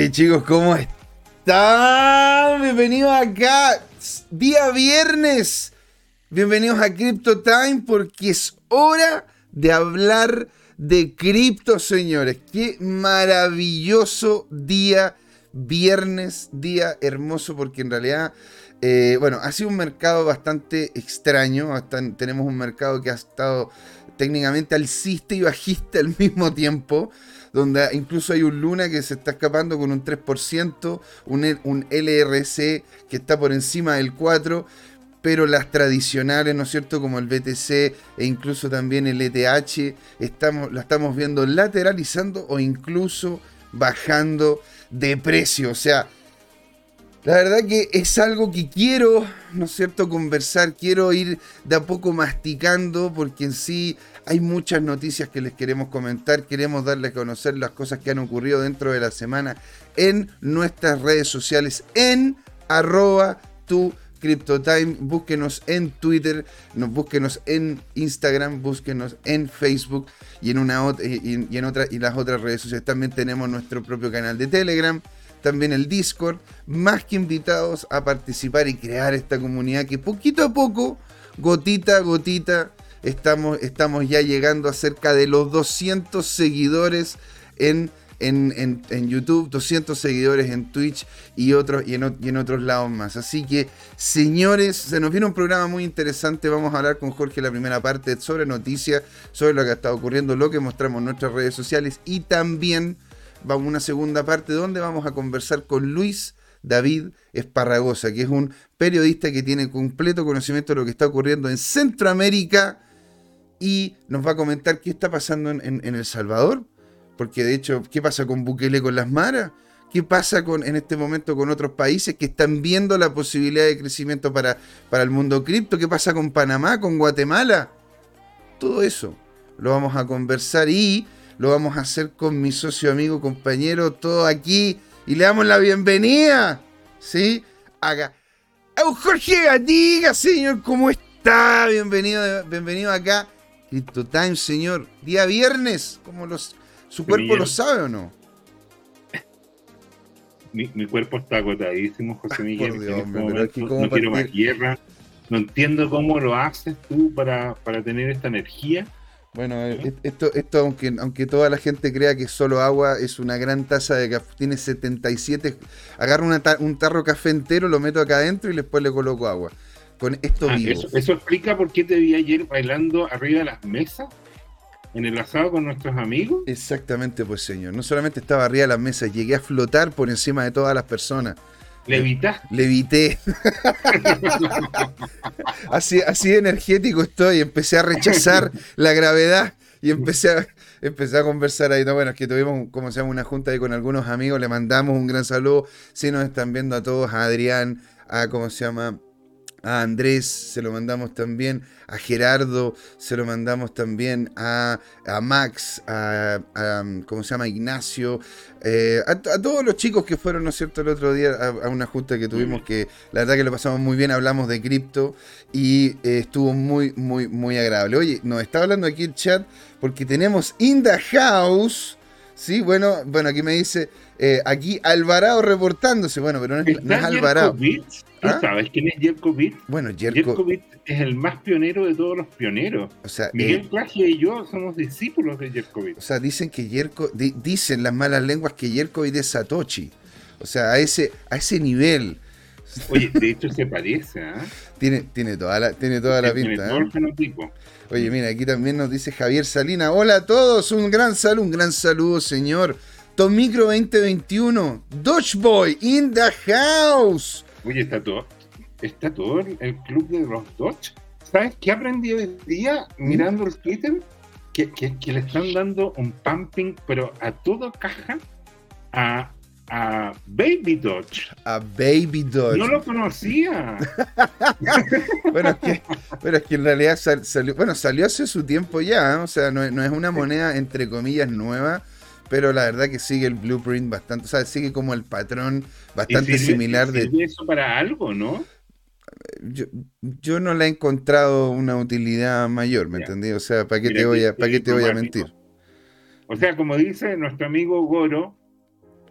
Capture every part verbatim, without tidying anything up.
Oye, chicos, ¿cómo están? Bienvenidos acá, día viernes. Bienvenidos a Crypto Time porque es hora de hablar de cripto, señores. Qué maravilloso día viernes, día hermoso porque en realidad, eh, bueno, ha sido un mercado bastante extraño. Hasta tenemos un mercado que ha estado técnicamente alcista y bajista al mismo tiempo, donde incluso hay un Luna que se está escapando con un tres por ciento, un, un L R C que está por encima del cuatro por ciento, pero las tradicionales, ¿no es cierto?, como el B T C e incluso también el E T H, estamos, la estamos viendo lateralizando o incluso bajando de precio. O sea, la verdad que es algo que quiero, ¿no es cierto?, conversar, quiero ir de a poco masticando, porque en sí hay muchas noticias que les queremos comentar, queremos darles a conocer las cosas que han ocurrido dentro de la semana en nuestras redes sociales, en arroba tu CryptoTime, búsquenos en Twitter, nos búsquenos en Instagram, búsquenos en Facebook y en una y, y en otra y las otras redes sociales. También tenemos nuestro propio canal de Telegram, también el Discord, más que invitados a participar y crear esta comunidad que poquito a poco, gotita a gotita, estamos, estamos ya llegando a cerca de los doscientos seguidores en En, en, en YouTube, doscientos seguidores en Twitch y, otros, y, en, y en otros lados más. Así que, señores, se nos viene un programa muy interesante. Vamos a hablar con Jorge la primera parte sobre noticias, sobre lo que ha estado ocurriendo, lo que mostramos en nuestras redes sociales, y también vamos a una segunda parte donde vamos a conversar con Luis David Esparragosa, que es un periodista que tiene completo conocimiento de lo que está ocurriendo en Centroamérica y nos va a comentar qué está pasando en, en, en El Salvador. Porque de hecho, ¿qué pasa con Bukele, con las maras? ¿Qué pasa con, en este momento con otros países que están viendo la posibilidad de crecimiento para, para el mundo cripto? ¿Qué pasa con Panamá, con Guatemala? Todo eso lo vamos a conversar y lo vamos a hacer con mi socio, amigo, compañero, todo aquí. Y le damos la bienvenida, ¿sí? Haga. ¡Oh, Jorge Gatiga, señor! ¿Cómo está? Bienvenido, bienvenido acá. Crypto Time, señor. Día viernes, como los... ¿Su cuerpo Miguel, lo sabe o no? Mi, mi cuerpo está agotadísimo, José Miguel. Por Dios, en hombre, este pero aquí momento, no quiero más guerra. No entiendo cómo lo haces tú para, para tener esta energía. Bueno, ¿Eh? esto, esto aunque, aunque toda la gente crea que es solo agua, es una gran taza de café. Tiene setenta y siete. Agarro una ta, un tarro de café entero, lo meto acá adentro y después le coloco agua. Con esto ah, vivo. Eso, eso explica por qué te vi ayer bailando arriba de las mesas. ¿En el asado con nuestros amigos? Exactamente, pues, señor. No solamente estaba arriba de las mesas, llegué a flotar por encima de todas las personas. ¿Levitaste? Levité. así, así de energético estoy. Empecé a rechazar la gravedad y empecé a, empecé a conversar ahí. No, bueno, es que tuvimos, como se llama, una junta ahí con algunos amigos. Le mandamos un gran saludo. Si nos están viendo a todos, a Adrián, a, ¿cómo se llama?, a Andrés, se lo mandamos también, a Gerardo, se lo mandamos también a, a Max, a, a, ¿cómo se llama?, Ignacio, eh, a, a todos los chicos que fueron, ¿no es cierto?, el otro día a, a una junta que tuvimos, que la verdad que lo pasamos muy bien, hablamos de cripto y eh, estuvo muy, muy, muy agradable. Oye, nos está hablando aquí el chat porque tenemos in the house, sí, bueno, bueno, aquí me dice, eh, aquí Alvarado reportándose, bueno, pero no es, no es Alvarado. ¿Tú ¿Ah? sabes quién es Jerkovich? Bueno, Jerko... Jerkovich es el más pionero de todos los pioneros. O sea, Miguel eh... Plagia y yo somos discípulos de Jerkovich. O sea, dicen que Jerko... di, dicen las malas lenguas que Jerkovich es Satoshi. O sea, a ese, a ese nivel. Oye, de hecho se parece, ¿eh? Tiene, tiene toda la, tiene toda la pinta. Tiene todo el fenotipo. Oye, mira, aquí también nos dice Javier Salina. Hola a todos, un gran saludo, un gran saludo, señor. Tomicro veinte veintiuno, Dodgeboy in the house. Oye, está todo, está todo el club de los Dodge. ¿Sabes qué aprendí hoy día mirando ¿Mm? el Twitter? Que, que, que le están dando un pumping, pero a todo caja, a, a Baby Dodge. A Baby Dodge. No lo conocía. bueno, es que, bueno, es que en realidad sal, salió, bueno, salió hace su tiempo ya, ¿eh? O sea, no, no es una moneda entre comillas nueva. Pero la verdad que sigue el blueprint bastante, o sea, sigue como el patrón bastante ¿Y sirve, similar de... ¿Sirve eso para algo, no? Yo, yo no le he encontrado una utilidad mayor, ¿me entendí? O sea, ¿para qué Mira, te voy a, ¿para qué te voy a mentir? O sea, como dice nuestro amigo Goro,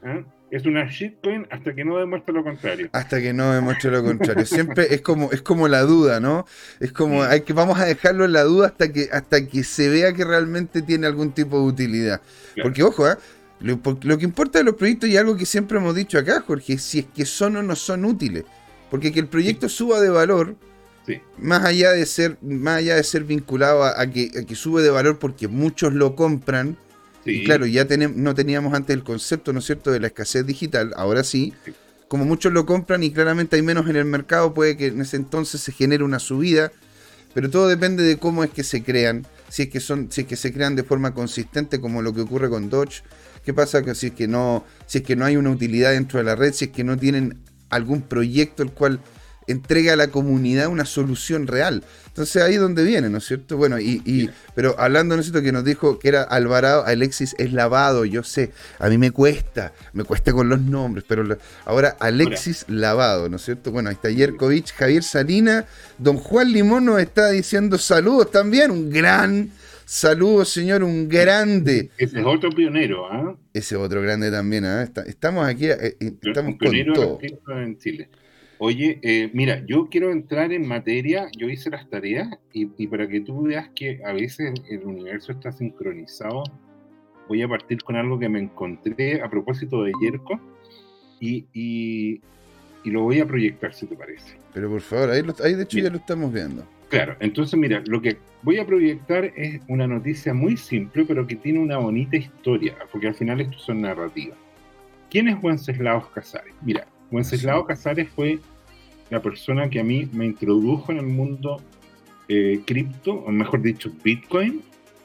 ¿eh? Es una shitcoin hasta que no demuestre lo contrario. Hasta que no demuestre lo contrario. Siempre es como, es como la duda, ¿no? Es como, Mm. hay que, vamos a dejarlo en la duda hasta que, hasta que se vea que realmente tiene algún tipo de utilidad. Claro. Porque, ojo, ¿eh? Lo, lo que importa de los proyectos, y algo que siempre hemos dicho acá, Jorge, es si es que son o no son útiles. Porque que el proyecto suba de valor, Sí. más allá de ser, más allá de ser vinculado a, a, que, a que sube de valor porque muchos lo compran. Sí. Y claro, ya tenemos, no teníamos antes el concepto, ¿no es cierto?, de la escasez digital, ahora sí. Sí. Como muchos lo compran y claramente hay menos en el mercado, puede que en ese entonces se genere una subida, pero todo depende de cómo es que se crean, si es que son, si es que se crean de forma consistente, como lo que ocurre con Doge. ¿Qué pasa si es que no, si es que no hay una utilidad dentro de la red, si es que no tienen algún proyecto el cual entrega a la comunidad una solución real? Entonces ahí es donde viene, ¿no es cierto? Bueno, y, y pero hablando, ¿no es cierto?, que nos dijo que era Alvarado, Alexis es Lavado, yo sé, a mí me cuesta, me cuesta con los nombres, pero lo, ahora Alexis Hola. Lavado, ¿no es cierto? Bueno, ahí está Yerkovich, Javier Salina, don Juan Limón nos está diciendo saludos también, un gran saludo, señor, un grande. Ese es otro pionero, ¿ah? ¿eh? Ese es otro grande también, ¿ah? ¿eh? Estamos aquí, eh, estamos un pionero con todo. En Chile. Oye, eh, mira, yo quiero entrar en materia, yo hice las tareas y, y para que tú veas que a veces el universo está sincronizado, voy a partir con algo que me encontré a propósito de Yerko y, y, y lo voy a proyectar, si te parece. Pero por favor, ahí, lo, ahí de hecho mira, ya lo estamos viendo. Claro, entonces mira, lo que voy a proyectar es una noticia muy simple, pero que tiene una bonita historia, porque al final esto son narrativas. ¿Quién es Wenceslao Casares? Mira, Wenceslao sí. Casares fue la persona que a mí me introdujo en el mundo eh, cripto, o mejor dicho, Bitcoin,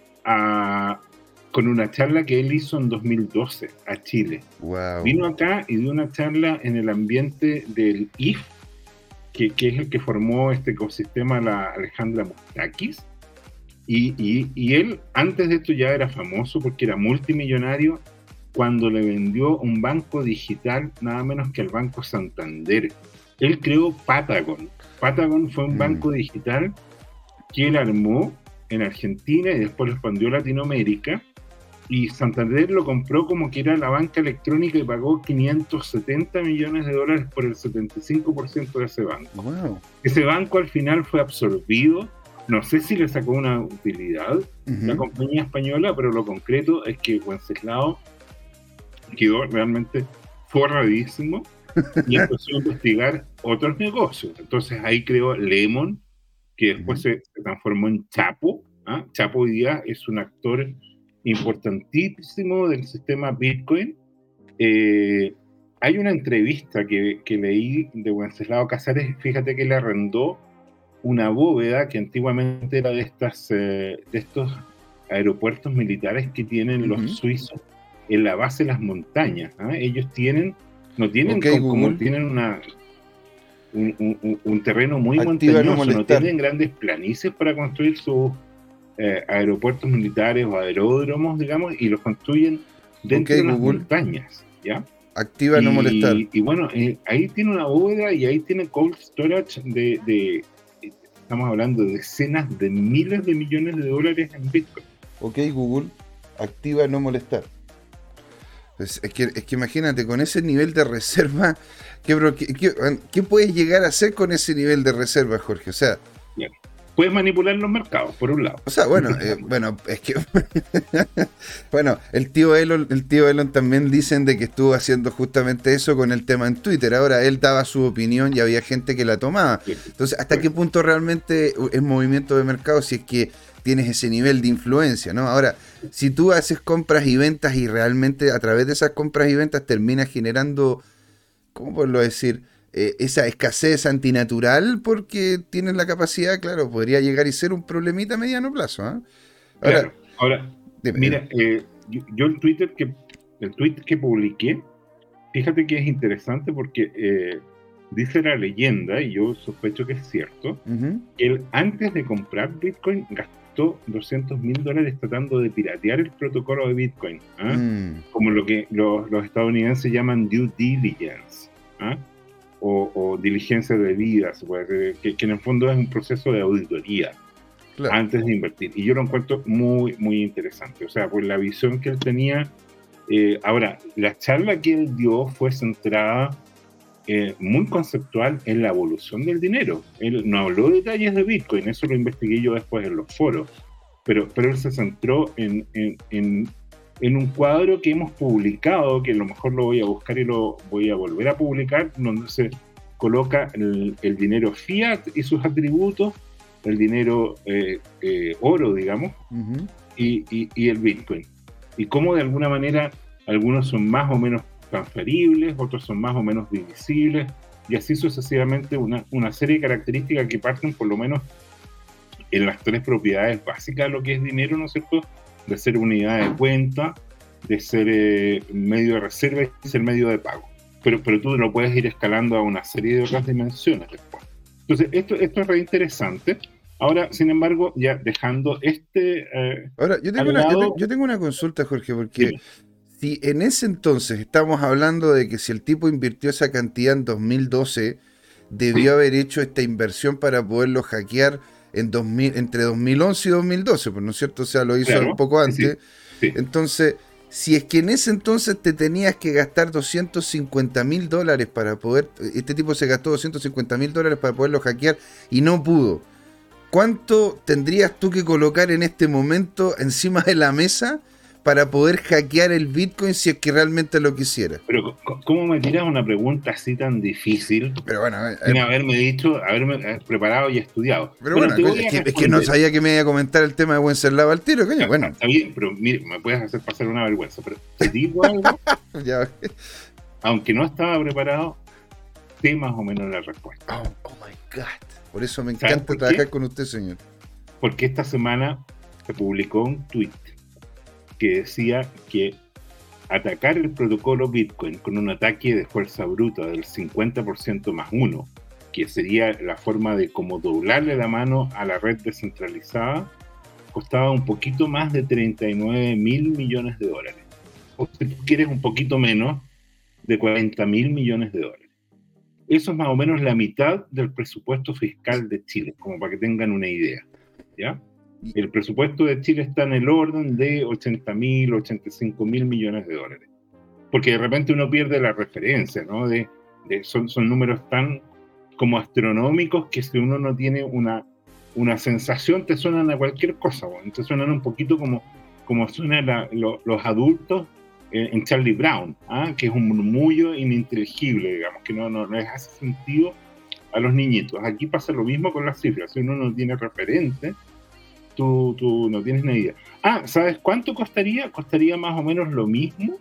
a, con una charla que él hizo en dos mil doce a Chile. Wow. Vino acá y dio una charla en el ambiente del I F, que, que es el que formó este ecosistema, la Alejandra Mustakis, y, y, y él antes de esto ya era famoso porque era multimillonario cuando le vendió un banco digital nada menos que al Banco Santander. Él creó Patagon. Patagon fue un mm. banco digital que él armó en Argentina y después lo expandió a Latinoamérica, y Santander lo compró como que era la banca electrónica y pagó quinientos setenta millones de dólares por el setenta y cinco por ciento de ese banco. Wow. Ese banco al final fue absorbido, no sé si le sacó una utilidad uh-huh. la compañía española, pero lo concreto es que Wenceslao quedó realmente forradísimo y empezó a investigar otros negocios. Entonces ahí creó Lemon, que después uh-huh. se, se transformó en Chapo. ¿ah? Chapo hoy día es un actor importantísimo del sistema Bitcoin. Eh, hay una entrevista que, que leí de Wenceslao Casares, fíjate que le arrendó una bóveda que antiguamente era de, estas, eh, de estos aeropuertos militares que tienen uh-huh. los suizos en la base de las montañas. ¿eh? Ellos tienen, no tienen okay, como, como tienen una, un, un, un terreno muy Activa montañoso, no, no tienen grandes planicies para construir sus eh, aeropuertos militares o aeródromos, digamos, y los construyen dentro okay, de las Google. montañas, ¿ya? Activa y, no molestar. Y bueno, eh, ahí tiene una bóveda y ahí tiene cold storage de, de, estamos hablando de decenas de miles de millones de dólares en Bitcoin. Ok, Google, activa no molestar. Es, es, que, es que imagínate, con ese nivel de reserva, ¿qué, qué, qué, ¿qué puedes llegar a hacer con ese nivel de reserva, Jorge? O sea... Bien. Puedes manipular los mercados, por un lado. O sea, bueno, eh, bueno, es que... bueno, el tío Elon, el tío Elon también dicen de que estuvo haciendo justamente eso con el tema en Twitter. Ahora, él daba su opinión y había gente que la tomaba. Entonces, ¿hasta sí. qué punto realmente es movimiento de mercado si es que tienes ese nivel de influencia, ¿no? Ahora, si tú haces compras y ventas y realmente a través de esas compras y ventas terminas generando, ¿cómo puedo decir? Eh, esa escasez antinatural porque tienen la capacidad, claro, podría llegar y ser un problemita a mediano plazo. ¿eh? Ahora, claro. Ahora dime, mira, eh, yo, yo el Twitter que el tweet que publiqué, fíjate que es interesante porque eh, dice la leyenda, y yo sospecho que es cierto, uh-huh. que él antes de comprar Bitcoin gastó doscientos mil dólares tratando de piratear el protocolo de Bitcoin, ¿eh? mm. como lo que los, los estadounidenses llaman due diligence, ¿eh? O, o diligencia debida, que, que en el fondo es un proceso de auditoría claro. antes de invertir. Y yo lo encuentro muy, muy interesante. O sea, pues la visión que él tenía Eh, ahora, la charla que él dio fue centrada eh, muy conceptual en la evolución del dinero. Él no habló de detalles de Bitcoin, eso lo investigué yo después en los foros, pero, pero él se centró en, en, en, en un cuadro que hemos publicado, que a lo mejor lo voy a buscar y lo voy a volver a publicar, donde se coloca el, el dinero fiat y sus atributos, el dinero eh, eh, oro, digamos, uh-huh. y, y, y el Bitcoin. Y cómo de alguna manera algunos son más o menos transferibles, otros son más o menos divisibles, y así sucesivamente una, una serie de características que parten por lo menos en las tres propiedades básicas de lo que es dinero, ¿no es cierto? De ser unidad de cuenta, de ser eh, medio de reserva y ser medio de pago. Pero, pero tú lo puedes ir escalando a una serie de otras dimensiones después. Entonces, esto, esto es re interesante. Ahora, sin embargo, ya dejando este... Eh, Ahora, yo tengo, una, yo, te, yo tengo una consulta, Jorge, porque sí. Si en ese entonces estamos hablando de que si el tipo invirtió esa cantidad en dos mil doce, debió sí. haber hecho esta inversión para poderlo hackear en dos mil, entre dos mil once y dos mil doce, pues, ¿no es cierto? O sea, lo hizo claro. un poco antes. Sí. Sí. Entonces, si es que en ese entonces te tenías que gastar doscientos cincuenta mil dólares para poder... Este tipo se gastó doscientos cincuenta mil dólares para poderlo hackear y no pudo. ¿Cuánto tendrías tú que colocar en este momento encima de la mesa para poder hackear el Bitcoin si es que realmente lo quisiera? Pero ¿cómo me tiras una pregunta así tan difícil? Pero bueno, eh, sin haberme dicho, haberme preparado y estudiado. Pero bueno, bueno es, que, es que no sabía que me iba a comentar el tema de Wenceslao al tiro, coño. Bueno, está bien, pero mire, me puedes hacer pasar una vergüenza, pero te digo algo, ya. Aunque no estaba preparado, sé más o menos la respuesta. Oh, oh my God. Por eso me encanta trabajar con usted, señor. Porque esta semana se publicó un tweet que decía que atacar el protocolo Bitcoin con un ataque de fuerza bruta del cincuenta por ciento más uno, que sería la forma de como doblarle la mano a la red descentralizada, costaba un poquito más de treinta y nueve mil millones de dólares. O si tú quieres un poquito menos, de cuarenta mil millones de dólares. Eso es más o menos la mitad del presupuesto fiscal de Chile, como para que tengan una idea, ¿ya? El presupuesto de Chile está en el orden de ochenta mil, ochenta y cinco mil millones de dólares. Porque de repente uno pierde la referencia, ¿no? De, de, son, son números tan como astronómicos que si uno no tiene una, una sensación, te suenan a cualquier cosa, ¿no? Te suenan un poquito como, como suenan la, lo, los adultos en, en Charlie Brown, ¿ah? Que es un murmullo ininteligible, digamos, que no, no, no les hace sentido a los niñitos. Aquí pasa lo mismo con las cifras. Si uno no tiene referente, Tú, tú no tienes ni idea. Ah, ¿sabes cuánto costaría? Costaría más o menos lo mismo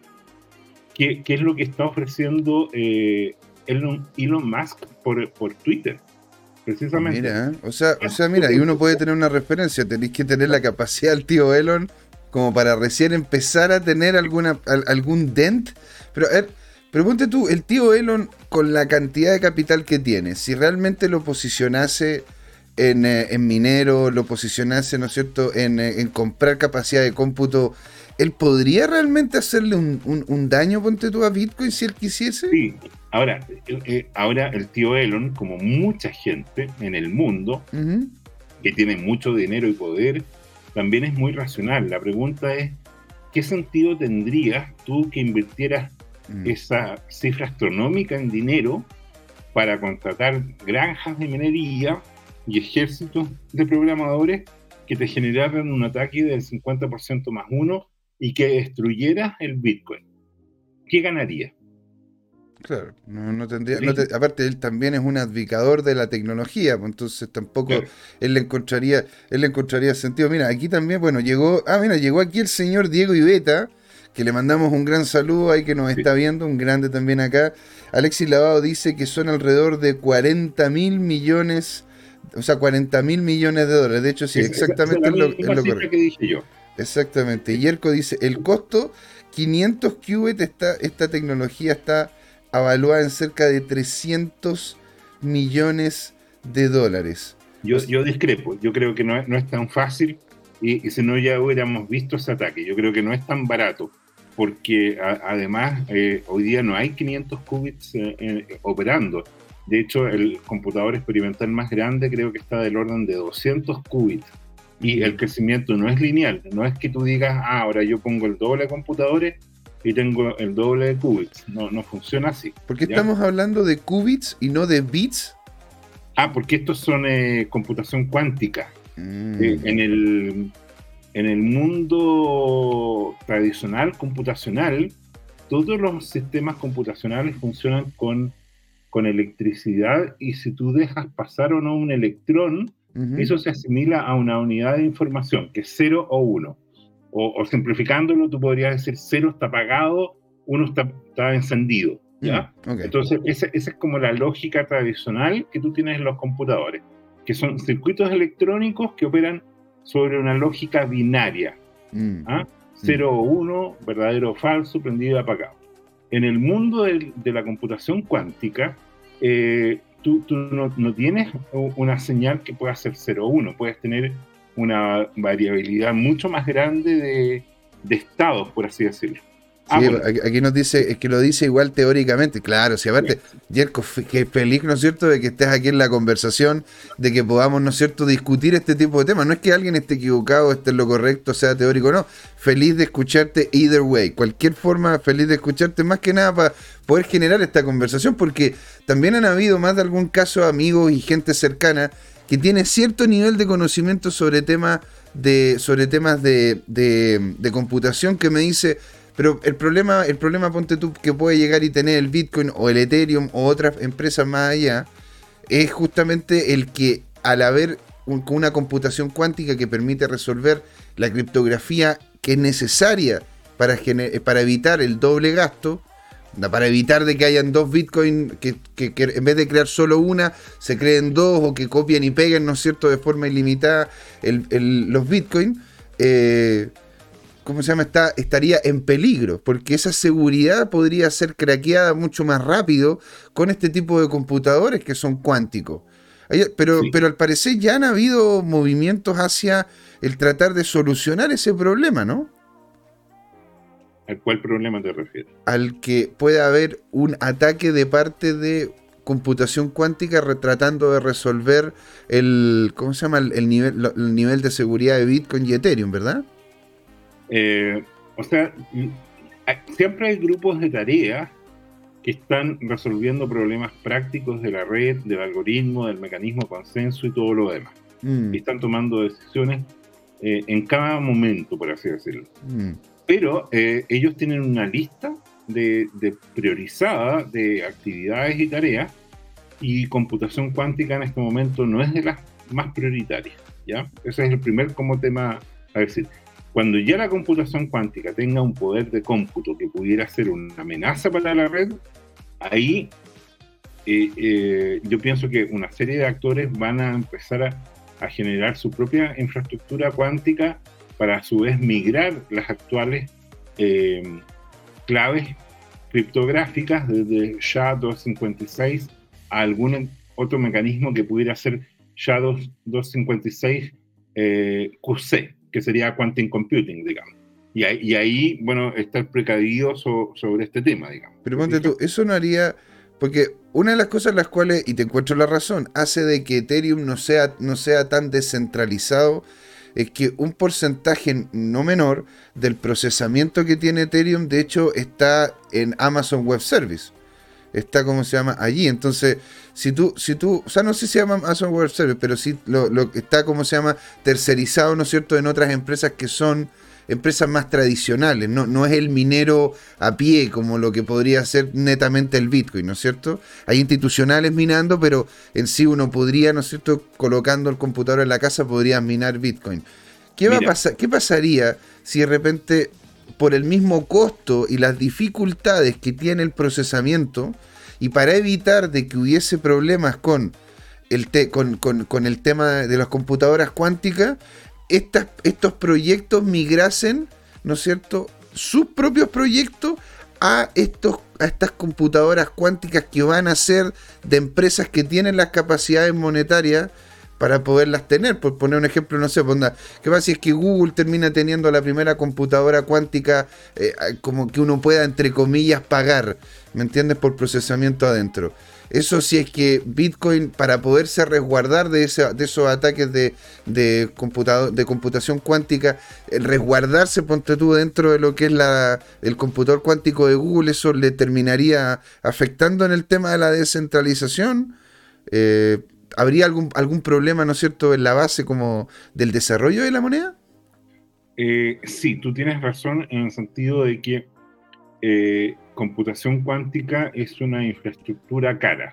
que, que es lo que está ofreciendo eh, Elon, Elon Musk por, por Twitter, precisamente. Mira, o sea, o sea, mira, y uno puede tener una referencia, tenéis que tener la capacidad del tío Elon como para recién empezar a tener alguna algún dent. Pero a ver, pero ponte tú, el tío Elon con la cantidad de capital que tiene, si realmente lo posicionase En, en minero, lo posicionase, ¿no es cierto?, en, en comprar capacidad de cómputo, ¿él podría realmente hacerle un, un, un daño, ponte tú, a Bitcoin si él quisiese? Sí, ahora, eh, ahora el tío Elon, como mucha gente en el mundo, uh-huh. que tiene mucho dinero y poder, también es muy racional. La pregunta es, ¿qué sentido tendría tú que invirtieras uh-huh. esa cifra astronómica en dinero para contratar granjas de minería y ejércitos de programadores que te generaran un ataque del cincuenta por ciento más uno y que destruyera el Bitcoin? ¿Qué ganaría? Claro, no, no tendría. ¿Sí? No te, aparte, él también es un advocador de la tecnología, pues entonces tampoco claro. él le encontraría, él le encontraría sentido. Mira, aquí también, bueno, llegó, ah, mira, llegó aquí el señor Diego Ibeta, que le mandamos un gran saludo ahí que nos sí. está viendo, un grande también acá. Alexis Lavado dice que son alrededor de cuarenta mil millones. O sea, cuarenta mil millones de dólares. De hecho, sí, exactamente es, es, es lo, es lo correcto. Que dije yo. Exactamente. Y Yerko dice, el costo, quinientos qubits, está, esta tecnología está evaluada en cerca de trescientos millones de dólares. Yo, yo discrepo. Yo creo que no es, no es tan fácil y, y si no ya hubiéramos visto ese ataque. Yo creo que no es tan barato porque a, además eh, hoy día no hay quinientos qubits eh, eh, operando. De hecho, el computador experimental más grande creo que está del orden de doscientos qubits. Y el crecimiento no es lineal. No es que tú digas, ah, ahora yo pongo el doble de computadores y tengo el doble de qubits. No, no funciona así. ¿Por qué ¿ya? estamos hablando de qubits y no de bits? Ah, porque estos son eh, computación cuántica. Mm. Eh, en el, en el mundo tradicional computacional, todos los sistemas computacionales funcionan con, con electricidad, y si tú dejas pasar o no un electrón, uh-huh. eso se asimila a una unidad de información, que es cero o uno. O, o simplificándolo, tú podrías decir cero está apagado, uno está, está encendido. ¿ya? Mm, okay. Entonces, esa, esa es como la lógica tradicional que tú tienes en los computadores, que son circuitos electrónicos que operan sobre una lógica binaria. Mm. ¿ah? cero o uno, verdadero o falso, prendido y apagado. En el mundo de, de la computación cuántica, eh, tú, tú no, no tienes una señal que pueda ser cero o uno, puedes tener una variabilidad mucho más grande de, de estados, por así decirlo. Sí, ah, bueno. Aquí nos dice, es que lo dice igual teóricamente, claro, si aparte, Jerko, que feliz, ¿no es cierto?, de que estés aquí en la conversación, de que podamos, ¿no es cierto?, discutir este tipo de temas. No es que alguien esté equivocado, esté en lo correcto, sea teórico, no. Feliz de escucharte either way, cualquier forma, feliz de escucharte, más que nada para poder generar esta conversación, porque también han habido más de algún caso amigos y gente cercana que tiene cierto nivel de conocimiento sobre temas de, sobre temas de, de, de computación, que me dice... Pero el problema, el problema, ponte tú, que puede llegar y tener el Bitcoin o el Ethereum o otras empresas más allá, es justamente el que al haber un, una computación cuántica que permite resolver la criptografía que es necesaria para, gener, para evitar el doble gasto, para evitar de que hayan dos Bitcoin, que, que, que en vez de crear solo una, se creen dos, o que copien y peguen, ¿no es cierto?, de forma ilimitada el, el, los Bitcoin, eh, ¿cómo se llama? Está, estaría en peligro, porque esa seguridad podría ser craqueada mucho más rápido con este tipo de computadores que son cuánticos. Pero, sí. pero al parecer ya han habido movimientos hacia el tratar de solucionar ese problema, ¿no? ¿A cuál problema te refieres? Al que pueda haber un ataque de parte de computación cuántica tratando de resolver el, ¿cómo se llama? El, el, nivel, el nivel de seguridad de Bitcoin y Ethereum, ¿verdad? Eh, o sea, siempre hay grupos de tareas que están resolviendo problemas prácticos de la red, del algoritmo, del mecanismo de consenso y todo lo demás. Mm. Y están tomando decisiones eh, en cada momento, por así decirlo. Mm. Pero eh, ellos tienen una lista de, de priorizada de actividades y tareas, y computación cuántica en este momento no es de las más prioritarias, ¿ya? Ese es el primer como tema a decir. Cuando ya la computación cuántica tenga un poder de cómputo que pudiera ser una amenaza para la red, ahí eh, eh, yo pienso que una serie de actores van a empezar a, a generar su propia infraestructura cuántica para a su vez migrar las actuales eh, claves criptográficas desde S H A doscientos cincuenta y seis a algún otro mecanismo que pudiera ser S H A doscientos cincuenta y seis eh, Q C, que sería Quantum Computing, digamos. Y ahí, y ahí bueno, estar precavido so, sobre este tema, digamos. Pero ponte tú, eso no haría... Porque una de las cosas las cuales, y te encuentro la razón, hace de que Ethereum no sea, no sea tan descentralizado, es que un porcentaje no menor del procesamiento que tiene Ethereum, de hecho, está en Amazon Web Service. Está, ¿cómo se llama? Allí. Entonces, si tú, si tú, o sea, no sé si se llama Amazon Web Service, pero sí lo, lo está, ¿cómo se llama? Tercerizado, ¿no es cierto?, en otras empresas que son empresas más tradicionales. No, no es el minero a pie como lo que podría ser netamente el Bitcoin, ¿no es cierto? Hay institucionales minando, pero en sí uno podría, ¿no es cierto?, colocando el computador en la casa, podría minar Bitcoin. ¿Qué va a pasar? ¿Qué pasaría si de repente, por el mismo costo y las dificultades que tiene el procesamiento, y para evitar de que hubiese problemas con el, te, con, con, con el tema de las computadoras cuánticas, estas, estos proyectos migrasen, ¿no es cierto?, sus propios proyectos a, estos, a estas computadoras cuánticas que van a ser de empresas que tienen las capacidades monetarias para poderlas tener. Por poner un ejemplo, no sé, ponda, ¿qué pasa si es que Google termina teniendo la primera computadora cuántica eh, como que uno pueda, entre comillas, pagar, ¿me entiendes?, por procesamiento adentro? Eso sí es que Bitcoin, para poderse resguardar de, ese, de esos ataques de, de, computador, de computación cuántica, resguardarse, ponte tú, dentro de lo que es la, el computador cuántico de Google, eso le terminaría afectando en el tema de la descentralización. Eh, ¿Habría algún, algún problema, ¿no es cierto?, en la base como del desarrollo de la moneda? Eh, sí, tú tienes razón en el sentido de que eh, computación cuántica es una infraestructura cara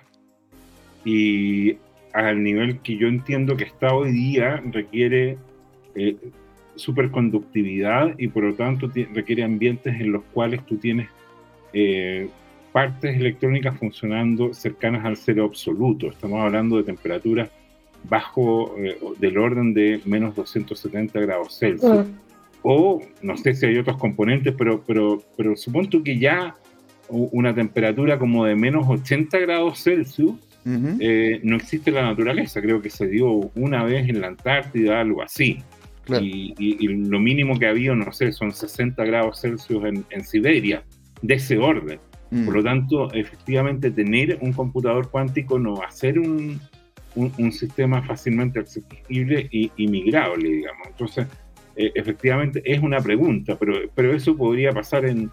y al nivel que yo entiendo que está hoy día requiere eh, superconductividad y por lo tanto requiere ambientes en los cuales tú tienes eh, partes electrónicas funcionando cercanas al cero absoluto. Estamos hablando de temperaturas bajo eh, del orden de menos doscientos setenta grados Celsius. Mm. O no sé si hay otros componentes, pero, pero, pero supongo tú que ya una temperatura como de menos ochenta grados Celsius uh-huh. eh, no existe en la naturaleza. Creo que se dio una vez en la Antártida, algo así. Claro. Y, y, y lo mínimo que ha habido, no sé, son sesenta grados Celsius en, en Siberia, de ese orden. Mm. Por lo tanto, efectivamente, tener un computador cuántico no va a ser un, un, un sistema fácilmente accesible y, y migrable, digamos. Entonces, eh, efectivamente, es una pregunta, pero, pero eso podría pasar en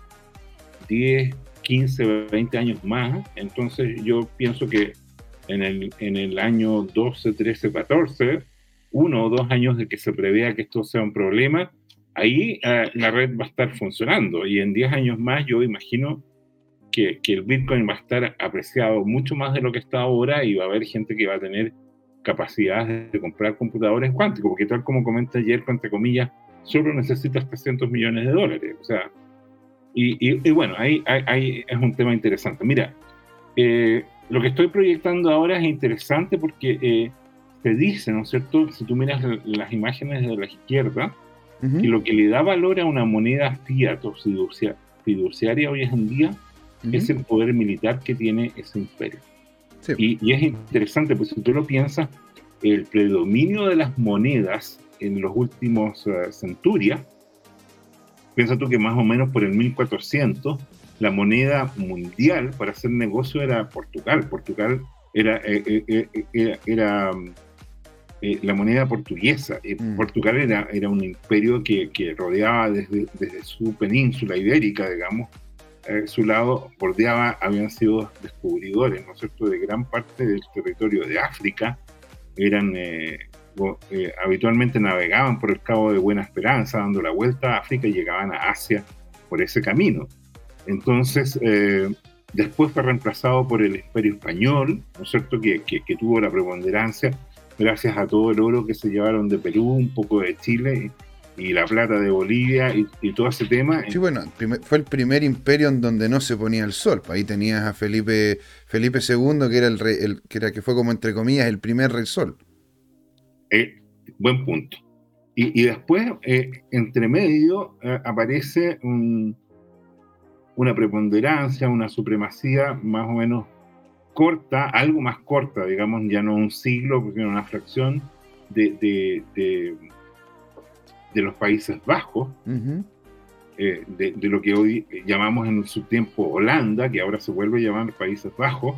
diez, quince, veinte años más. Entonces, yo pienso que en el, en el año doce, trece, catorce, uno o dos años de que se prevea que esto sea un problema, ahí eh, la red va a estar funcionando. Y en diez años más, yo imagino que, que el Bitcoin va a estar apreciado mucho más de lo que está ahora y va a haber gente que va a tener capacidad de comprar computadores cuánticos, porque tal como comenté ayer, entre comillas, solo necesitas trescientos millones de dólares. O sea, y, y, y bueno, ahí, ahí, ahí es un tema interesante. Mira, eh, lo que estoy proyectando ahora es interesante porque eh, te dice, ¿no es cierto?, si tú miras las imágenes de la izquierda, uh-huh. que lo que le da valor a una moneda fiat o fiducia, fiduciaria hoy en día uh-huh. es el poder militar que tiene ese imperio. Sí. Y, y es interesante, pues si tú lo piensas, el predominio de las monedas en los últimos uh, centurias, piensa tú que más o menos por el mil cuatrocientos, la moneda mundial para hacer negocio era Portugal. Portugal era, eh, eh, era, era eh, la moneda portuguesa. Mm. Portugal era, era un imperio que, que rodeaba desde, desde su península ibérica, digamos, eh, su lado bordeaba, habían sido descubridores, ¿no es cierto?, de gran parte del territorio de África. Eran eh, eh, habitualmente navegaban por el Cabo de Buena Esperanza, dando la vuelta a África y llegaban a Asia por ese camino. Entonces, eh, después fue reemplazado por el Imperio Español, ¿no es cierto?, que, que, que tuvo la preponderancia gracias a todo el oro que se llevaron de Perú, un poco de Chile y, y la plata de Bolivia y, y todo ese tema. Sí, bueno, fue el primer imperio en donde no se ponía el sol. Ahí tenías a Felipe Felipe segundo, que era el rey, el, que era que fue como entre comillas el primer rey sol. Eh, buen punto. Y, y después, eh, entre medio, eh, aparece un una preponderancia, una supremacía más o menos corta, algo más corta, digamos, ya no un siglo, porque era una fracción de, de, de, de los Países Bajos, uh-huh. eh, de, de lo que hoy llamamos en su tiempo Holanda, que ahora se vuelve a llamar Países Bajos,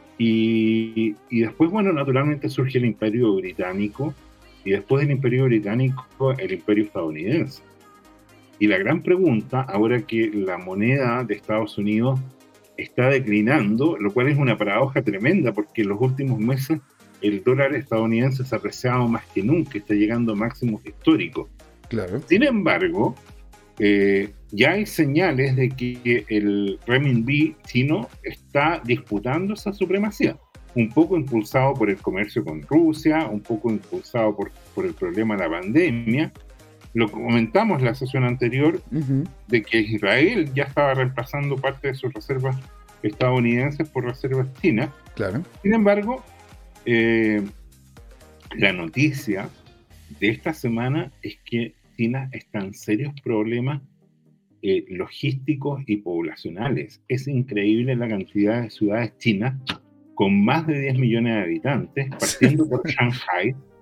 y, y después, bueno, naturalmente surge el Imperio Británico, y después del Imperio Británico, el Imperio Estadounidense. Y la gran pregunta, ahora que la moneda de Estados Unidos está declinando, lo cual es una paradoja tremenda, porque en los últimos meses el dólar estadounidense se ha apreciado más que nunca, está llegando a máximos históricos. Claro. Sin embargo, eh, ya hay señales de que el renminbi chino está disputando esa supremacía, un poco impulsado por el comercio con Rusia, un poco impulsado por, por el problema de la pandemia. Lo comentamos la sesión anterior, uh-huh. de que Israel ya estaba reemplazando parte de sus reservas estadounidenses por reservas chinas. Claro. Sin embargo, eh, la noticia de esta semana es que China está en serios problemas eh, logísticos y poblacionales. Es increíble la cantidad de ciudades chinas con más de diez millones de habitantes, partiendo por Shanghai,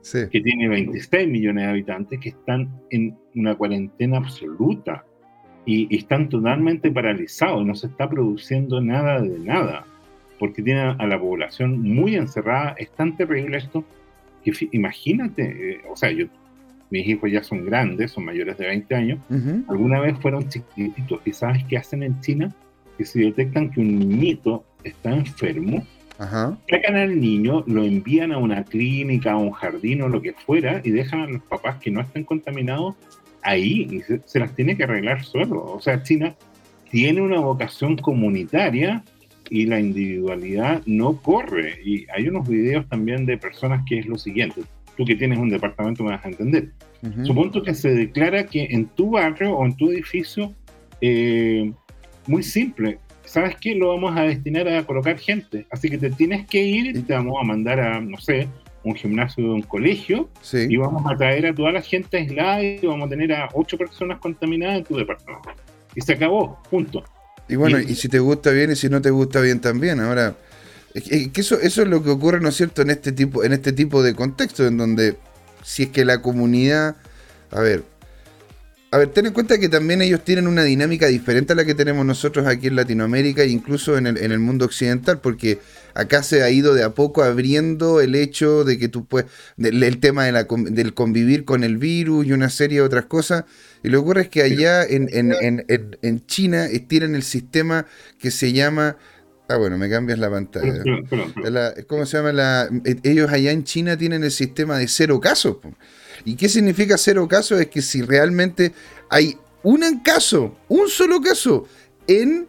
sí. que tiene veintiséis millones de habitantes, que están en una cuarentena absoluta y, y están totalmente paralizados, no se está produciendo nada de nada, porque tienen a la población muy encerrada. Es tan terrible esto que imagínate, eh, o sea, yo, mis hijos ya son grandes, son mayores de veinte años, uh-huh. alguna vez fueron chiquititos, y ¿sabes qué hacen en China? Que si detectan que un niñito está enfermo, uh-huh. sacan al niño, lo envían a una clínica, a un jardín o lo que fuera, y dejan a los papás que no estén contaminados ahí, y se, se las tiene que arreglar solo. O sea, China tiene una vocación comunitaria y la individualidad no corre. Y hay unos videos también de personas que es lo siguiente. Tú que tienes un departamento me vas a entender. Uh-huh. Supongo que se declara que en tu barrio o en tu edificio, eh, muy simple, ¿sabes qué? Lo vamos a destinar a colocar gente. Así que te tienes que ir y te vamos a mandar a, no sé, un gimnasio de un colegio, sí. y vamos a traer a toda la gente aislada y vamos a tener a ocho personas contaminadas en tu departamento. Y se acabó, punto. Y bueno, y, y si te gusta bien y si no te gusta bien también. Ahora, es que eso, eso es lo que ocurre, ¿no es cierto?, en este tipo, en este tipo de contexto, en donde si es que la comunidad, a ver, a ver, ten en cuenta que también ellos tienen una dinámica diferente a la que tenemos nosotros aquí en Latinoamérica e incluso en el, en el mundo occidental, porque acá se ha ido de a poco abriendo el hecho de que tú puedes, del, el tema de la, del convivir con el virus y una serie de otras cosas. Y lo que ocurre es que allá en, en, en, en, en China tienen el sistema que se llama... Ah, bueno, me cambias la pantalla. Perdón, perdón, perdón. La, ¿Cómo se llama? La, ellos allá en China tienen el sistema de cero casos. ¿Y qué significa cero casos? Es que si realmente hay un caso, un solo caso, en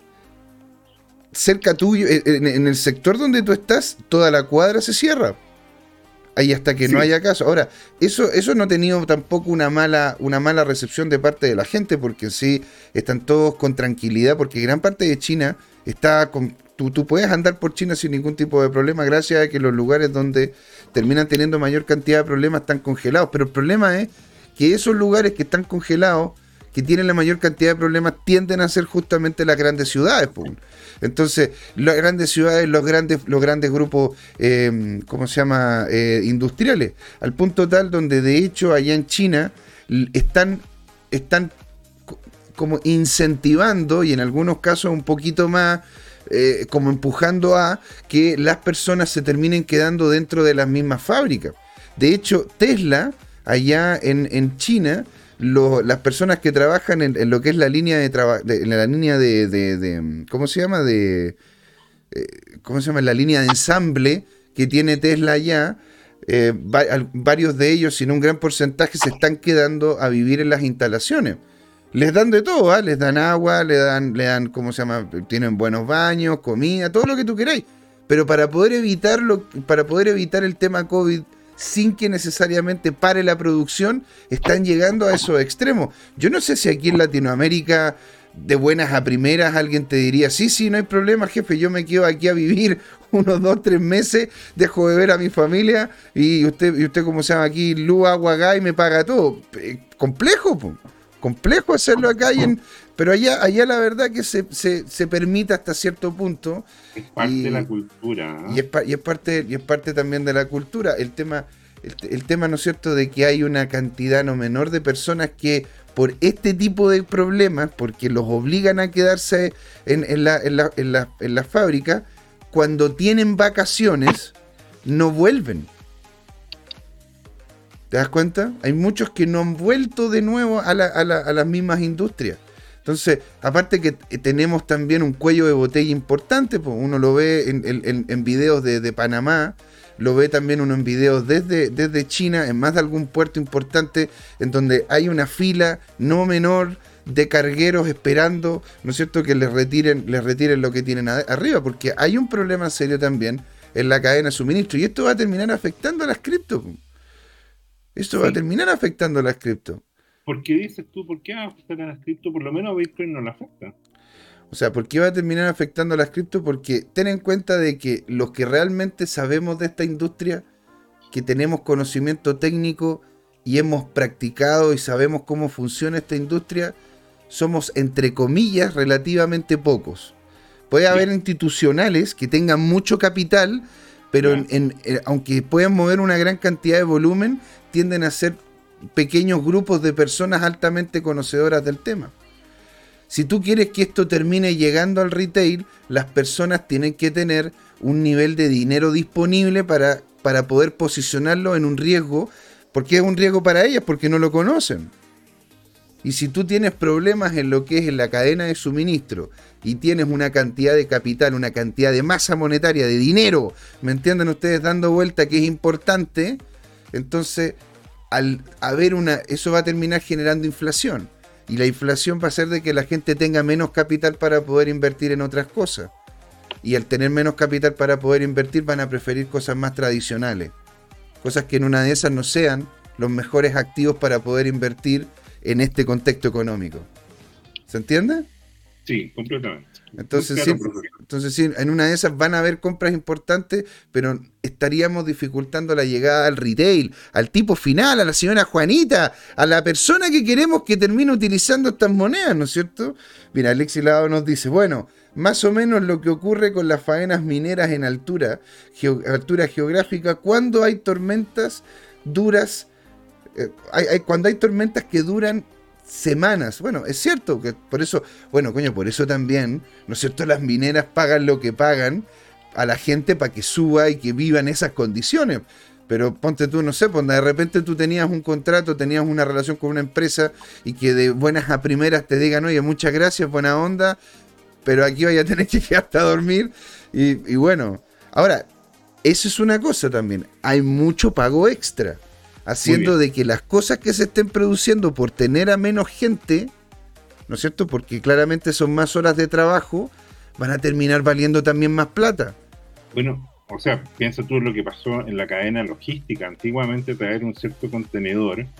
cerca tuyo, en, en el sector donde tú estás, toda la cuadra se cierra. Ahí hasta que sí. no haya caso. Ahora, eso, eso no ha tenido tampoco una mala, una mala recepción de parte de la gente, porque sí están todos con tranquilidad, porque gran parte de China está con... Tú, tú puedes andar por China sin ningún tipo de problema, gracias a que los lugares donde terminan teniendo mayor cantidad de problemas están congelados. Pero el problema es que esos lugares que están congelados, que tienen la mayor cantidad de problemas, tienden a ser justamente las grandes ciudades. Pues. Entonces, las grandes ciudades, los grandes, los grandes grupos, eh, ¿cómo se llama?, eh, industriales, al punto tal donde de hecho allá en China están, están como incentivando, y en algunos casos un poquito más, Eh, como empujando a que las personas se terminen quedando dentro de las mismas fábricas. De hecho, Tesla, allá en, en China, lo, las personas que trabajan en, en lo que es la línea de trabajo, en la línea de, de, de, ¿cómo se llama? De, eh, ¿cómo se llama? La línea de ensamble que tiene Tesla allá, eh, va, varios de ellos, sin un gran porcentaje, se están quedando a vivir en las instalaciones. Les dan de todo, ¿eh? Les dan agua, le dan, le dan, ¿cómo se llama? Tienen buenos baños, comida, todo lo que tú queráis. Pero para poder evitarlo, para poder evitar el tema COVID sin que necesariamente pare la producción, están llegando a esos extremos. Yo no sé si aquí en Latinoamérica, de buenas a primeras, alguien te diría, sí, sí, no hay problema, jefe, yo me quedo aquí a vivir unos dos, tres meses, dejo de ver a mi familia, y usted, y usted ¿cómo se llama aquí? Luz, agua, gas, y me paga todo. Eh, complejo, pues. Complejo hacerlo acá, y en, pero allá, allá la verdad que se, se, se permite hasta cierto punto. Es parte y, de la cultura. ¿eh? Y, es, y, es parte, y es parte también de la cultura. El tema, el, el tema, ¿no es cierto?, de que hay una cantidad no menor de personas que por este tipo de problemas, porque los obligan a quedarse en, en, la, en, la, en, la, en las fábricas, cuando tienen vacaciones, no vuelven. ¿Te das cuenta? Hay muchos que no han vuelto de nuevo a, la, a, la, a las mismas industrias. Entonces, aparte que tenemos también un cuello de botella importante, pues uno lo ve en, en, en videos de, de Panamá, lo ve también uno en videos desde, desde China, en más de algún puerto importante, en donde hay una fila no menor de cargueros esperando, ¿no es cierto?, que les retiren, les retiren lo que tienen arriba, porque hay un problema serio también en la cadena de suministro, y esto va a terminar afectando a las cripto. Esto sí. va a terminar afectando a las cripto. ¿Por qué dices tú? ¿Por qué va a afectar a las cripto? Por lo menos a Bitcoin no la afecta. O sea, ¿por qué va a terminar afectando a las cripto? Porque ten en cuenta de que los que realmente sabemos de esta industria, que tenemos conocimiento técnico y hemos practicado y sabemos cómo funciona esta industria, somos, entre comillas, relativamente pocos. Puede haber sí. institucionales que tengan mucho capital, pero en, en, en, aunque puedan mover una gran cantidad de volumen, tienden a ser pequeños grupos de personas altamente conocedoras del tema. Si tú quieres que esto termine llegando al retail, las personas tienen que tener un nivel de dinero disponible para, para poder posicionarlo en un riesgo, porque es un riesgo para ellas, porque no lo conocen. Y si tú tienes problemas en lo que es en la cadena de suministro y tienes una cantidad de capital, una cantidad de masa monetaria, de dinero, ¿me entienden ustedes? Dando vuelta que es importante, entonces al haber una, eso va a terminar generando inflación. Y la inflación va a hacer de que la gente tenga menos capital para poder invertir en otras cosas. Y al tener menos capital para poder invertir van a preferir cosas más tradicionales. Cosas que en una de esas no sean los mejores activos para poder invertir en este contexto económico. ¿Se entiende? Sí, completamente. Entonces, sí, entonces sí, en una de esas van a haber compras importantes, pero estaríamos dificultando la llegada al retail, al tipo final, a la señora Juanita, a la persona que queremos que termine utilizando estas monedas, ¿no es cierto? Mira, Alexis Lavado nos dice, bueno, más o menos lo que ocurre con las faenas mineras en altura, geo, altura geográfica, cuando hay tormentas duras, eh, hay, hay, cuando hay tormentas que duran semanas. Bueno, es cierto que por eso, bueno, coño, por eso también, ¿no es cierto? Las mineras pagan lo que pagan a la gente para que suba y que viva en esas condiciones. Pero ponte tú, no sé, pues de repente tú tenías un contrato, tenías una relación con una empresa y que de buenas a primeras te digan, oye, muchas gracias, buena onda, pero aquí vaya a tener que quedarte a dormir. Y, y bueno, ahora, eso es una cosa también. Hay mucho pago extra, haciendo de que las cosas que se estén produciendo por tener a menos gente, ¿no es cierto? Porque claramente son más horas de trabajo, van a terminar valiendo también más plata. Bueno, o sea, piensa tú en lo que pasó en la cadena logística. Antiguamente traer un cierto contenedor uh,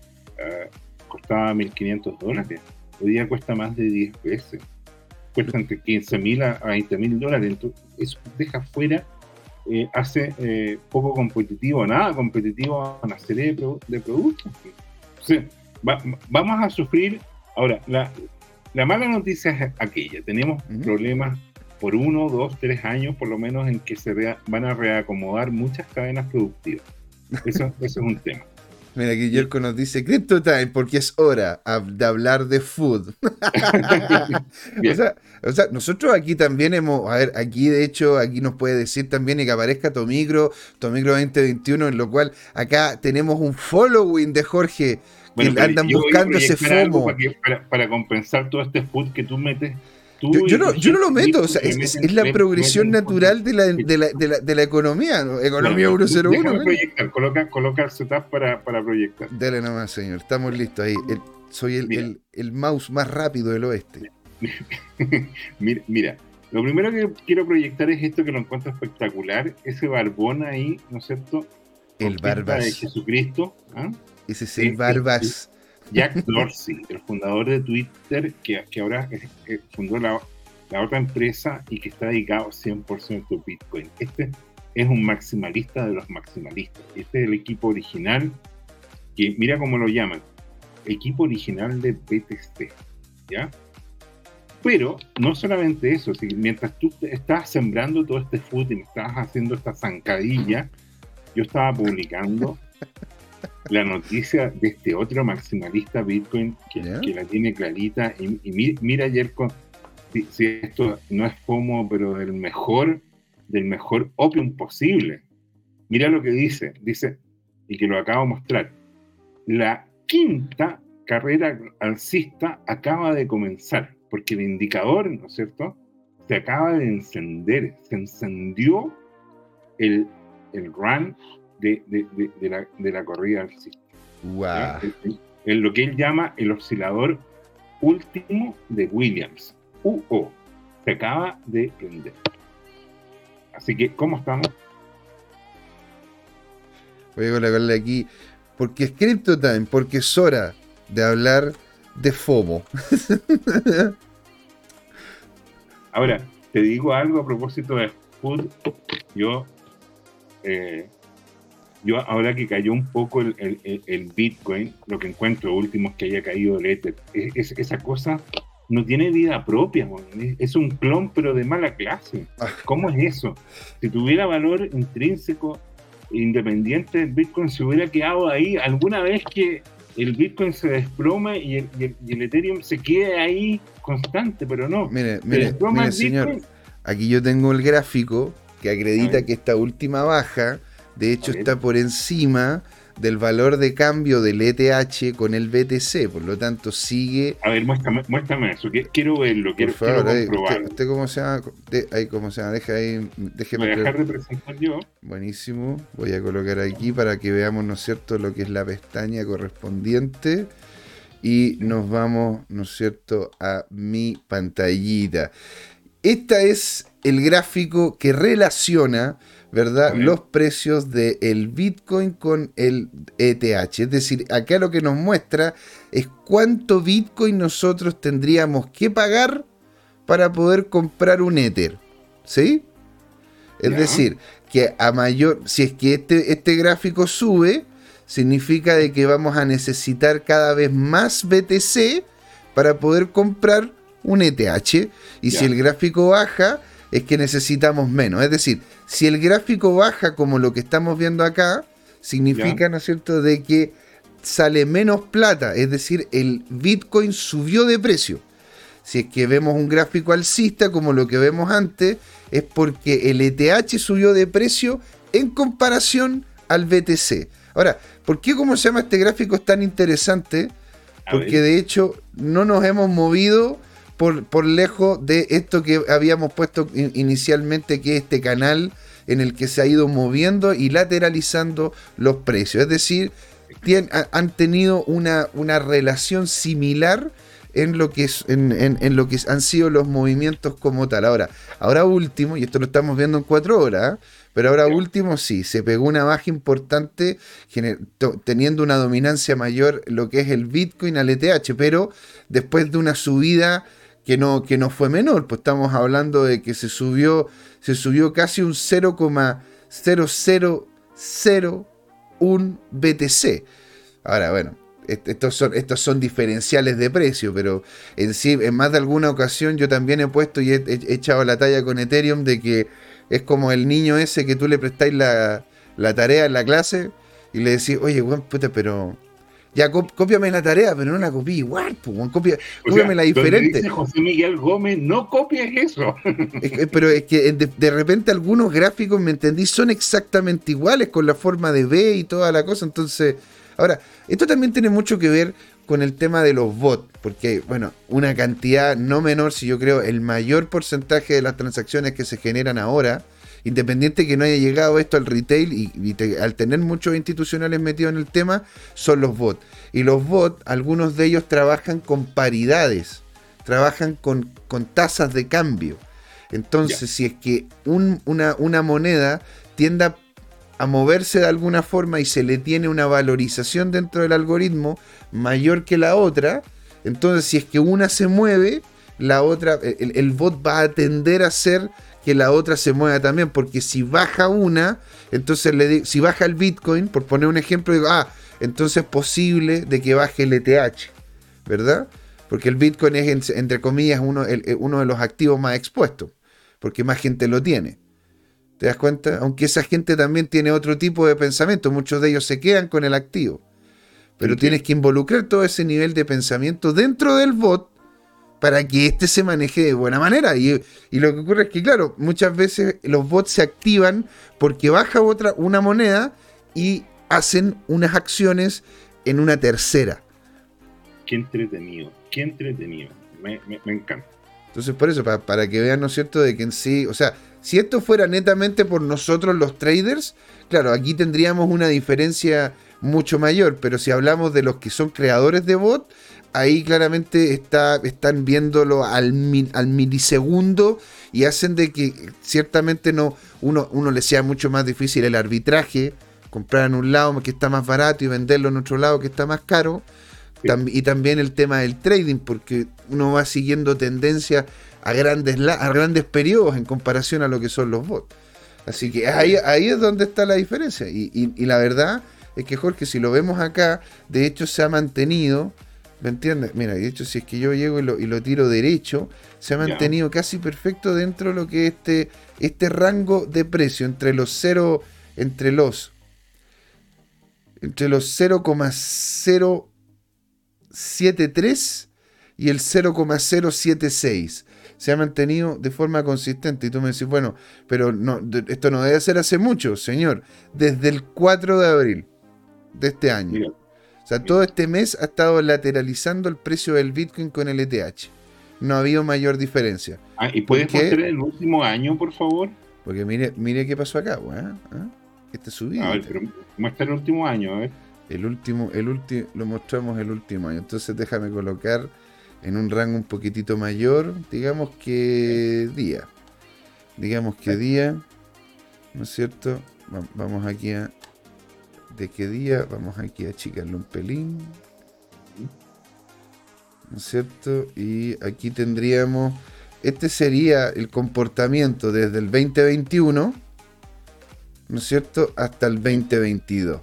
costaba mil quinientos dólares. Hoy día cuesta más de diez veces. Cuesta entre quince mil a veinte mil dólares. Entonces, eso deja fuera Eh, hace eh, poco competitivo, nada competitivo a una serie de, pro, de productos. Entonces, va, vamos a sufrir. Ahora, la, la mala noticia es aquella: tenemos uh-huh. problemas por uno, dos, tres años, por lo menos, en que se rea, van a reacomodar muchas cadenas productivas. Eso, eso es un tema. Mira, aquí Yerko nos dice Crypto Time porque es hora de hablar de food. o, sea, o sea, nosotros aquí también hemos, a ver, aquí de hecho, aquí nos puede decir también y que aparezca Tomicro, Tomicro veinte veintiuno, en lo cual acá tenemos un following de Jorge, que bueno, andan buscando ese FOMO. Para, que, para, para compensar todo este food que tú metes. Yo, yo, no, yo no lo meto, o sea, es, es, es la progresión natural de la, de la, de la, de la economía, ¿no? Economía bueno, uno cero uno. Déjame proyectar, coloca, coloca el setup para, para proyectar. Dale nomás, señor, estamos listos ahí. El, soy el, el, el mouse más rápido del oeste. mira, mira, lo primero que quiero proyectar es esto que lo encuentro espectacular, ese barbón ahí, ¿no es cierto? El Barbas. De Jesucristo. ¿Ah? Ese es el sí, Barbas. Jack Dorsey, el fundador de Twitter, que, que ahora es, es, fundó la, la otra empresa y que está dedicado cien por ciento a Bitcoin. Este es un maximalista de los maximalistas. Este es el equipo original, que mira cómo lo llaman, equipo original de B T C, ¿ya? Pero no solamente eso, si mientras tú estás sembrando todo este food y me estabas haciendo esta zancadilla, yo estaba publicando la noticia de este otro maximalista Bitcoin que, yeah. que la tiene clarita y, y mira, mira ayer con, si, si esto no es FOMO, pero del mejor del mejor opium posible. Mira lo que dice, dice, y que lo acabo de mostrar, la quinta carrera alcista acaba de comenzar, porque el indicador, ¿no es cierto?, se acaba de encender, se encendió el, el run De, de, de, de, la, de la corrida alcista. Wow. En, en lo que él llama el oscilador último de Williams, U O, se acaba de prender. Así que, ¿cómo estamos? Voy a colocarle aquí, porque es Crypto Time, porque es hora de hablar de FOMO. Ahora, te digo algo a propósito de food. Yo eh, Yo ahora que cayó un poco el, el, el Bitcoin, lo que encuentro último es que haya caído el Ether. Es, es, esa cosa no tiene vida propia, man. Es un clon pero de mala clase. ¿Cómo es eso? Si tuviera valor intrínseco independiente del Bitcoin, se hubiera quedado ahí alguna vez que el Bitcoin se desplome y el, y el, y el Ethereum se quede ahí constante, pero no. Mire, mire, mire señor, aquí yo tengo el gráfico que acredita que esta última baja, de hecho, está por encima del valor de cambio del E T H con el B T C, por lo tanto sigue... A ver, muéstrame, muéstrame eso, quiero verlo, quiero, por favor, quiero comprobarlo. Usted, usted cómo se llama, de, ahí cómo se llama, deja ahí, déjeme... Voy a dejar de presentar yo. Buenísimo, voy a colocar aquí para que veamos, ¿no es cierto?, lo que es la pestaña correspondiente y nos vamos, ¿no es cierto?, a mi pantallita. Este es el gráfico que relaciona, ¿verdad?, los precios del Bitcoin con el E T H. Es decir, acá lo que nos muestra es cuánto Bitcoin nosotros tendríamos que pagar para poder comprar un Ether. ¿Sí? Es yeah. decir, que a mayor, si es que este, este gráfico sube, significa de que vamos a necesitar cada vez más B T C para poder comprar un E T H. Y yeah. si el gráfico baja, es que necesitamos menos. Es decir, si el gráfico baja como lo que estamos viendo acá, significa, yeah. ¿no es cierto?, de que sale menos plata. Es decir, el Bitcoin subió de precio. Si es que vemos un gráfico alcista como lo que vemos antes, es porque el E T H subió de precio en comparación al B T C. Ahora, ¿por qué cómo se llama este gráfico es tan interesante? Porque de hecho no nos hemos movido por, por lejos de esto que habíamos puesto in, inicialmente, que es este canal en el que se ha ido moviendo y lateralizando los precios. Es decir, tien, han tenido una, una relación similar en lo que es, en, en, en lo que han sido los movimientos como tal. Ahora, ahora último, y esto lo estamos viendo en cuatro horas, ¿eh? Pero ahora último sí, se pegó una baja importante, gener, to, teniendo una dominancia mayor lo que es el Bitcoin al E T H, pero después de una subida que no, que no fue menor, pues estamos hablando de que se subió, se subió casi un cero coma cero cero cero uno B T C. Ahora, bueno, estos son, estos son diferenciales de precio, pero en sí, en más de alguna ocasión yo también he puesto y he, he echado la talla con Ethereum de que es como el niño ese que tú le prestáis la, la tarea en la clase y le decís, oye, weón, puta, pero ya cópiame la tarea, pero no la copies igual, pues, weón, copia, cópiame la diferente. Dice José Miguel Gómez, no copies eso. Es, pero es que de, de repente algunos gráficos, ¿me entendí?, son exactamente iguales con la forma de B y toda la cosa. Entonces, ahora, esto también tiene mucho que ver con el tema de los bots, porque, bueno, una cantidad no menor, si yo creo, el mayor porcentaje de las transacciones que se generan ahora, independiente que no haya llegado esto al retail, y, y te, al tener muchos institucionales metidos en el tema, son los bots. Y los bots, algunos de ellos trabajan con paridades, trabajan con, con tasas de cambio. Entonces, yeah. si es que un, una, una moneda tiende a a moverse de alguna forma y se le tiene una valorización dentro del algoritmo mayor que la otra, entonces si es que una se mueve, la otra, el, el bot va a tender a hacer que la otra se mueva también, porque si baja una, entonces le digo, si baja el Bitcoin, por poner un ejemplo, digo, ah, entonces es posible de que baje el E T H, ¿verdad? Porque el Bitcoin es, entre comillas, uno, el, uno de los activos más expuestos, porque más gente lo tiene. ¿Te das cuenta? Aunque esa gente también tiene otro tipo de pensamiento, muchos de ellos se quedan con el activo. Pero sí, tienes que involucrar todo ese nivel de pensamiento dentro del bot para que éste se maneje de buena manera. Y, y lo que ocurre es que, claro, muchas veces los bots se activan porque baja otra, una moneda y hacen unas acciones en una tercera. Qué entretenido, qué entretenido. Me, me, me encanta. Entonces, por eso, para, para que vean, ¿no es cierto?, de que en sí, o sea, si esto fuera netamente por nosotros los traders, claro, aquí tendríamos una diferencia mucho mayor, pero si hablamos de los que son creadores de bot, ahí claramente está, están viéndolo al, mil, al milisegundo y hacen de que ciertamente no uno, uno le sea mucho más difícil el arbitraje, comprar en un lado que está más barato y venderlo en otro lado que está más caro. Y también el tema del trading, porque uno va siguiendo tendencias a grandes, a grandes periodos en comparación a lo que son los bots. Así que ahí, ahí es donde está la diferencia. Y, y, y la verdad es que, Jorge, si lo vemos acá, de hecho se ha mantenido ¿Me entiendes? Mira, de hecho, si es que yo llego y lo, y lo tiro derecho, se ha mantenido ya. casi perfecto dentro de lo que es este, este rango de precio, entre los cero, entre los entre los cero coma cero setenta y tres y el cero coma cero setenta y seis. Se ha mantenido de forma consistente. Y tú me decís, bueno, pero no, esto no debe ser hace mucho, señor. Desde el cuatro de abril de este año. Mira. O sea, todo este mes ha estado lateralizando el precio del Bitcoin con el E T H. No ha habido mayor diferencia. Ah, ¿y puedes mostrar el último año, por favor? Porque mire, mire qué pasó acá, ¿eh? ¿Ah? Este subido. A ver, pero muestra el último año, a ver. El último, el último, lo mostramos el último año. Entonces déjame colocar en un rango un poquitito mayor, digamos que día. Digamos que día, ¿no es cierto? Vamos aquí a... ¿De qué día? Vamos aquí a achicarle un pelín. ¿No es cierto? Y aquí tendríamos... Este sería el comportamiento desde el veinte veintiuno, ¿no es cierto? Hasta el veinte veintidós.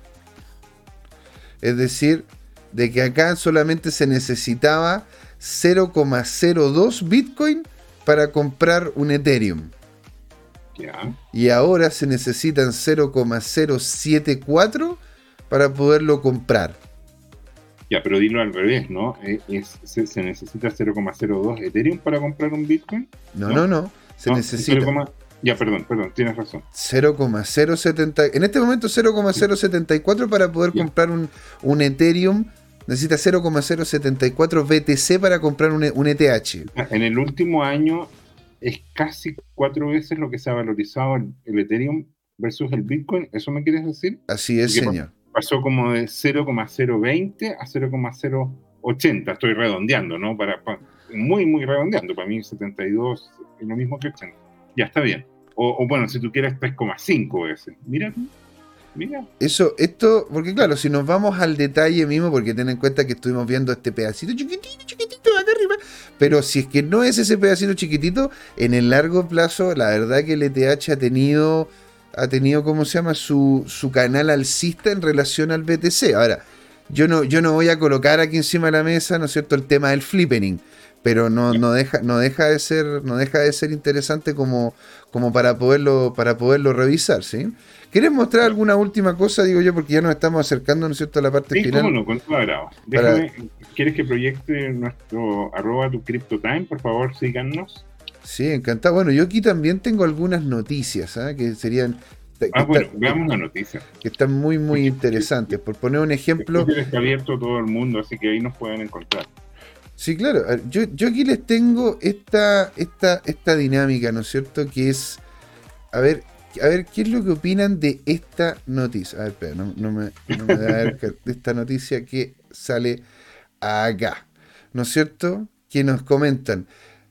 Es decir, de que acá solamente se necesitaba cero coma cero dos Bitcoin para comprar un Ethereum. Ya. Y ahora se necesitan cero coma cero setenta y cuatro para poderlo comprar. Ya, pero dilo al revés, ¿no? Es, se, ¿Se necesita cero coma cero dos Ethereum para comprar un Bitcoin? No, no, no. no. Se no, necesita... cero, ya, perdón, perdón, tienes razón. cero coma cero setenta... En este momento cero coma cero setenta y cuatro para poder ya. comprar un, un Ethereum. Necesita cero coma cero setenta y cuatro B T C para comprar un, un E T H. En el último año es casi cuatro veces lo que se ha valorizado el, el Ethereum versus el Bitcoin. ¿Eso me quieres decir? Así es, Porque señor. Pasó como de cero coma cero veinte a cero coma cero ochenta. Estoy redondeando, ¿no? Para, para, muy, muy redondeando. Para mí setenta y dos es lo mismo que ochenta. Ya, está bien. O, o bueno, si tú quieres tres coma cinco veces. Mira, mira. Eso, esto, porque claro, si nos vamos al detalle mismo, porque ten en cuenta que estuvimos viendo este pedacito chiquitito, chiquitito acá arriba, pero si es que no es ese pedacito chiquitito, en el largo plazo, la verdad que el E T H ha tenido... ha tenido, ¿cómo se llama? Su, su canal alcista en relación al B T C. Ahora, yo no, yo no voy a colocar aquí encima de la mesa, ¿no es cierto?, el tema del flippening, pero no, no, deja, no, deja de ser, no deja de ser interesante como, como para poderlo, para poderlo revisar, ¿sí? ¿Quieres mostrar alguna última cosa, digo yo, porque ya nos estamos acercando, ¿no es cierto?, a la parte sí, final? Cómo no, con todo agrado. Déjame, para... ¿Quieres que proyecte nuestro arroba tu CryptoTime? Por favor, síganos. Sí, encantado. Bueno, yo aquí también tengo algunas noticias, ¿eh? que serían... Que ah, bueno, están, veamos una noticia. Que están muy, muy interesantes. Por poner un ejemplo... Está abierto todo el mundo, así que ahí nos pueden encontrar. Sí, claro. Yo, yo aquí les tengo esta, esta, esta dinámica, ¿no es cierto? Que es... A ver, a ver, ¿qué es lo que opinan de esta noticia? A ver, espera, no, no me, no me da a ver de esta noticia que sale acá, ¿no es cierto? Que nos comentan...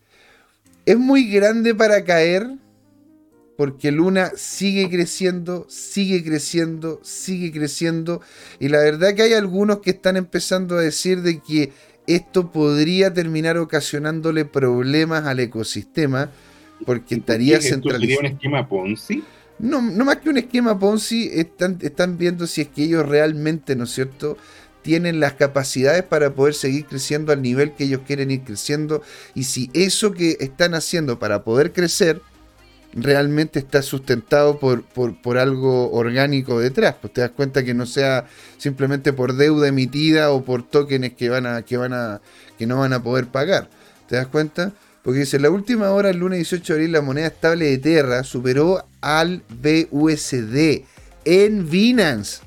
Es muy grande para caer porque Luna sigue creciendo, sigue creciendo, sigue creciendo. Y la verdad que hay algunos que están empezando a decir de que esto podría terminar ocasionándole problemas al ecosistema porque estaría centralizado. ¿Sería un esquema Ponzi? No, no más que un esquema Ponzi, están, están viendo si es que ellos realmente, ¿no es cierto?, tienen las capacidades para poder seguir creciendo al nivel que ellos quieren ir creciendo, y si eso que están haciendo para poder crecer realmente está sustentado por, por, por algo orgánico detrás, pues te das cuenta que no sea simplemente por deuda emitida o por tokens que van a, que van a, que no van a poder pagar, ¿te das cuenta? Porque dice, la última hora, el lunes dieciocho de abril, la moneda estable de Terra superó al B U S D en Binance.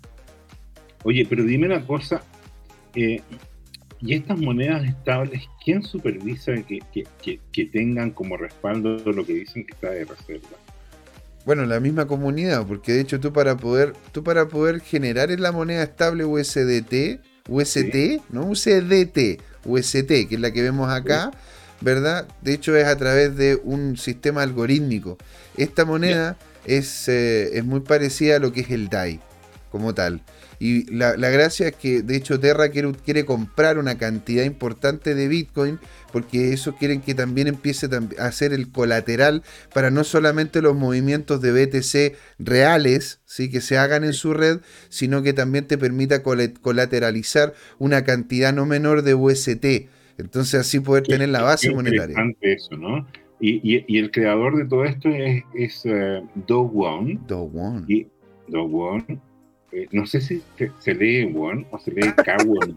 Oye, pero dime una cosa, eh, ¿y estas monedas estables, quién supervisa que, que, que, que tengan como respaldo lo que dicen que está de reserva? Bueno, la misma comunidad, porque de hecho tú para poder, tú para poder generar en la moneda estable U S D T, U S T, ¿sí? No U S D T, U S T, que es la que vemos acá, ¿sí? ¿Verdad? De hecho es a través de un sistema algorítmico. Esta moneda es, eh, es muy parecida a lo que es el D A I. como tal. Y la, la gracia es que, de hecho, Terra quiere, quiere comprar una cantidad importante de Bitcoin, porque eso quieren que también empiece a hacer el colateral para no solamente los movimientos de B T C reales, ¿sí?, que se hagan en su red, sino que también te permita colateralizar una cantidad no menor de U S T. Entonces así poder Qué, tener la base qué monetaria. interesante eso, ¿no? Y, y, y el creador de todo esto es, es uh, Do Won. Do Won. Y Do Won, eh, no sé si se, se lee Won o se lee K-Won.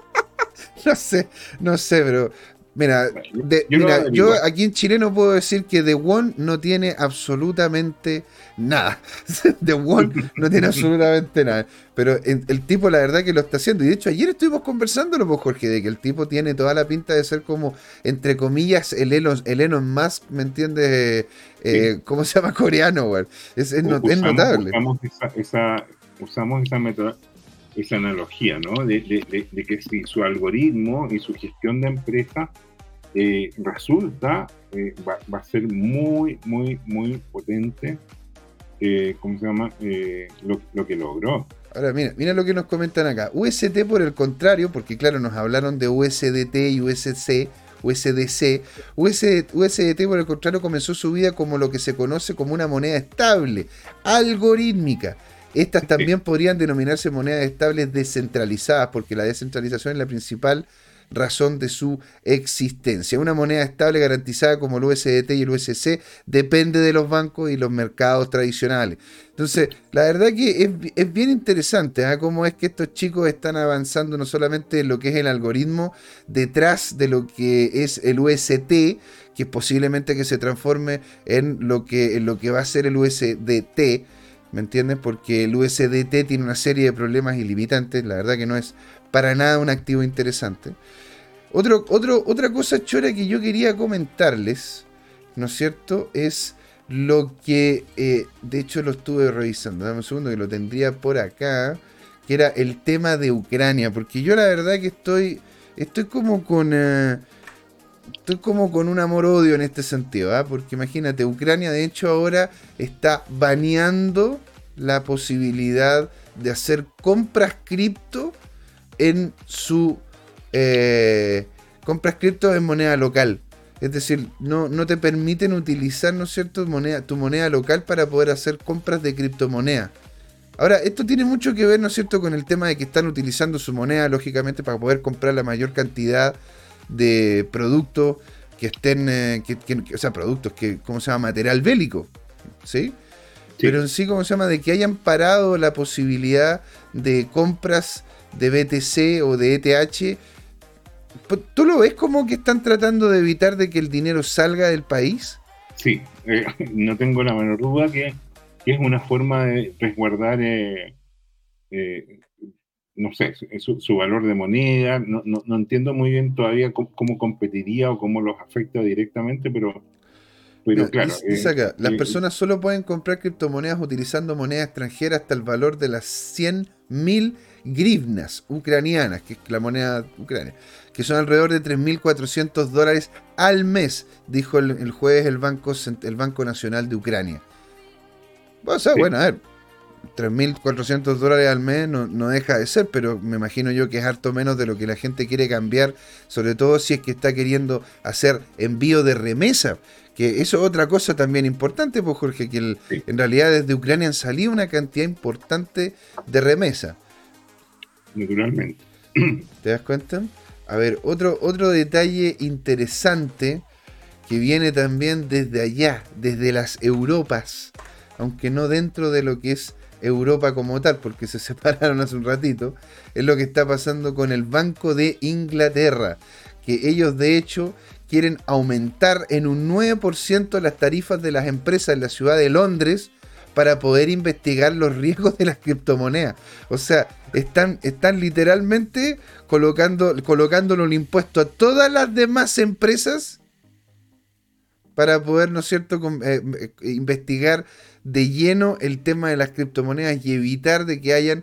No sé, no sé, pero mira, de, yo, mira yo aquí en Chile no puedo decir que The One no tiene absolutamente nada. The One no tiene absolutamente nada. Pero el, el tipo, la verdad, que lo está haciendo. Y de hecho, ayer estuvimos conversándolo, pues, Jorge, de que el tipo tiene toda la pinta de ser como, entre comillas, el Elon, el Elon Musk, ¿me entiendes? Eh, sí. ¿Cómo se llama? Coreano, güey. Es, es, no, usamos, es notable. Usamos esa, esa, usamos esa método. esa analogía, ¿no? De, de, de, de que si su algoritmo y su gestión de empresa eh, resulta, eh, va, va a ser muy, muy, muy potente, eh, ¿cómo se llama? Eh, lo, lo que logró. Ahora, mira, mira lo que nos comentan acá. U S T, por el contrario, porque claro, nos hablaron de U S D T y U S C, U S D C. U S D T, por el contrario, comenzó su vida como lo que se conoce como una moneda estable, algorítmica. Estas también podrían denominarse monedas estables descentralizadas, porque la descentralización es la principal razón de su existencia. Una moneda estable garantizada como el U S D T y el U S C depende de los bancos y los mercados tradicionales. Entonces, la verdad que es, es bien interesante, ¿eh? Cómo es que estos chicos están avanzando no solamente en lo que es el algoritmo detrás de lo que es el U S T, que es posiblemente que se transforme en lo que, en lo que va a ser el U S D T, ¿me entiendes? Porque el U S D T tiene una serie de problemas ilimitantes. La verdad que no es para nada un activo interesante. Otro, otro, otra cosa chora que yo quería comentarles, ¿no es cierto? Es lo que, eh, de hecho lo estuve revisando. Dame un segundo que lo tendría por acá. Que era el tema de Ucrania. Porque yo la verdad que estoy, estoy como con... Uh, Estoy como con un amor-odio en este sentido, ¿eh? Porque imagínate, Ucrania de hecho ahora está baneando la posibilidad de hacer compras cripto en su... Eh, compras cripto en moneda local. Es decir, no, no te permiten utilizar, ¿no es cierto?, moneda, tu moneda local para poder hacer compras de criptomoneda. Ahora, esto tiene mucho que ver, ¿no es cierto?, con el tema de que están utilizando su moneda, lógicamente, para poder comprar la mayor cantidad de productos que estén, eh, que, que, o sea, productos que, ¿cómo se llama? Material bélico, ¿sí? Sí. Pero en sí, ¿cómo se llama? De que hayan parado la posibilidad de compras de B T C o de E T H. ¿Tú lo ves como que están tratando de evitar de que el dinero salga del país? Sí, eh, no tengo la menor duda que, que es una forma de resguardar eh, eh, no sé, su, su valor de moneda. No, no, no entiendo muy bien todavía cómo, cómo competiría o cómo los afecta directamente, pero, pero Mira, claro. dice, dice acá, eh, las eh, personas solo pueden comprar criptomonedas utilizando moneda extranjera hasta el valor de las cien mil grivnas ucranianas, que es la moneda ucrania, que son alrededor de tres mil cuatrocientos dólares al mes, dijo el, el jueves el Banco, el Banco Nacional de Ucrania. O sea, sí. Bueno, a ver, tres mil cuatrocientos dólares al mes no, no deja de ser, pero me imagino yo que es harto menos de lo que la gente quiere cambiar, sobre todo si es que está queriendo hacer envío de remesa, que eso es otra cosa también importante, pues Jorge, que el, sí. en realidad desde Ucrania han salido una cantidad importante de remesa. Naturalmente. ¿Te das cuenta? A ver, otro, otro detalle interesante que viene también desde allá, desde las Europas, aunque no dentro de lo que es Europa como tal, porque se separaron hace un ratito, es lo que está pasando con el Banco de Inglaterra, que ellos de hecho quieren aumentar en un nueve por ciento las tarifas de las empresas en la ciudad de Londres para poder investigar los riesgos de las criptomonedas. O sea, están, están literalmente colocando, colocándole un impuesto a todas las demás empresas para poder, ¿no es cierto?, eh, investigar de lleno el tema de las criptomonedas y evitar de que hayan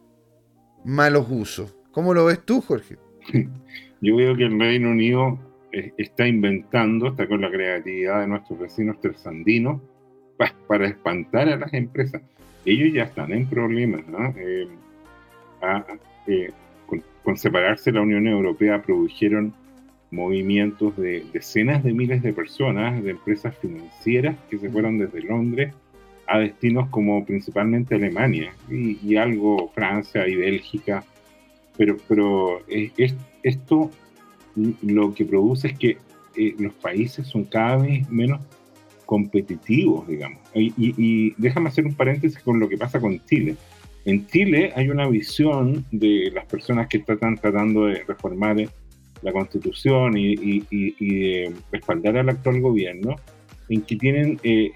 malos usos. ¿Cómo lo ves tú, Jorge? Yo veo que el Reino Unido está inventando, está con la creatividad de nuestros vecinos tersandinos, pa, para espantar a las empresas. Ellos ya están en problemas, ¿no? Eh, a, eh, con, con separarse de la Unión Europea produjeron movimientos de decenas de miles de personas, de empresas financieras que se fueron desde Londres a destinos como principalmente Alemania y, y algo Francia y Bélgica, pero, pero es, es, esto lo que produce es que eh, los países son cada vez menos competitivos, digamos. Y, y, y déjame hacer un paréntesis con lo que pasa con Chile. En Chile hay una visión de las personas que están tratando de reformar la Constitución y, y, y, y de respaldar al actual gobierno, en que tienen eh,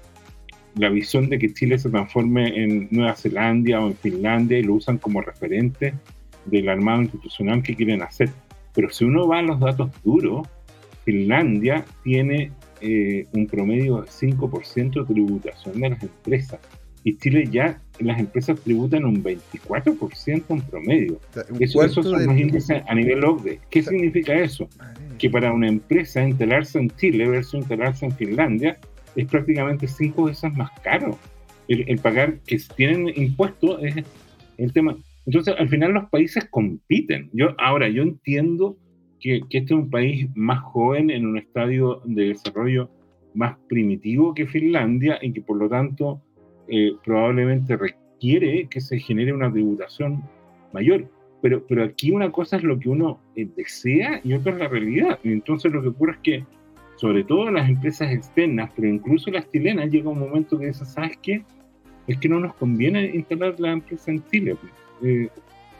la visión de que Chile se transforme en Nueva Zelanda o en Finlandia y lo usan como referente del armado institucional que quieren hacer. Pero si uno va a los datos duros, Finlandia tiene eh, un promedio de cinco por ciento de tributación de las empresas. Y Chile ya, las empresas tributan un veinticuatro por ciento en promedio. O sea, eso, esos son los índices a nivel O C D E. ¿Qué o sea, significa eso? Madre. Que para una empresa instalarse en Chile versus instalarse en Finlandia es prácticamente cinco veces más caro. El, el pagar, que tienen impuestos, es el tema. Entonces, al final los países compiten. Yo, ahora, yo entiendo que, que este es un país más joven, en un estadio de desarrollo más primitivo que Finlandia, y que por lo tanto eh, probablemente requiere que se genere una tributación mayor. Pero, pero aquí una cosa es lo que uno eh, desea y otra es la realidad. Y entonces lo que ocurre es que, sobre todo las empresas externas, pero incluso las chilenas, llega un momento que dicen, ¿sabes qué? Es que no nos conviene instalar la empresa en Chile. Eh,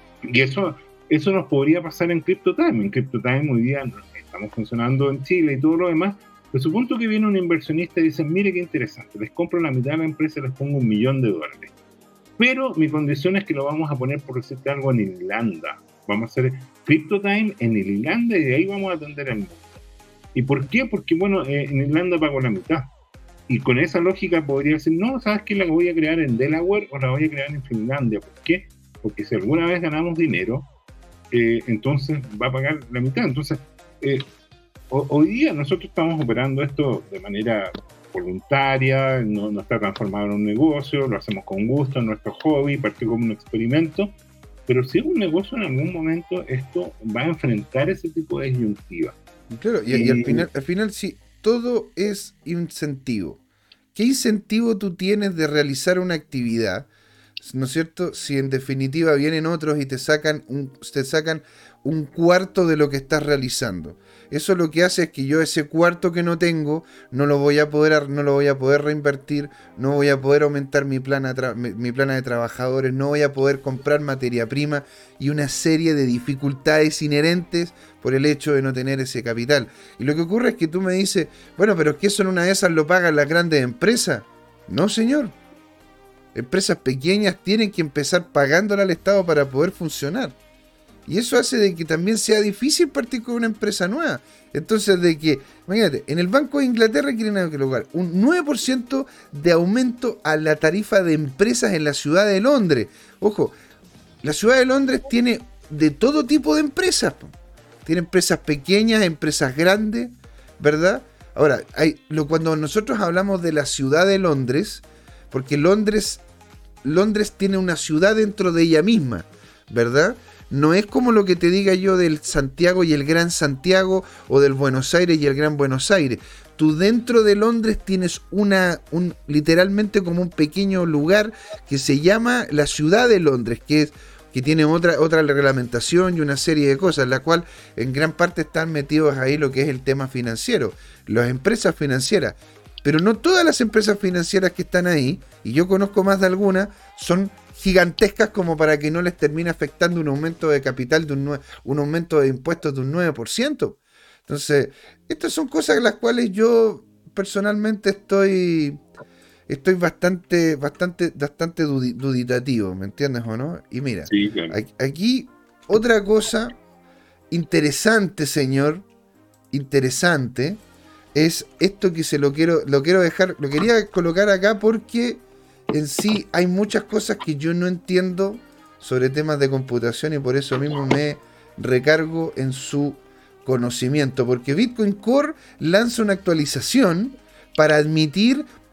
y eso, eso nos podría pasar en CryptoTime. En CryptoTime hoy día estamos funcionando en Chile y todo lo demás. Pero supongo que viene un inversionista y dice, mire qué interesante, les compro la mitad de la empresa y les pongo un millón de dólares. Pero mi condición es que lo vamos a poner, por decirte algo, en Irlanda. Vamos a hacer CryptoTime en Irlanda y de ahí vamos a atender al mundo. ¿Y por qué? Porque, bueno, eh, en Irlanda pago la mitad. Y con esa lógica podría decir, no, ¿sabes qué? La voy a crear en Delaware o la voy a crear en Finlandia. ¿Por qué? Porque si alguna vez ganamos dinero, eh, entonces va a pagar la mitad. Entonces, eh, ho- hoy día nosotros estamos operando esto de manera voluntaria, no, no está transformado en un negocio, lo hacemos con gusto, en nuestro hobby, partió como un experimento. Pero si es un negocio, en algún momento esto va a enfrentar ese tipo de disyuntiva. Claro, y, y al final, al final sí, todo es incentivo. ¿Qué incentivo tú tienes de realizar una actividad? ¿No es cierto? Si en definitiva vienen otros y te sacan un, te sacan un cuarto de lo que estás realizando. Eso lo que hace es que yo ese cuarto que no tengo no lo voy a poder, no lo voy a poder reinvertir, no voy a poder aumentar mi plana, tra- mi, mi plana de trabajadores, no voy a poder comprar materia prima y una serie de dificultades inherentes por el hecho de no tener ese capital. Y lo que ocurre es que tú me dices, bueno, pero es que eso en una de esas lo pagan las grandes empresas. No, señor. Empresas pequeñas tienen que empezar pagándole al Estado para poder funcionar. Y eso hace de que también sea difícil partir con una empresa nueva. Entonces, de que, imagínate, en el Banco de Inglaterra quieren colocar un nueve por ciento de aumento a la tarifa de empresas en la ciudad de Londres. Ojo, la ciudad de Londres tiene de todo tipo de empresas. Tiene empresas pequeñas, empresas grandes, ¿verdad? Ahora, hay, lo, cuando nosotros hablamos de la ciudad de Londres, porque Londres, Londres tiene una ciudad dentro de ella misma, ¿verdad? No es como lo que te diga yo del Santiago y el Gran Santiago o del Buenos Aires y el Gran Buenos Aires. Tú dentro de Londres tienes una, un, literalmente como un pequeño lugar que se llama la ciudad de Londres, que es que tiene otra, otra reglamentación y una serie de cosas, la cual en gran parte están metidos ahí lo que es el tema financiero, las empresas financieras. Pero no todas las empresas financieras que están ahí, y yo conozco más de algunas, son gigantescas como para que no les termine afectando un aumento de capital, de un, nue- un aumento de impuestos de un nueve por ciento. Entonces, estas son cosas en las cuales yo personalmente estoy estoy bastante bastante bastante dudi- duditativo, ¿me entiendes o no? Y mira, Sí, claro. a- aquí otra cosa interesante, señor, interesante, es esto que se lo quiero, lo quiero dejar, lo quería colocar acá porque en sí hay muchas cosas que yo no entiendo sobre temas de computación y por eso mismo me recargo en su conocimiento, porque Bitcoin Core lanza una actualización para admitir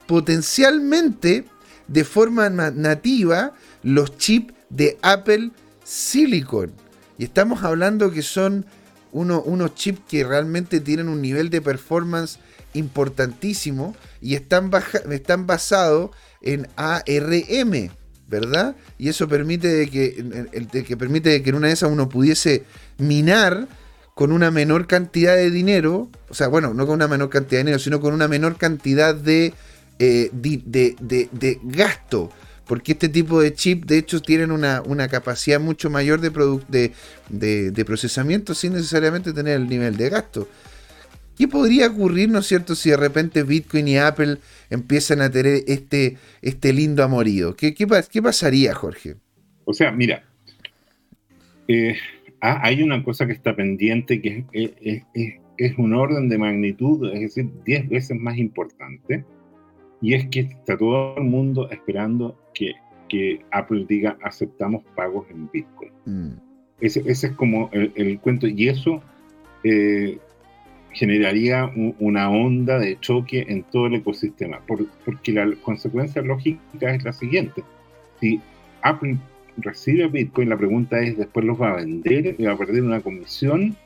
potencialmente de forma nativa los chips de Apple Silicon. Y estamos hablando que son uno, unos chips que realmente tienen un nivel de performance importantísimo y están, baja, están basados en A R M, ¿verdad? Y eso permite de que, de que permite de que en una de esas uno pudiese minar con una menor cantidad de dinero, o sea, bueno, no con una menor cantidad de dinero, sino con una menor cantidad de, eh, de, de, de, de gasto, porque este tipo de chip, de hecho, tienen una, una capacidad mucho mayor de, produ- de, de, de procesamiento sin necesariamente tener el nivel de gasto. ¿Qué podría ocurrir, no es cierto, si de repente Bitcoin y Apple empiezan a tener este, este lindo amorío? ¿Qué, qué, qué pasaría, Jorge? O sea, mira, eh, ah, hay una cosa que está pendiente que es, es, es, es un orden de magnitud, es decir, diez veces más importante, y es que está todo el mundo esperando que, que Apple diga aceptamos pagos en Bitcoin. Mm. Ese, ese es como el, el cuento, y eso eh, generaría un, una onda de choque en todo el ecosistema, por, porque la consecuencia lógica es la siguiente: si Apple recibe Bitcoin, la pregunta es, después los va a vender, va a perder una comisión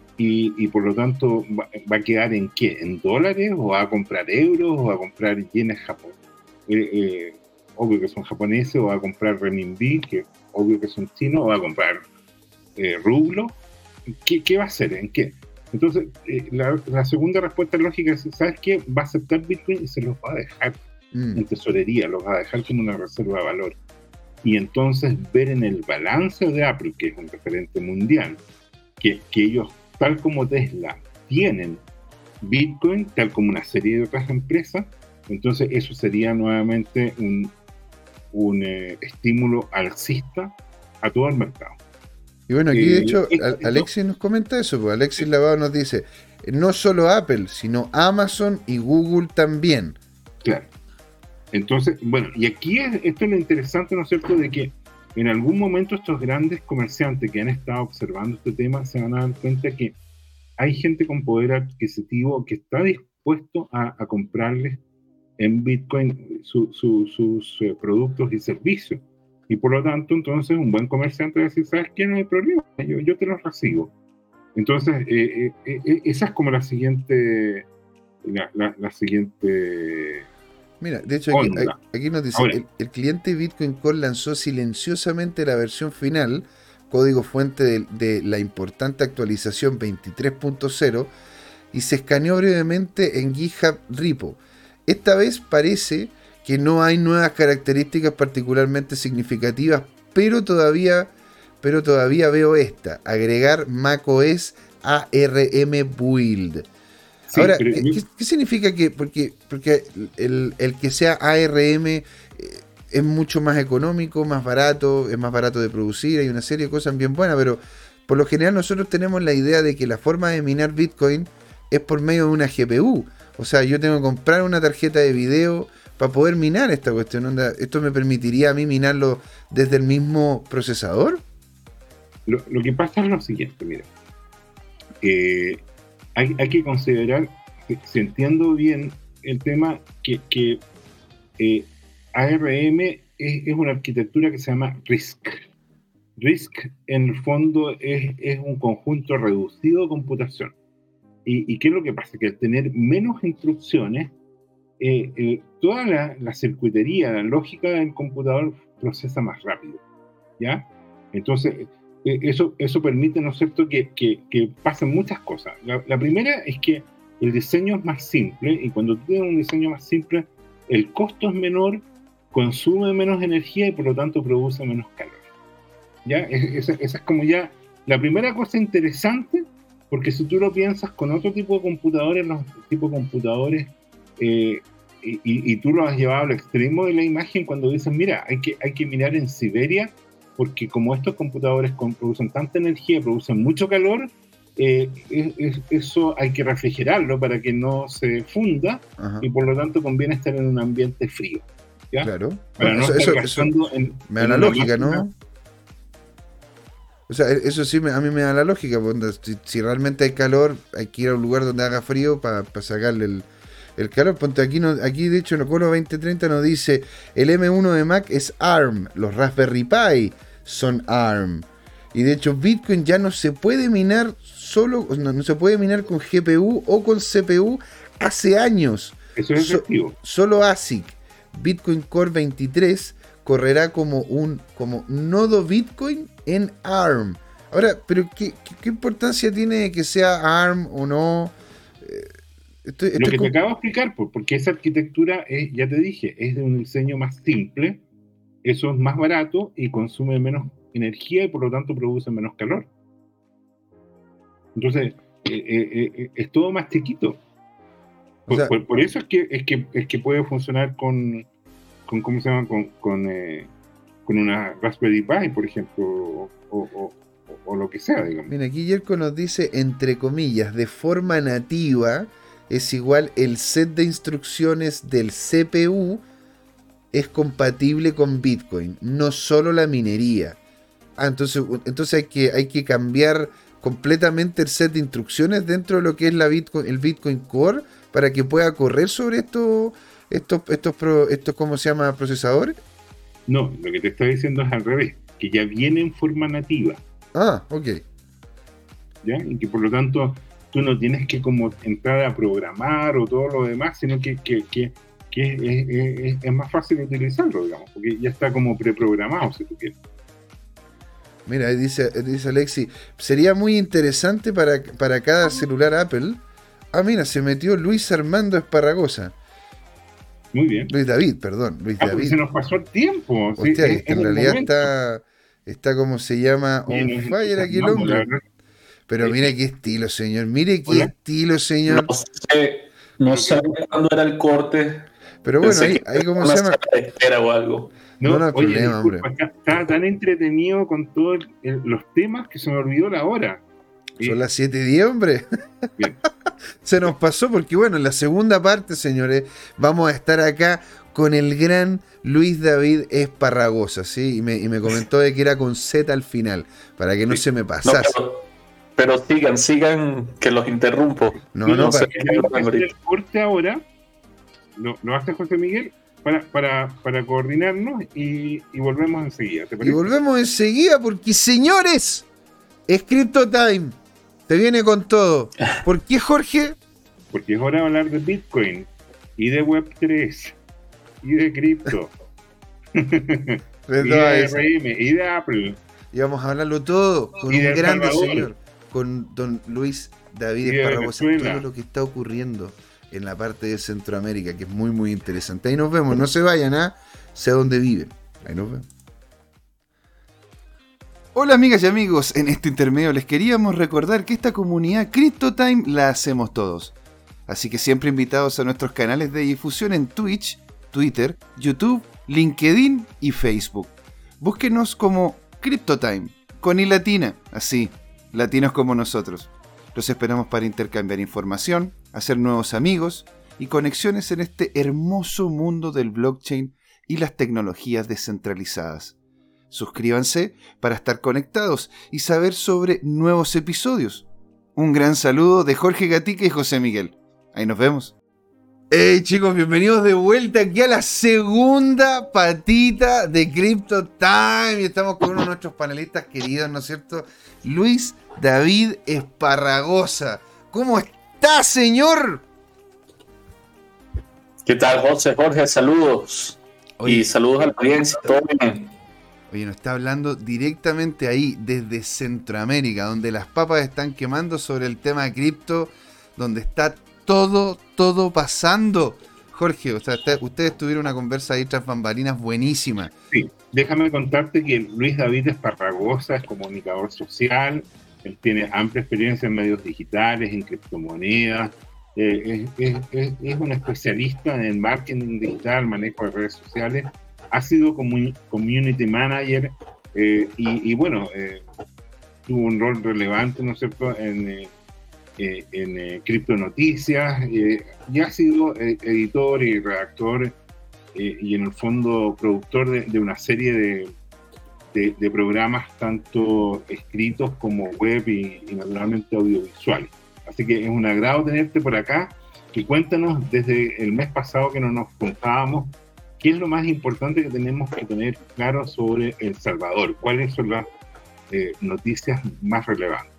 y, y por lo tanto va, va a quedar en qué, en dólares, o va a comprar euros, o va a comprar yenes japoneses, eh, eh, obvio que son japoneses, o va a comprar renminbi, que obvio que son chinos, o va a comprar eh, rublo. ¿Qué, ¿Qué va a hacer? ¿En qué? Entonces, eh, la, la segunda respuesta lógica es, ¿sabes qué? Va a aceptar Bitcoin y se los va a dejar mm. en tesorería, los va a dejar como una reserva de valor. Y entonces ver en el balance de Apple, que es un referente mundial, que, que ellos, tal como Tesla, tienen Bitcoin, tal como una serie de otras empresas, entonces eso sería nuevamente un, un eh, estímulo alcista a todo el mercado. Y bueno, aquí de hecho eh, Alexis nos comenta eso, pues Alexis Lavado nos dice, no solo Apple, sino Amazon y Google también. Claro. Entonces, bueno, y aquí es, esto es lo interesante, ¿no es cierto?, de que en algún momento estos grandes comerciantes que han estado observando este tema se van a dar cuenta que hay gente con poder adquisitivo que está dispuesto a, a comprarles en Bitcoin su, su, sus uh, productos y servicios. Y por lo tanto, entonces, un buen comerciante va a decir, ¿sabes qué? No hay problema, yo, yo te los recibo. Entonces, eh, eh, eh, esa es como la siguiente... La, la, la siguiente... Mira, de hecho aquí, aquí nos dice, el, el cliente Bitcoin Core lanzó silenciosamente la versión final, código fuente de, de la importante actualización veintitrés punto cero, y se escaneó brevemente en GitHub Repo. Esta vez parece que no hay nuevas características particularmente significativas, pero todavía, pero todavía veo esta, agregar macOS A R M Build. Sí, ahora, pero... ¿qué, ¿qué significa que? Porque, porque el, el que sea A R M eh, es mucho más económico, más barato, es más barato de producir, hay una serie de cosas bien buenas, pero por lo general nosotros tenemos la idea de que la forma de minar Bitcoin es por medio de una G P U. O sea, yo tengo que comprar una tarjeta de video para poder minar esta cuestión. ¿Onda? ¿Esto me permitiría a mí minarlo desde el mismo procesador? Lo, lo que pasa es lo siguiente, mira. Eh, Hay, hay que considerar, si entiendo bien el tema, que, que eh, A R M es, es una arquitectura que se llama RISC. RISC, en el fondo, es, es un conjunto reducido de computación. ¿Y, y qué es lo que pasa? Que al tener menos instrucciones, eh, eh, toda la, la circuitería, la lógica del computador procesa más rápido, ¿ya? Entonces... Eso, eso permite, ¿no es cierto?, que, que, que pasen muchas cosas. La, la primera es que el diseño es más simple, y cuando tú tienes un diseño más simple, el costo es menor, consume menos energía y por lo tanto produce menos calor. ¿Ya? Esa, esa es como ya la primera cosa interesante, porque si tú lo piensas con otro tipo de computadores, los tipos de computadores, eh, y, y tú lo has llevado al extremo de la imagen cuando dicen, mira, hay que, hay que mirar en Siberia, porque como estos computadores producen tanta energía, producen mucho calor, eh, es, es, eso hay que refrigerarlo para que no se funda. Ajá. Y por lo tanto conviene estar en un ambiente frío, ¿ya? Claro. Para bueno, no eso, estar eso, eso en, me da en la lógica, máquina. ¿no? O sea, eso sí me, a mí me da la lógica, porque si, si realmente hay calor, hay que ir a un lugar donde haga frío para pa sacarle el, el calor. Ponte aquí, no, aquí de hecho en Ocolo veinte treinta nos dice, el M uno de Mac es ARM, los Raspberry Pi son ARM. Y de hecho Bitcoin ya no se puede minar solo, no, no se puede minar con G P U o con C P U hace años. Eso es efectivo. So, solo A S I C, Bitcoin Core veintitrés, correrá como un como nodo Bitcoin en ARM. Ahora, pero ¿qué, qué, qué importancia tiene que sea ARM o no? Eh, esto, esto Lo que como... te acabo de explicar, pues, porque esa arquitectura, es, ya te dije, es de un diseño más simple, eso es más barato y consume menos energía y por lo tanto produce menos calor. Entonces, eh, eh, eh, es todo más chiquito. Por, o sea, por, por eso es que, es que es que puede funcionar con, con ¿cómo se llama? Con, con, eh, con una Raspberry Pi, por ejemplo, o, o, o, o lo que sea, digamos. Mira, aquí Yerko nos dice, entre comillas, de forma nativa, es igual el set de instrucciones del C P U es compatible con Bitcoin, no solo la minería. Ah, entonces, entonces hay que, hay que cambiar completamente el set de instrucciones dentro de lo que es la Bitcoin, el Bitcoin Core, para que pueda correr sobre estos, estos, estos, estos, estos, ¿cómo se llama? Procesadores. No, lo que te estoy diciendo es al revés, que ya viene en forma nativa. Ah, ok. ¿Ya? Y que por lo tanto tú no tienes que como entrar a programar o todo lo demás, sino que, que, que, que es, es, es más fácil utilizarlo, digamos, porque ya está como preprogramado, si tú quieres. Mira, dice, dice Alexi, sería muy interesante para, para cada celular Apple. Ah, mira, se metió Luis Armando Esparragosa. Muy bien. Luis David, perdón. Luis ah, David. Se nos pasó el tiempo. Hostia, sí, en realidad está, está como se llama, on Bien, fire aquí el hombre. Pero sí, mire sí. qué estilo, señor. Mire qué Hola. estilo, señor. No sé, no sé cuándo era el corte. Pero bueno, Pensé ahí, que ahí como una se llama. sala de espera o algo. No, No, no hay oye, problema, disculpa, hombre. está- estaba tan entretenido con todos los temas que se me olvidó la hora. Son las siete y diez, hombre. Bien. Se nos pasó porque, bueno, en la segunda parte, señores, vamos a estar acá con el gran Luis David Esparragosa, ¿sí? Y me, y me comentó de que era con Z al final, para que no Sí. se me No, pasase. pero, pero sigan, sigan, que los interrumpo. No, Mira, no, no pa- sé. tenemos que hacer el corte ahora. Lo, lo hace José Miguel para, para, para coordinarnos y, y volvemos enseguida. ¿Te Y parece? volvemos enseguida porque, señores, es Crypto Time. Te viene con todo. ¿Por qué, Jorge? Porque es hora de hablar de Bitcoin y de web tres y de cripto De y todas de esas. R M y de Apple Y vamos a hablarlo todo con Y un de El grande Salvador. señor, con don Luis David Y de Esparragosa, Venezuela. todo lo que está ocurriendo en la parte de Centroamérica, que es muy muy interesante. Ahí nos vemos, no se vayan, ¿ah? Sé dónde viven. Ahí nos vemos. Hola amigas y amigos, en este intermedio les queríamos recordar que esta comunidad CryptoTime la hacemos todos. Así que siempre invitados a nuestros canales de difusión en Twitch, Twitter, YouTube, LinkedIn y Facebook. Búsquenos como CryptoTime, con i latina, así, latinos como nosotros. Los esperamos para intercambiar información, hacer nuevos amigos y conexiones en este hermoso mundo del blockchain y las tecnologías descentralizadas. Suscríbanse para estar conectados y saber sobre nuevos episodios. Un gran saludo de Jorge Gatica y José Miguel. Ahí nos vemos. Hey chicos, bienvenidos de vuelta aquí a la segunda patita de Crypto Time. Y estamos con uno de nuestros panelistas queridos, ¿no es cierto? Luis David Esparragosa. ¿Cómo está, señor? ¿Qué tal, José? Jorge, saludos. Oye, y saludos a la audiencia. Todo bien. Oye, nos está hablando directamente ahí, desde Centroamérica, donde las papas están quemando sobre el tema de cripto, donde está todo, todo pasando. Jorge, o sea, ustedes tuvieron una conversa ahí tras bambalinas buenísima. Sí, déjame contarte que Luis David Esparragosa es comunicador social, él tiene amplia experiencia en medios digitales, en criptomonedas, eh, es, es, es, es un especialista en marketing digital, manejo de redes sociales, ha sido community manager eh, y, y bueno, eh, tuvo un rol relevante, ¿no es cierto?, en, eh, en eh, Cripto Noticias, eh, y ha sido eh, editor y redactor eh, y en el fondo productor de, de una serie de, de, de programas tanto escritos como web y, y naturalmente audiovisuales. Así que es un agrado tenerte por acá Y cuéntanos, desde el mes pasado que no nos contábamos, ¿qué es lo más importante que tenemos que tener claro sobre El Salvador? ¿Cuáles son las eh, noticias más relevantes?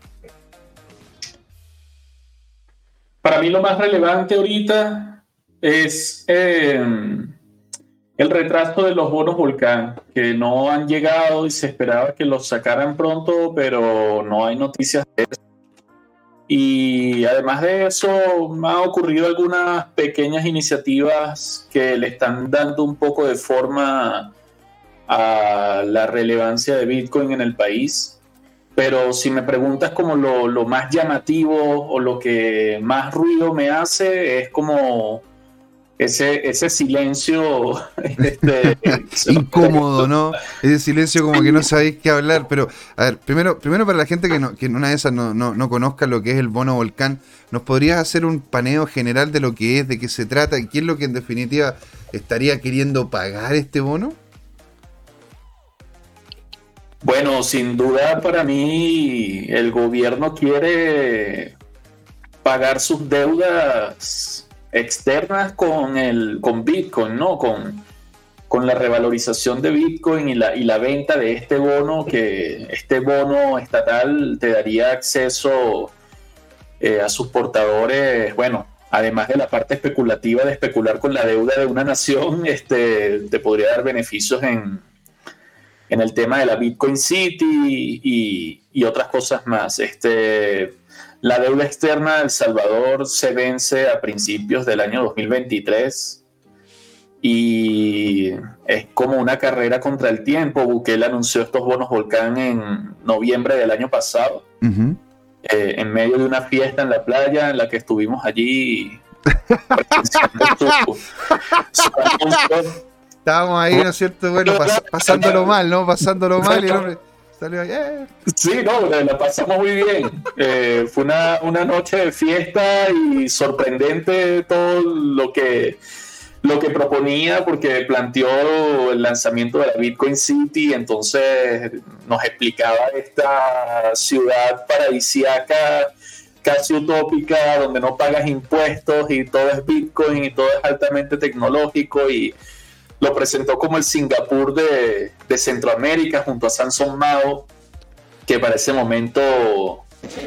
Para mí lo más relevante ahorita es eh, el retraso de los bonos Volcán, que no han llegado y se esperaba que los sacaran pronto, pero no hay noticias de eso. Y además de eso, me han ocurrido algunas pequeñas iniciativas que le están dando un poco de forma a la relevancia de Bitcoin en el país. Pero si me preguntas como lo, lo más llamativo o lo que más ruido me hace, es como ese, ese silencio este, incómodo, ¿no? Ese silencio como que no sabéis qué hablar. Pero, a ver, primero, primero para la gente que, no, que en una de esas no, no, no conozca lo que es el bono Volcán, ¿nos podrías hacer un paneo general de lo que es, de qué se trata y qué es lo que en definitiva estaría queriendo pagar este bono? Bueno, sin duda para mí el gobierno quiere pagar sus deudas externas con el con Bitcoin, ¿no? Con, con la revalorización de Bitcoin y la, y la venta de este bono, que este bono estatal te daría acceso eh, a sus portadores, bueno, además de la parte especulativa de especular con la deuda de una nación, este, te podría dar beneficios en en el tema de la Bitcoin City y, y otras cosas más. Este, la deuda externa de El Salvador se vence a principios del año dos mil veintitrés y es como una carrera contra el tiempo. Bukele anunció estos bonos Volcán en noviembre del año pasado, uh-huh. eh, en medio de una fiesta en la playa en la que estuvimos allí su, su anuncio. Estábamos ahí, ¿no es cierto? Bueno, pas- pasándolo mal, ¿no? Pasándolo mal y el hombre salió ahí. Eh. Sí, no, la pasamos muy bien. Eh, fue una, una noche de fiesta y sorprendente todo lo que, lo que proponía, porque planteó el lanzamiento de la Bitcoin City, entonces nos explicaba esta ciudad paradisíaca, casi utópica, donde no pagas impuestos y todo es Bitcoin y todo es altamente tecnológico, y lo presentó como el Singapur de, de Centroamérica, junto a Samson Mao, que para ese momento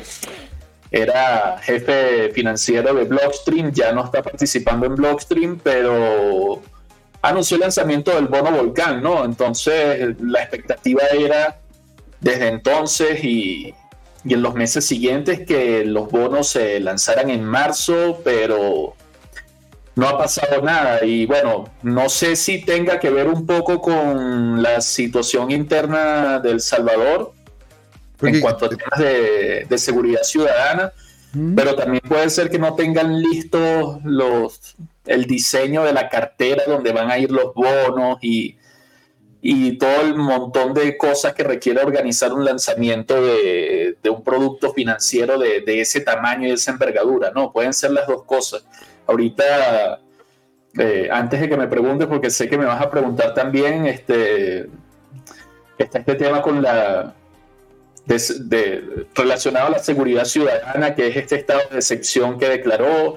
era jefe financiero de Blockstream. Ya no está participando en Blockstream, pero anunció el lanzamiento del bono Volcán, ¿no? Entonces la expectativa era desde entonces y, y en los meses siguientes que los bonos se lanzaran en marzo, pero no ha pasado nada. Y bueno, no sé si tenga que ver un poco con la situación interna de El Salvador, porque en cuanto a temas de, de seguridad ciudadana, ¿Mm? pero también puede ser que no tengan listos los, el diseño de la cartera donde van a ir los bonos y, y todo el montón de cosas que requiere organizar un lanzamiento de, de un producto financiero de, de ese tamaño y esa envergadura, ¿no? Pueden ser las dos cosas. Ahorita, eh, antes de que me preguntes, porque sé que me vas a preguntar también, este, está este tema con la de, de, relacionado a la seguridad ciudadana, que es este estado de excepción que declaró,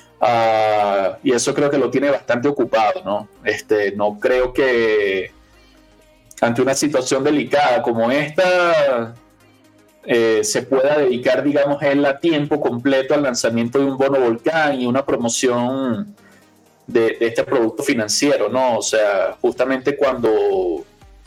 uh, y eso creo que lo tiene bastante ocupado, ¿no? Este, no creo que ante una situación delicada como esta Eh, se pueda dedicar, digamos, él a tiempo completo al lanzamiento de un bono Volcán y una promoción de, de este producto financiero, ¿no? O sea, justamente cuando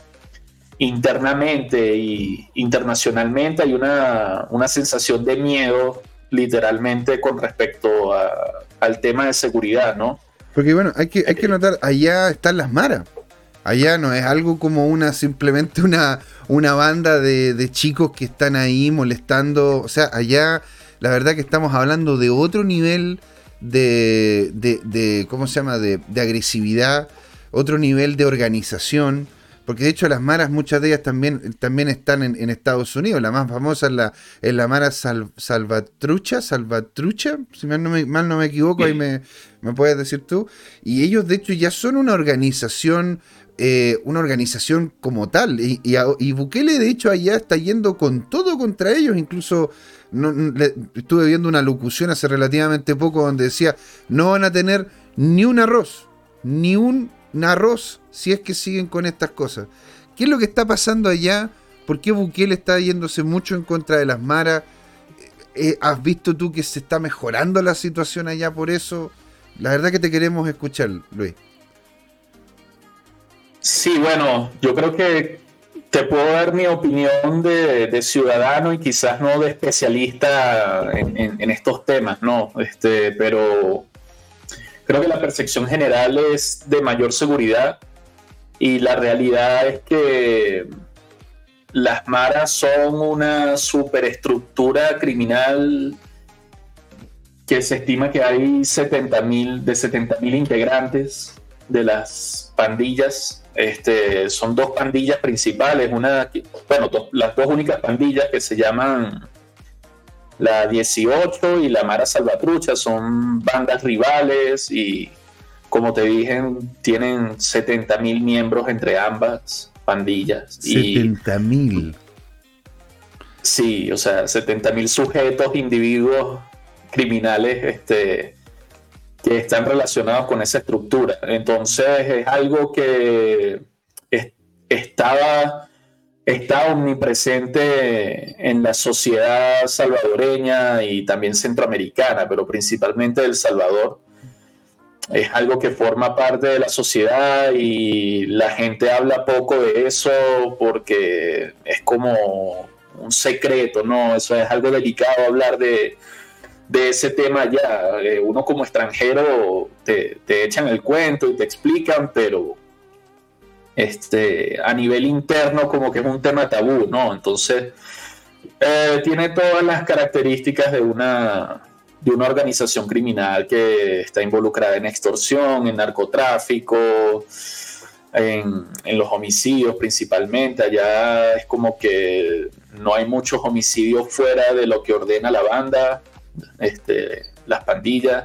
internamente y internacionalmente hay una, una sensación de miedo, literalmente, con respecto a, al tema de seguridad, ¿no? Porque, bueno, hay que, hay que notar, allá están las maras. Allá no es algo como una simplemente una, una banda de, de chicos que están ahí molestando. O sea, allá la verdad que estamos hablando de otro nivel de, de, de ¿cómo se llama? De, de agresividad, otro nivel de organización. Porque de hecho las maras, muchas de ellas también, también están en, en Estados Unidos. La más famosa es la, es la mara Sal, Salvatrucha, Salvatrucha, si mal no me, mal no me equivoco, ahí me, me puedes decir tú. Y ellos de hecho ya son una organización eh, una organización como tal. Y, y, y Bukele, de hecho, allá está yendo con todo contra ellos. Incluso no, le, estuve viendo una locución hace relativamente poco donde decía, no van a tener ni un arroz, ni un arroz si es que siguen con estas cosas. ¿Qué es lo que está pasando allá? ¿Por qué Bukele está yéndose mucho en contra de las maras? Eh, ¿Has visto tú que se está mejorando la situación allá por eso? La verdad que te queremos escuchar, Luis. Sí, bueno, yo creo que te puedo dar mi opinión de, de ciudadano y quizás no de especialista en, en, en estos temas, ¿no? Este, pero creo que la percepción general es de mayor seguridad y la realidad es que las maras son una superestructura criminal que se estima que hay setenta mil, de setenta mil integrantes de las pandillas. Este, son dos pandillas principales, una, bueno, dos, las dos únicas pandillas que se llaman la dieciocho y la Mara Salvatrucha, son bandas rivales y, como te dije, tienen setenta mil miembros entre ambas pandillas. setenta mil. Sí, o sea, setenta mil sujetos, individuos criminales este, que están relacionados con esa estructura. Entonces es algo que es, estaba, está omnipresente en la sociedad salvadoreña y también centroamericana, pero principalmente de El Salvador. Es algo que forma parte de la sociedad y la gente habla poco de eso porque es como un secreto, ¿no? Eso es algo delicado hablar de, de ese tema ya. Eh, uno como extranjero te, te echan el cuento y te explican, pero este, a nivel interno como que es un tema tabú, ¿no? Entonces eh, tiene todas las características de una... de una organización criminal que está involucrada en extorsión, en narcotráfico, en, en los homicidios principalmente. Allá es como que no hay muchos homicidios fuera de lo que ordena la banda, este, las pandillas.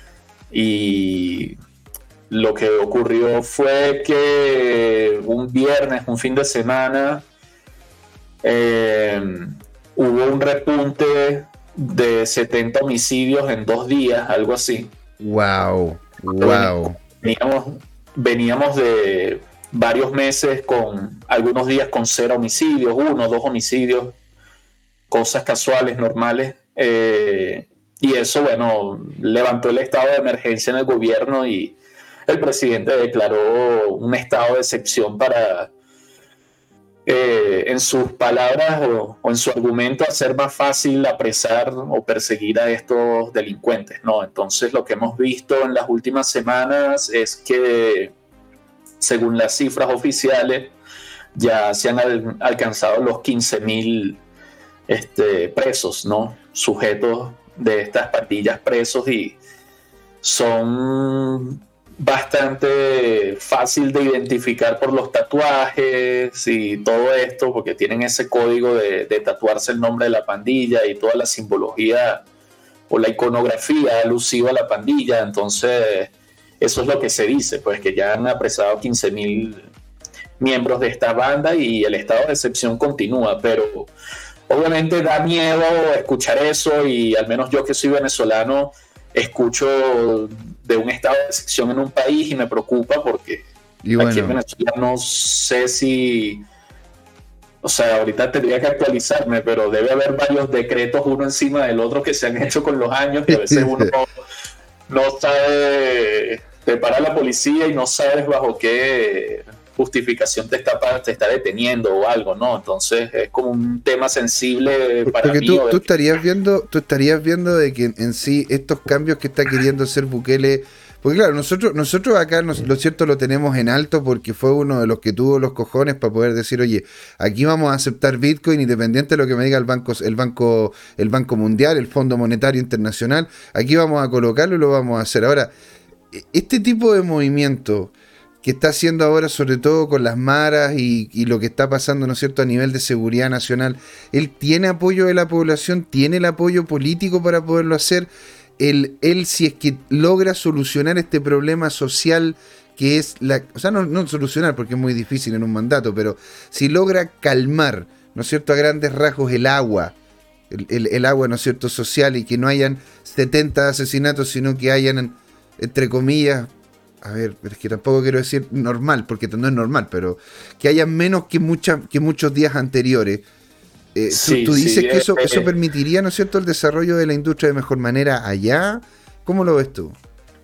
Y lo que ocurrió fue que un viernes, un fin de semana, eh, hubo un repunte de setenta homicidios en dos días, algo así. Wow, wow. Veníamos, veníamos de varios meses con algunos días con cero homicidios, uno, dos homicidios, cosas casuales, normales. Eh, y eso, bueno, levantó el estado de emergencia en el gobierno y el presidente declaró un estado de excepción para... Eh, en sus palabras o, o en su argumento hacer más fácil apresar o perseguir a estos delincuentes, ¿no? Entonces lo que hemos visto en las últimas semanas es que, según las cifras oficiales, ya se han al, alcanzado los quince mil este, presos, ¿no? Sujetos de estas pandillas presos, y son bastante fácil de identificar por los tatuajes y todo esto, porque tienen ese código de, de tatuarse el nombre de la pandilla y toda la simbología o la iconografía alusiva a la pandilla. Entonces eso es lo que se dice, pues que ya han apresado quince mil miembros de esta banda y el estado de excepción continúa, pero obviamente da miedo escuchar eso, y al menos yo, que soy venezolano, escucho de un estado de excepción en un país y me preocupa porque y bueno, aquí en Venezuela no sé si, o sea, ahorita tendría que actualizarme, pero debe haber varios decretos uno encima del otro que se han hecho con los años, y a veces uno no, no sabe, te para la policía y no sabes bajo qué justificación te está, te está deteniendo o algo, ¿no? Entonces es como un tema sensible para Porque mí. Tú, tú, estarías viendo, tú estarías viendo de que en, en sí estos cambios que está queriendo hacer Bukele, porque claro, nosotros nosotros acá nos, lo cierto lo tenemos en alto porque fue uno de los que tuvo los cojones para poder decir, oye, aquí vamos a aceptar Bitcoin independiente de lo que me diga el banco, el banco, el Banco Mundial, el Fondo Monetario Internacional, aquí vamos a colocarlo y lo vamos a hacer. Ahora, este tipo de movimiento que está haciendo ahora, sobre todo con las maras y, y lo que está pasando, ¿no es cierto?, a nivel de seguridad nacional, él tiene apoyo de la población, tiene el apoyo político para poderlo hacer. Él, él si es que logra solucionar este problema social que es la, o sea, no, no solucionar porque es muy difícil en un mandato, pero si logra calmar, ¿no es cierto?, a grandes rasgos el agua, el, el, el agua, ¿no es cierto?, social, y que no hayan setenta asesinatos, sino que hayan, entre comillas, a ver, pero es que tampoco quiero decir normal, porque no es normal, pero que haya menos que, mucha, que muchos días anteriores. Eh, sí, tú, tú dices sí, que eso, eh, eso permitiría, ¿no es cierto?, el desarrollo de la industria de mejor manera allá. ¿Cómo lo ves tú?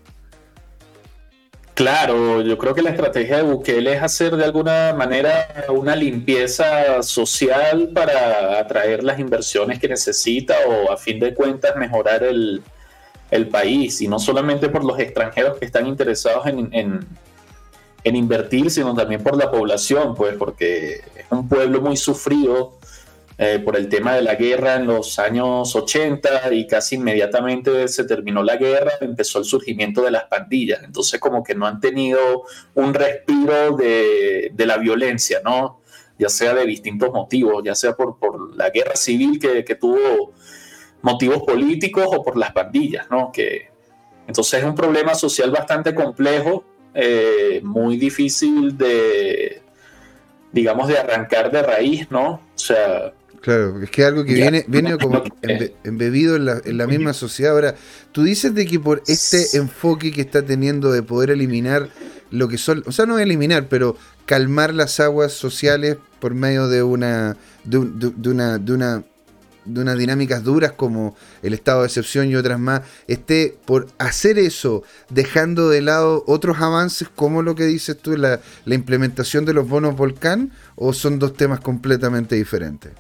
Claro, yo creo que la estrategia de Bukele es hacer de alguna manera una limpieza social para atraer las inversiones que necesita o a fin de cuentas mejorar el, el país, y no solamente por los extranjeros que están interesados en, en, en invertir, sino también por la población, pues porque es un pueblo muy sufrido Eh, por el tema de la guerra en los años ochenta, y casi inmediatamente se terminó la guerra, empezó el surgimiento de las pandillas. Entonces como que no han tenido un respiro de, de la violencia, ¿no? Ya sea de distintos motivos, ya sea por, por la guerra civil que, que tuvo motivos políticos o por las pandillas, ¿no? Que, entonces es un problema social bastante complejo, eh, muy difícil de, digamos, de arrancar de raíz, ¿no? O sea... Claro, es que algo que viene, viene como embe, embebido en la, en la misma sociedad. Ahora, tú dices de que por este enfoque que está teniendo de poder eliminar lo que son, o sea, no eliminar, pero calmar las aguas sociales por medio de una, de, de, de una, de una, de unas dinámicas duras como el estado de excepción y otras más, esté por hacer eso, dejando de lado otros avances como lo que dices tú, la, la implementación de los bonos volcán, o son dos temas completamente diferentes?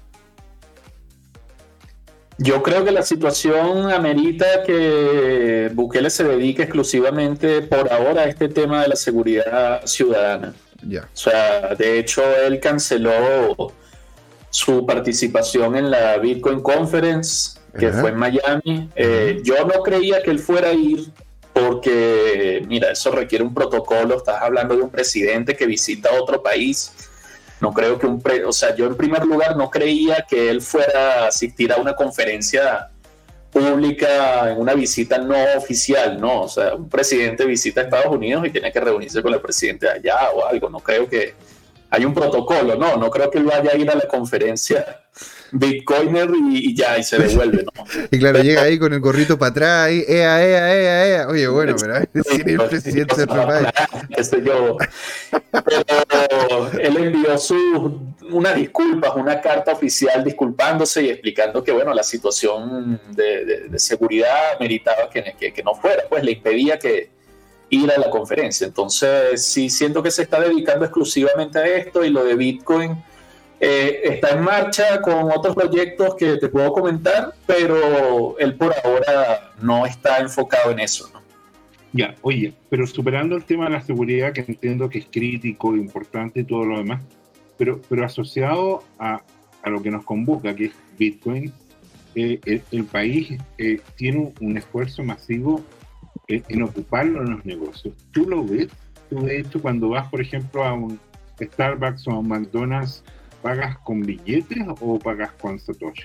Yo creo que la situación amerita que Bukele se dedique exclusivamente por ahora a este tema de la seguridad ciudadana. Yeah. O sea, de hecho, él canceló su participación en la Bitcoin Conference, que uh-huh. fue en Miami. Eh, uh-huh. Yo no creía que él fuera a ir porque, mira, eso requiere un protocolo. Estás hablando de un presidente que visita otro país. No creo que un pre, o sea, yo en primer lugar no creía que él fuera a asistir a una conferencia pública en una visita no oficial, no, o sea, un presidente visita a Estados Unidos y tiene que reunirse con el presidente de allá o algo. No creo que hay un protocolo, no, no creo que él vaya a ir a la conferencia Bitcoiner y, y ya, y se devuelve, ¿no? Y claro, pero, llega ahí con el gorrito para atrás, ahí, ea, ea, ea, ea. Oye, bueno, pero si el presidente de otro país. Qué sé yo. Pero él envió su, unas disculpas, una carta oficial disculpándose y explicando que, bueno, la situación de, de, de seguridad meritaba que, que, que no fuera, pues le impedía que ir a la conferencia. Entonces, sí siento que se está dedicando exclusivamente a esto, y lo de Bitcoin eh, está en marcha con otros proyectos que te puedo comentar, pero él por ahora no está enfocado en eso, ¿no? Ya, oye, pero superando el tema de la seguridad, que entiendo que es crítico, importante y todo lo demás, pero, pero asociado a, a lo que nos convoca, que es Bitcoin, eh, el, el país eh, tiene un esfuerzo masivo en, en ocuparlo en los negocios. ¿Tú lo ves? Tú, de hecho, cuando vas, por ejemplo, a un Starbucks o a un McDonald's, ¿pagas con billetes o pagas con Satoshi?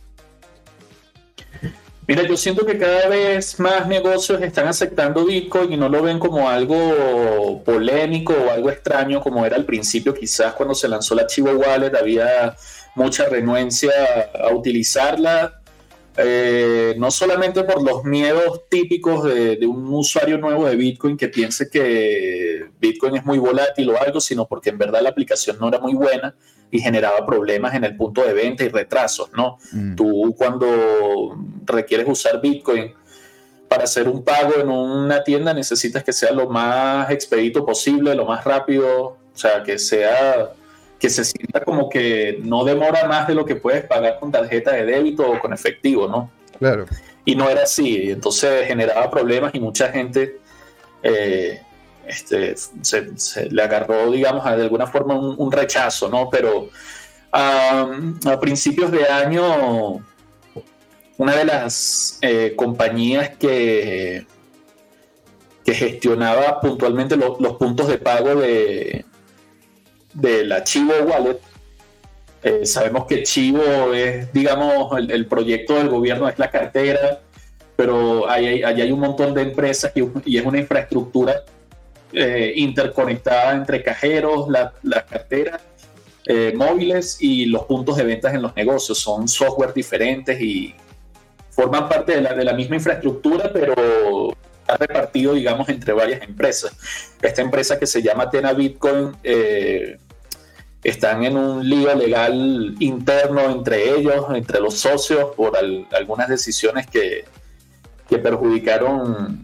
Mira, yo siento que cada vez más negocios están aceptando Bitcoin y no lo ven como algo polémico o algo extraño como era al principio. Quizás cuando se lanzó la Chivo Wallet había mucha renuencia a utilizarla, eh, no solamente por los miedos típicos de, de un usuario nuevo de Bitcoin que piense que Bitcoin es muy volátil o algo, sino porque en verdad la aplicación no era muy buena y generaba problemas en el punto de venta y retrasos, ¿no? Mm. Tú cuando requieres usar Bitcoin para hacer un pago en una tienda necesitas que sea lo más expedito posible, lo más rápido, o sea, que sea, que se sienta como que no demora más de lo que puedes pagar con tarjeta de débito o con efectivo, ¿no? Claro. Y no era así, entonces generaba problemas y mucha gente eh, Este, se, se le agarró, digamos, de alguna forma un, un rechazo, ¿no? Pero um, a principios de año, una de las eh, compañías que, que gestionaba puntualmente lo, los puntos de pago de, de la Chivo Wallet, eh, sabemos que Chivo es, digamos, el, el proyecto del gobierno, es la cartera, pero allí hay, hay un montón de empresas y, y es una infraestructura eh, interconectada entre cajeros, la, las carteras eh, móviles y los puntos de ventas en los negocios. Son software diferentes y forman parte de la, de la misma infraestructura, pero está repartido, digamos, entre varias empresas. Esta empresa que se llama Tena Bitcoin eh, están en un lío legal interno entre ellos, entre los socios, por al, algunas decisiones que, que perjudicaron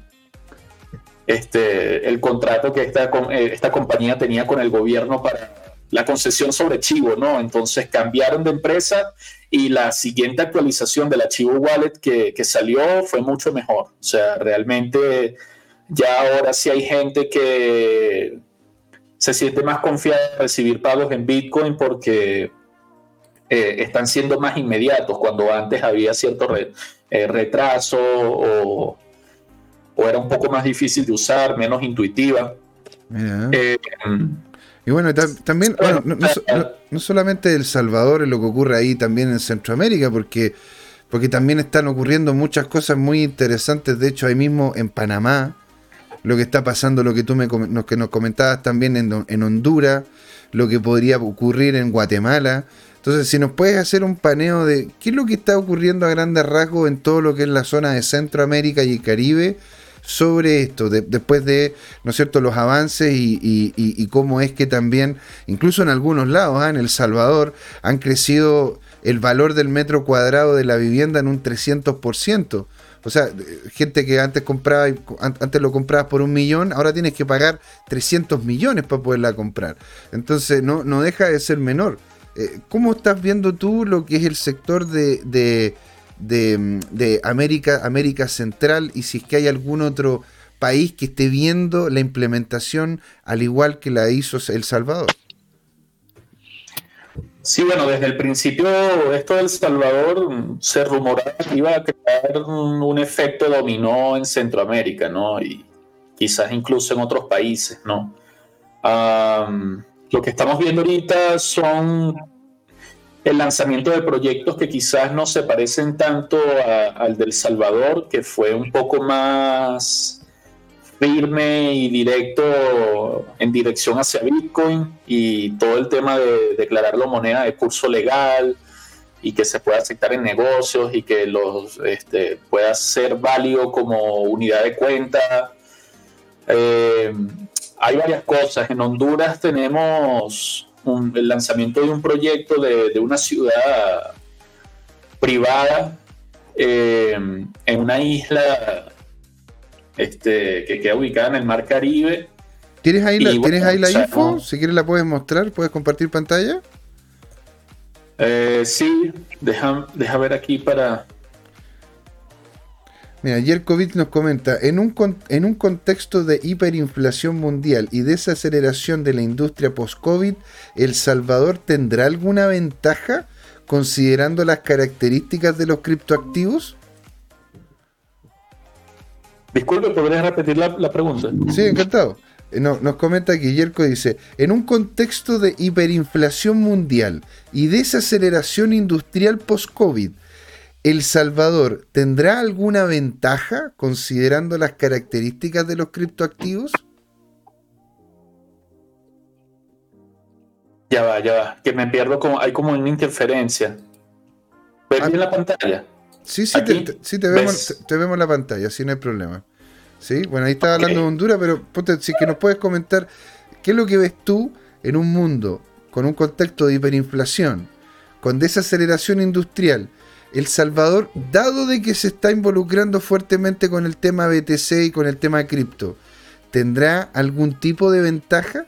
este, el contrato que esta, esta compañía tenía con el gobierno para la concesión sobre Chivo, ¿no? Entonces cambiaron de empresa y la siguiente actualización de la Chivo Wallet que, que salió fue mucho mejor. O sea, realmente ya ahora sí hay gente que se siente más confiada en recibir pagos en Bitcoin porque eh, están siendo más inmediatos, cuando antes había cierto re, eh, retraso o, o era un poco más difícil de usar, menos intuitiva. Yeah. Eh, y bueno, tam- también, bueno, no, no, no, no solamente El Salvador es lo que ocurre ahí, también en Centroamérica, porque, porque también están ocurriendo muchas cosas muy interesantes. De hecho, ahí mismo en Panamá, lo que está pasando, lo que tú me lo que nos comentabas también en, en Honduras, lo que podría ocurrir en Guatemala. Entonces, si nos puedes hacer un paneo de qué es lo que está ocurriendo a grandes rasgos en todo lo que es la zona de Centroamérica y Caribe sobre esto, de, después de, ¿no es cierto?, los avances y, y, y, y cómo es que también, incluso en algunos lados, ¿eh? En El Salvador, han crecido el valor del metro cuadrado de la vivienda en un trescientos por ciento. O sea, gente que antes compraba, antes lo comprabas por un millón, ahora tienes que pagar trescientos millones para poderla comprar. Entonces no, no deja de ser menor. Eh, ¿Cómo estás viendo tú lo que es el sector de, de, de, de América, América Central, y si es que hay algún otro país que esté viendo la implementación al igual que la hizo El Salvador? Sí, bueno, desde el principio esto de El Salvador se rumoraba que iba a crear un, un efecto dominó en Centroamérica, ¿no? Y quizás incluso en otros países, ¿no? Um, lo que estamos viendo ahorita son el lanzamiento de proyectos que quizás no se parecen tanto a, al del Salvador, que fue un poco más firme y directo en dirección hacia Bitcoin, y todo el tema de declararlo moneda de curso legal y que se pueda aceptar en negocios y que los este, pueda ser válido como unidad de cuenta. Eh, hay varias cosas. En Honduras tenemos un, el lanzamiento de un proyecto de, de una ciudad privada eh, en una isla Este, que queda ubicada en el Mar Caribe. ¿Tienes ahí la, y, ¿tienes bueno, ahí la o sea, info? No. Si quieres la puedes mostrar, puedes compartir pantalla. Eh, sí, deja, deja ver aquí para... Mira, Jerkovic nos comenta, en un, con, en un contexto de hiperinflación mundial y desaceleración de la industria post-COVID, ¿El Salvador tendrá alguna ventaja considerando las características de los criptoactivos? Disculpe, ¿podrías repetir la, la pregunta? Sí, encantado. No, nos comenta aquí, Yerko dice, en un contexto de hiperinflación mundial y desaceleración industrial post-COVID, ¿El Salvador tendrá alguna ventaja considerando las características de los criptoactivos? Ya va, ya va, que me pierdo, como hay como una interferencia. ¿Ves Ah. bien la pantalla? Sí, sí, te, te- sí te, vemos, te, te vemos en la pantalla, sí, no hay problema. Sí, bueno, ahí estaba Ok. hablando de Honduras, pero ponte, si es que nos puedes comentar qué es lo que ves tú en un mundo con un contexto de hiperinflación, con desaceleración industrial. El Salvador, dado de que se está involucrando fuertemente con el tema B T C y con el tema cripto, ¿tendrá algún tipo de ventaja?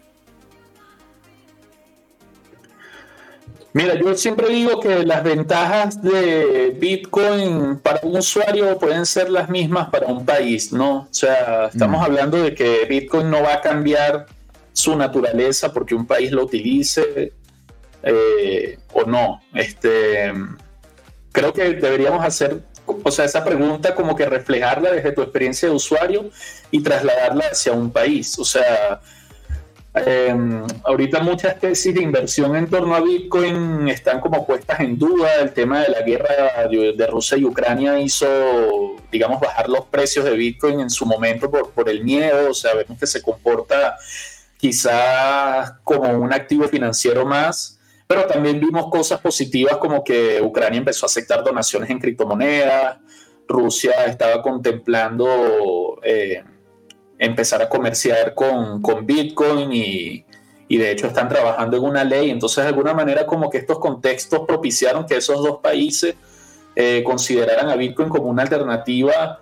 Mira, yo siempre digo que las ventajas de Bitcoin para un usuario pueden ser las mismas para un país, ¿no? O sea, estamos Mm. hablando de que Bitcoin no va a cambiar su naturaleza porque un país lo utilice eh, o no. Este, creo que deberíamos hacer, o sea, esa pregunta como que reflejarla desde tu experiencia de usuario y trasladarla hacia un país. O sea, Eh, ahorita muchas tesis de inversión en torno a Bitcoin están como puestas en duda. El tema de la guerra de, de Rusia y Ucrania hizo, digamos, bajar los precios de Bitcoin en su momento por, por el miedo. O sea, vemos que se comporta quizás como un activo financiero más, pero también vimos cosas positivas como que Ucrania empezó a aceptar donaciones en criptomonedas, Rusia estaba contemplando eh, empezar a comerciar con, con Bitcoin y, y de hecho están trabajando en una ley. Entonces, de alguna manera, como que estos contextos propiciaron que esos dos países eh, consideraran a Bitcoin como una alternativa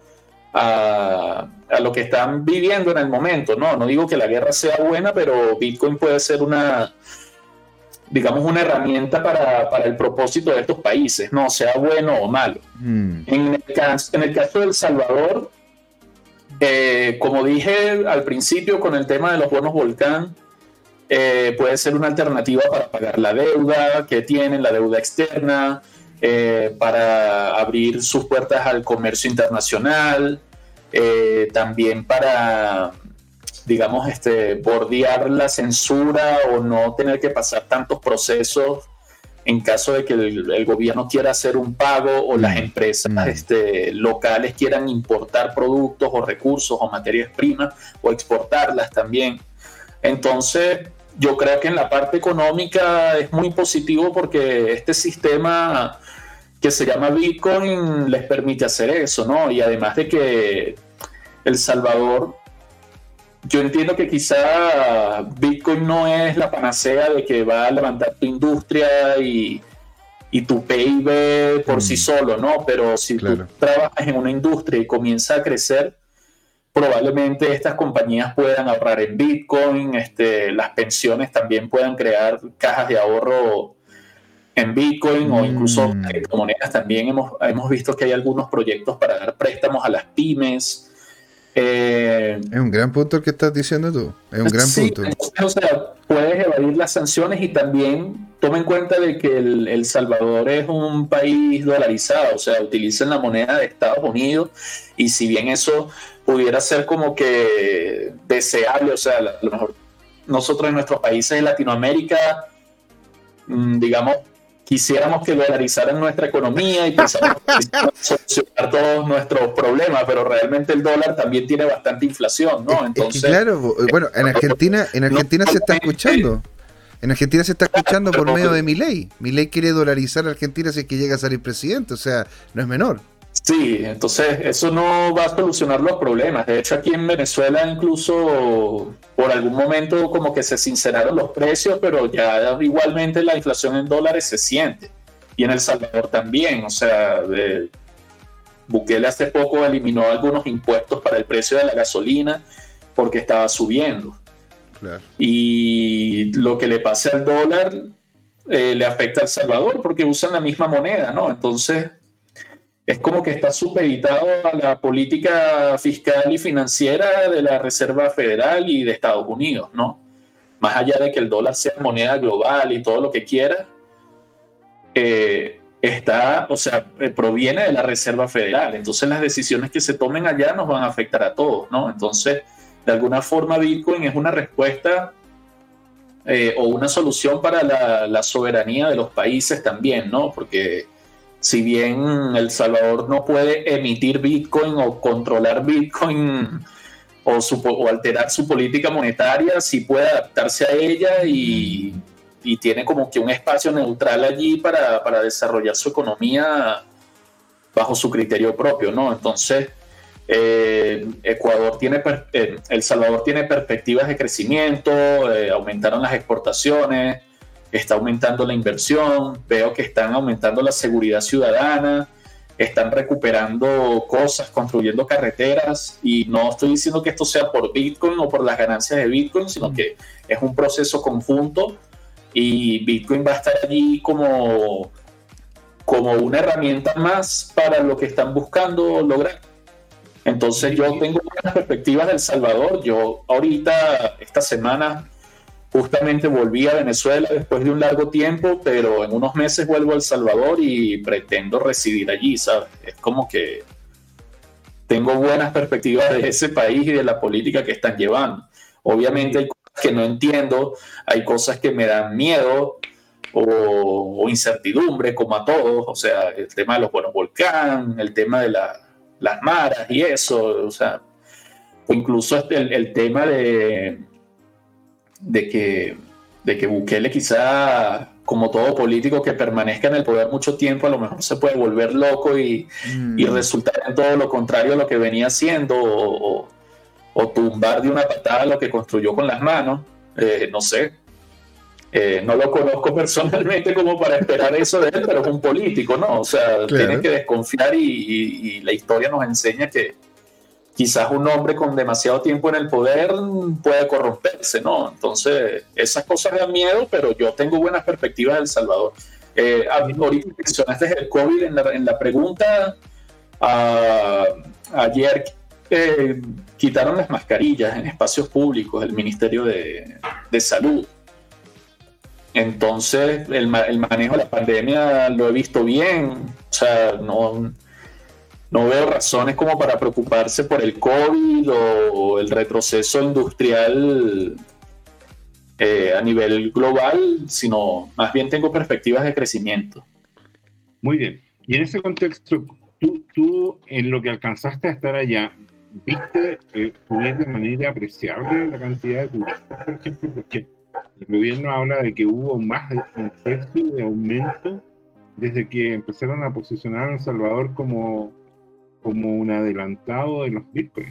a, a lo que están viviendo en el momento. No, no digo que la guerra sea buena, pero Bitcoin puede ser una, digamos, una herramienta para, para el propósito de estos países, no sea bueno o malo. Mm. En, el caso, en el caso de El Salvador, eh, como dije al principio con el tema de los bonos Volcán, eh, puede ser una alternativa para pagar la deuda que tienen, la deuda externa, eh, para abrir sus puertas al comercio internacional, eh, también para, digamos, este, bordear la censura o no tener que pasar tantos procesos en caso de que el, el gobierno quiera hacer un pago o las empresas mm. este, locales quieran importar productos o recursos o materias primas o exportarlas también. Entonces, yo creo que en la parte económica es muy positivo porque este sistema que se llama Bitcoin les permite hacer eso, ¿no? Y además de que El Salvador, yo entiendo que quizá Bitcoin no es la panacea de que va a levantar tu industria y, y tu P I B por mm. sí solo, ¿no? Pero si claro. tú trabajas en una industria y comienza a crecer, probablemente estas compañías puedan ahorrar en Bitcoin, este, las pensiones también puedan crear cajas de ahorro en Bitcoin mm. o incluso criptomonedas. También hemos, hemos visto que hay algunos proyectos para dar préstamos a las pymes. Eh, es un gran punto el que estás diciendo tú, es un gran sí, punto. O sea, puedes evadir las sanciones y también toma en cuenta de que el, el Salvador es un país dolarizado, o sea, utilizan la moneda de Estados Unidos y si bien eso pudiera ser como que deseable, o sea, a lo mejor nosotros en nuestros países de Latinoamérica, digamos, quisiéramos que dolarizaran nuestra economía y pensamos solucionar todos nuestros problemas, pero realmente el dólar también tiene bastante inflación, ¿no? Entonces, es que claro, bueno, en Argentina, en Argentina no, se está escuchando. En Argentina se está escuchando por medio de Milei. Milei quiere dolarizar a Argentina si es que llega a salir presidente, o sea, no es menor. Sí, entonces eso no va a solucionar los problemas. De hecho, aquí en Venezuela incluso por algún momento como que se sinceraron los precios, pero ya igualmente la inflación en dólares se siente. Y en El Salvador también, o sea, de, Bukele hace poco eliminó algunos impuestos para el precio de la gasolina porque estaba subiendo. Claro. Y lo que le pase al dólar eh, le afecta a El Salvador porque usan la misma moneda, ¿no? Entonces es como que está supeditado a la política fiscal y financiera de la Reserva Federal y de Estados Unidos, ¿no? Más allá de que el dólar sea moneda global y todo lo que quiera, eh, está, o sea, proviene de la Reserva Federal. Entonces las decisiones que se tomen allá nos van a afectar a todos, ¿no? Entonces, de alguna forma, Bitcoin es una respuesta eh, o una solución para la, la soberanía de los países también, ¿no? Porque si bien El Salvador no puede emitir Bitcoin o controlar Bitcoin o, su, o alterar su política monetaria, sí puede adaptarse a ella y, y tiene como que un espacio neutral allí para, para desarrollar su economía bajo su criterio propio, ¿no? Entonces, eh, Ecuador tiene, eh, El Salvador tiene perspectivas de crecimiento, eh, aumentaron las exportaciones, está aumentando la inversión, veo que están aumentando la seguridad ciudadana, están recuperando cosas, construyendo carreteras, y no estoy diciendo que esto sea por Bitcoin o por las ganancias de Bitcoin, sino que es un proceso conjunto y Bitcoin va a estar allí como, como una herramienta más para lo que están buscando lograr. Entonces yo tengo unas perspectivas de El Salvador. Yo ahorita, esta semana, justamente volví a Venezuela después de un largo tiempo, pero en unos meses vuelvo a El Salvador y pretendo residir allí, ¿sabes? Es como que tengo buenas perspectivas de ese país y de la política que están llevando. Obviamente hay cosas que no entiendo, hay cosas que me dan miedo o, o incertidumbre, como a todos, o sea, el tema de los buenos volcán, el tema de la, las maras y eso, o sea, o incluso este, el, el tema de, de, que, de que Bukele quizá, como todo político que permanezca en el poder mucho tiempo, a lo mejor se puede volver loco y, mm. y resultar en todo lo contrario a lo que venía haciendo, o, o, o tumbar de una patada lo que construyó con las manos, eh, no sé. Eh, no lo conozco personalmente como para esperar eso de él, pero es un político, ¿no? O sea, claro. Tienes que desconfiar y, y, y la historia nos enseña que quizás un hombre con demasiado tiempo en el poder puede corromperse, ¿no? Entonces, esas cosas dan miedo, pero yo tengo buenas perspectivas de El Salvador. Eh, ahorita mencionaste el COVID en la, en la pregunta. Uh, ayer eh, quitaron las mascarillas en espacios públicos, el Ministerio de, de Salud. Entonces, el, el manejo de la pandemia lo he visto bien. O sea, no, no veo razones como para preocuparse por el COVID o el retroceso industrial eh, a nivel global, sino más bien tengo perspectivas de crecimiento. Muy bien. Y en ese contexto, tú, tú en lo que alcanzaste a estar allá, ¿viste eh, subir de manera apreciable la cantidad de turistas, por ejemplo? Porque el gobierno habla de que hubo más de un tercio de aumento desde que empezaron a posicionar a El Salvador como, como un adelantado de los Bitcoin.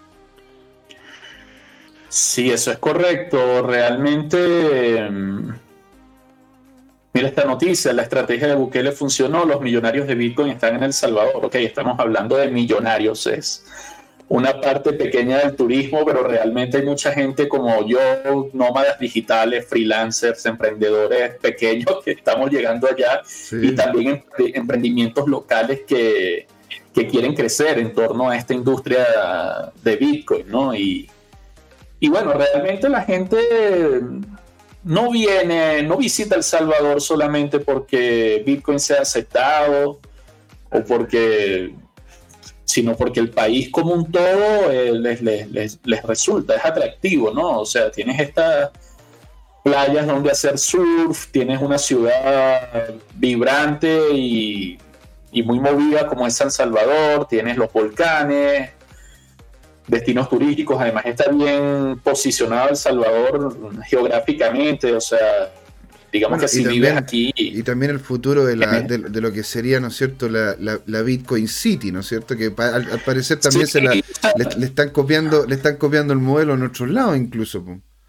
Sí, eso es correcto. Realmente, eh, mira esta noticia, la estrategia de Bukele funcionó, los millonarios de Bitcoin están en El Salvador. Ok, estamos hablando de millonarios, es una parte pequeña del turismo, pero realmente hay mucha gente como yo, nómadas digitales, freelancers, emprendedores pequeños que estamos llegando allá, sí. Y también emprendimientos locales que, que quieren crecer en torno a esta industria de Bitcoin, ¿no? Y, y bueno, realmente la gente no viene, no visita El Salvador solamente porque Bitcoin sea aceptado o porque... sino porque el país como un todo eh, les, les, les, les resulta, es atractivo, ¿no? O sea, tienes estas playas donde hacer surf, tienes una ciudad vibrante y, y muy movida como es San Salvador, tienes los volcanes, destinos turísticos, además está bien posicionado El Salvador geográficamente, o sea... Digamos bueno, que si también, vives aquí... Y también el futuro de, la, de, de lo que sería, ¿no es cierto?, la, la, la Bitcoin City, ¿no es cierto?, que pa, al, al parecer también sí. se la, le, le, están copiando, le están copiando el modelo en otros lados incluso.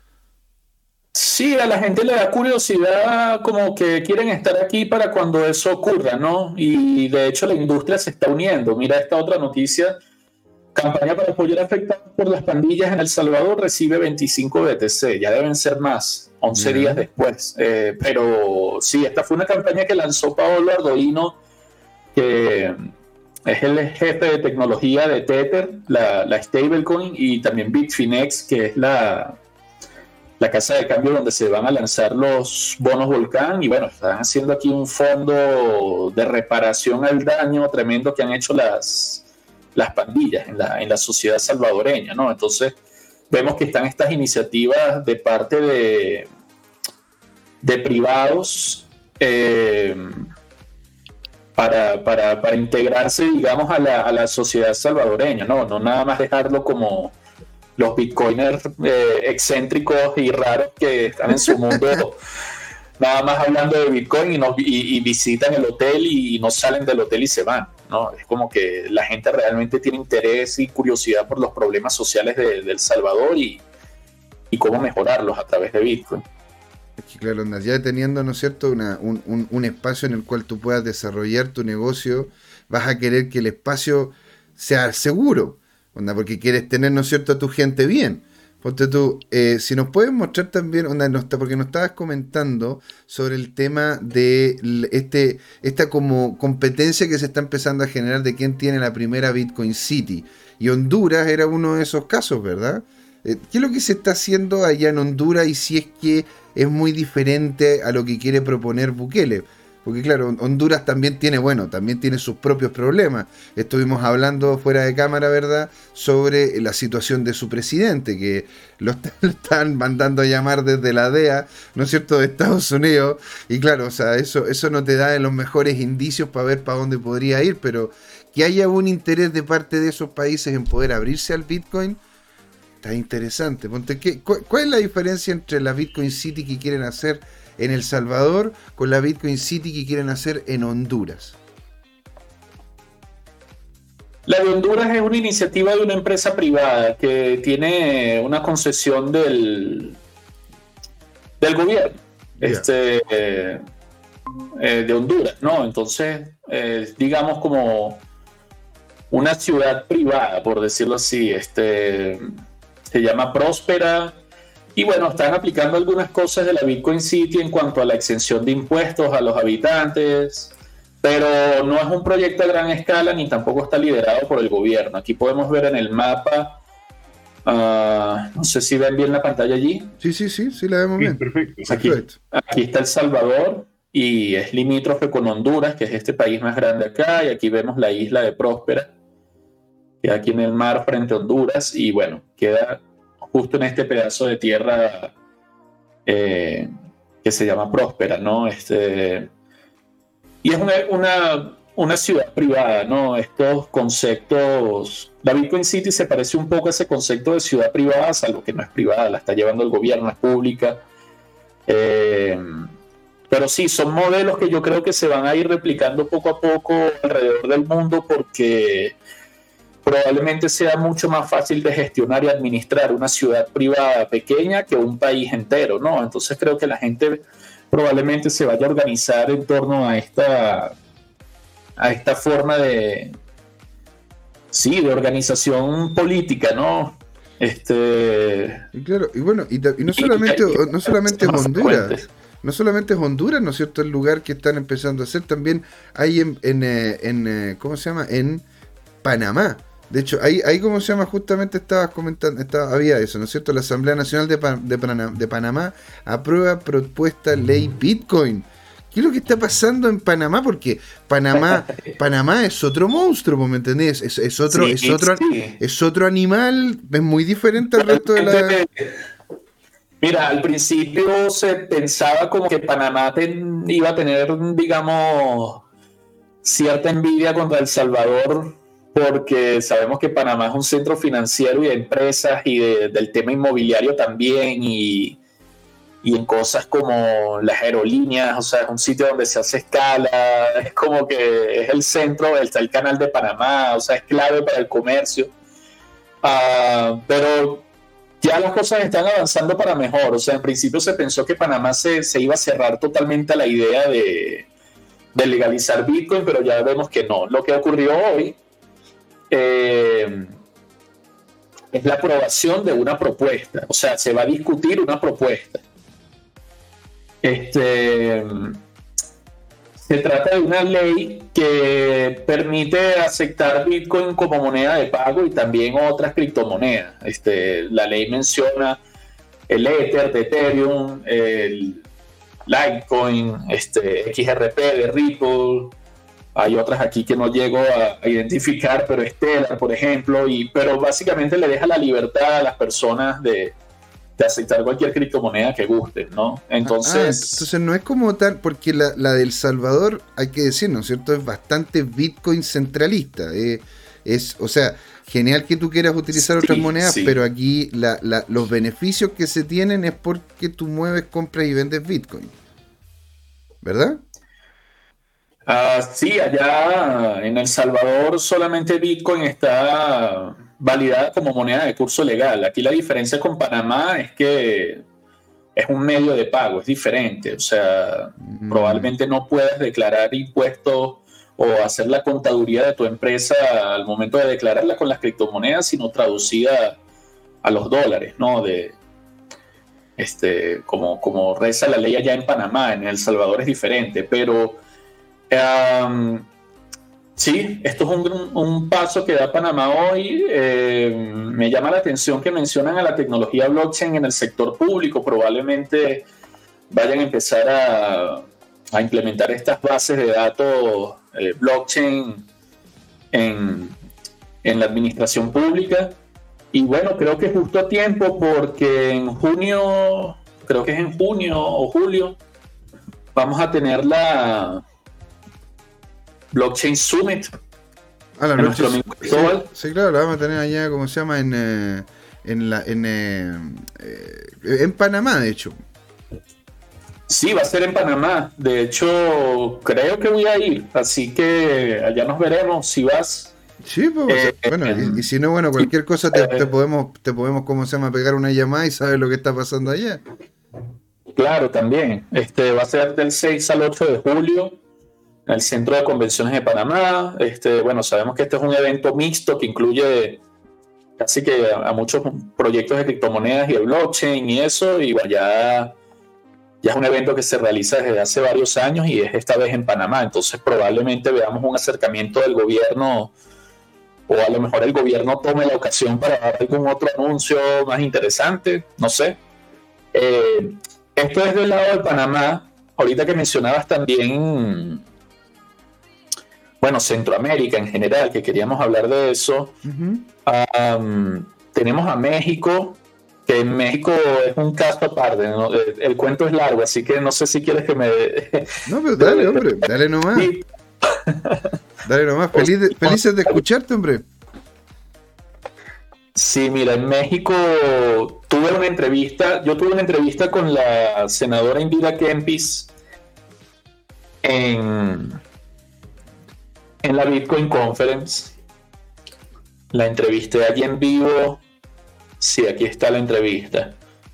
Sí, a la gente le da curiosidad, como que quieren estar aquí para cuando eso ocurra, ¿no? Y de hecho la industria se está uniendo. Mira esta otra noticia. Campaña para apoyar afectados por las pandillas en El Salvador recibe veinticinco B T C, ya deben ser más, once días después. Eh, pero sí, esta fue una campaña que lanzó Paolo Ardoino, que es el jefe de tecnología de Tether, la, la stablecoin, y también Bitfinex, que es la, la casa de cambio donde se van a lanzar los bonos volcán. Y bueno, están haciendo aquí un fondo de reparación al daño tremendo que han hecho las... las pandillas en la, en la sociedad salvadoreña, ¿no? Entonces vemos que están estas iniciativas de parte de, de privados eh, para, para, para integrarse, digamos, a la, a la sociedad salvadoreña, ¿no? No nada más dejarlo como los bitcoiners eh, excéntricos y raros que están en su mundo nada más hablando de Bitcoin y, no, y, y visitan el hotel y no salen del hotel y se van, ¿no? Es como que la gente realmente tiene interés y curiosidad por los problemas sociales de, de El Salvador y, y cómo mejorarlos a través de Bitcoin. Es que claro, andas ya teniendo, ¿no es cierto?, Una, un, un, un espacio en el cual tú puedas desarrollar tu negocio, vas a querer que el espacio sea seguro, onda, porque quieres tener, ¿no es cierto?, a tu gente bien. Ponte tú, eh, si nos puedes mostrar también, onda, no está, porque nos estabas comentando sobre el tema de este esta como competencia que se está empezando a generar de quién tiene la primera Bitcoin City. Y Honduras era uno de esos casos, ¿verdad? Eh, ¿Qué es lo que se está haciendo allá en Honduras y si es que es muy diferente a lo que quiere proponer Bukele? Porque claro, Honduras también tiene, bueno, también tiene sus propios problemas. Estuvimos hablando fuera de cámara, ¿verdad?, sobre la situación de su presidente, que lo, está, lo están mandando a llamar desde la D E A, ¿no es cierto?, de Estados Unidos. Y claro, o sea, eso, eso no te da los mejores indicios para ver para dónde podría ir, pero que haya un interés de parte de esos países en poder abrirse al Bitcoin, está interesante. Ponte, ¿qué, cu- ¿Cuál es la diferencia entre la Bitcoin City que quieren hacer en El Salvador con la Bitcoin City que quieren hacer en Honduras? La de Honduras es una iniciativa de una empresa privada que tiene una concesión del, del gobierno Yeah. este, eh, eh, de Honduras, ¿no? Entonces, eh, digamos como una ciudad privada, por decirlo así. Este, se llama Próspera. Y bueno, están aplicando algunas cosas de la Bitcoin City en cuanto a la exención de impuestos a los habitantes, pero no es un proyecto a gran escala ni tampoco está liderado por el gobierno. Aquí podemos ver en el mapa, uh, no sé si ven bien la pantalla allí. Sí, sí, sí, sí, la vemos Sí, bien. perfecto. Aquí, Perfecto. aquí está El Salvador y es limítrofe con Honduras, que es este país más grande acá, y aquí vemos la isla de Próspera, que aquí en el mar frente a Honduras, y bueno, queda justo en este pedazo de tierra eh, que se llama Próspera, ¿no? Este, y es una, una, una ciudad privada, ¿no? Estos conceptos, la Bitcoin City se parece un poco a ese concepto de ciudad privada, salvo que no es privada, la está llevando el gobierno, es pública. Eh, pero sí, son modelos que yo creo que se van a ir replicando poco a poco alrededor del mundo, porque probablemente sea mucho más fácil de gestionar y administrar una ciudad privada pequeña que un país entero, ¿no? Entonces creo que la gente probablemente se vaya a organizar en torno a esta, a esta forma de, sí, de organización política, ¿no? Este, Y claro, y bueno, y, ta- y no solamente, no solamente es más Honduras, frecuente. no solamente es Honduras, ¿no es cierto?, el lugar que están empezando a hacer, también hay en, en, eh, en, eh, ¿cómo se llama?, en Panamá. De hecho, ahí, ahí ¿cómo se llama?, justamente estabas comentando, estaba, había eso, ¿no es cierto?, la Asamblea Nacional de, Pa- de, Pana- de Panamá aprueba propuesta ley Bitcoin. ¿Qué es lo que está pasando en Panamá? Porque Panamá, Panamá es otro monstruo, ¿me entendés? Es, es otro, Sí, es otro, sí. es otro animal, es muy diferente al resto de la. Mira, al principio se pensaba como que Panamá ten- iba a tener, digamos, cierta envidia contra El Salvador, porque sabemos que Panamá es un centro financiero y de empresas y de- del tema inmobiliario también, y, y en cosas como las aerolíneas, o sea, es un sitio donde se hace escala, es como que es el centro, está el canal de Panamá, o sea, es clave para el comercio. Ah, pero ya las cosas están avanzando para mejor. O sea, en principio se pensó que Panamá se, se iba a cerrar totalmente a la idea de, de legalizar Bitcoin, pero ya vemos que no. Lo que ocurrió hoy eh, es la aprobación de una propuesta. O sea, se va a discutir una propuesta. Este, se trata de una ley que permite aceptar Bitcoin como moneda de pago y también otras criptomonedas. Este, la ley menciona el Ether de Ethereum, el Litecoin, este, X R P de Ripple. Hay otras aquí que no llego a, a identificar, pero Stellar, por ejemplo. Y, pero básicamente le deja la libertad a las personas de, de aceptar cualquier criptomoneda que gusten, ¿no? Entonces, Ah, entonces no es como tal, porque la, la del Salvador, hay que decir, ¿no es cierto?, es bastante Bitcoin centralista. eh, es, o sea, genial que tú quieras utilizar Sí, otras monedas, sí. pero aquí la, la- los beneficios que se tienen es porque tú mueves, compras y vendes Bitcoin. ¿Verdad? ah, sí, allá en El Salvador solamente Bitcoin está validada como moneda de curso legal. Aquí la diferencia con Panamá es que es un medio de pago, es diferente. O sea, Mm. probablemente no puedas declarar impuestos o hacer la contaduría de tu empresa al momento de declararla con las criptomonedas, sino traducida a los dólares, ¿no? De, este, como, como reza la ley allá en Panamá. En El Salvador es diferente, pero um, sí, esto es un, un paso que da Panamá hoy. Eh, me llama la atención que mencionan a la tecnología blockchain en el sector público. Probablemente vayan a empezar a, a implementar estas bases de datos eh, blockchain en, en la administración pública. Y bueno, creo que justo a tiempo, porque en junio, creo que es en junio o julio, vamos a tener la Blockchain Summit. Ah, la Blockchain sí, sí, claro, la vamos a tener allá, ¿cómo se llama? En, eh, en, la, en, eh, eh, en Panamá, de hecho. Sí, va a ser en Panamá. De hecho, creo que voy a ir. Así que allá nos veremos si vas. Sí, pues, eh, bueno, eh, y, y si no, bueno, cualquier cosa te, te podemos, te podemos, ¿cómo se llama? Pegar una llamada y saber lo que está pasando allá. Claro, también. Este va a ser del seis al ocho de julio en el Centro de Convenciones de Panamá. Este, bueno, sabemos que este es un evento mixto que incluye casi que a, a muchos proyectos de criptomonedas y de blockchain y eso, y bueno, ya Ya es un evento que se realiza desde hace varios años y es esta vez en Panamá. Entonces probablemente veamos un acercamiento del gobierno, o a lo mejor el gobierno tome la ocasión para dar algún otro anuncio más interesante, no sé. Eh, esto es del lado de Panamá. Ahorita que mencionabas también, bueno, Centroamérica en general, que queríamos hablar de eso. Uh-huh. Um, tenemos a México, que en México es un caso aparte, ¿no? El, el cuento es largo, así que no sé si quieres que me... No, pero dale, hombre, dale nomás. Sí. Dale nomás, feliz de, felices de escucharte, hombre. Sí, mira, en México tuve una entrevista, yo tuve una entrevista con la senadora Indira Kempis en, en la Bitcoin Conference. La entrevisté allí en vivo. Sí, aquí está la entrevista.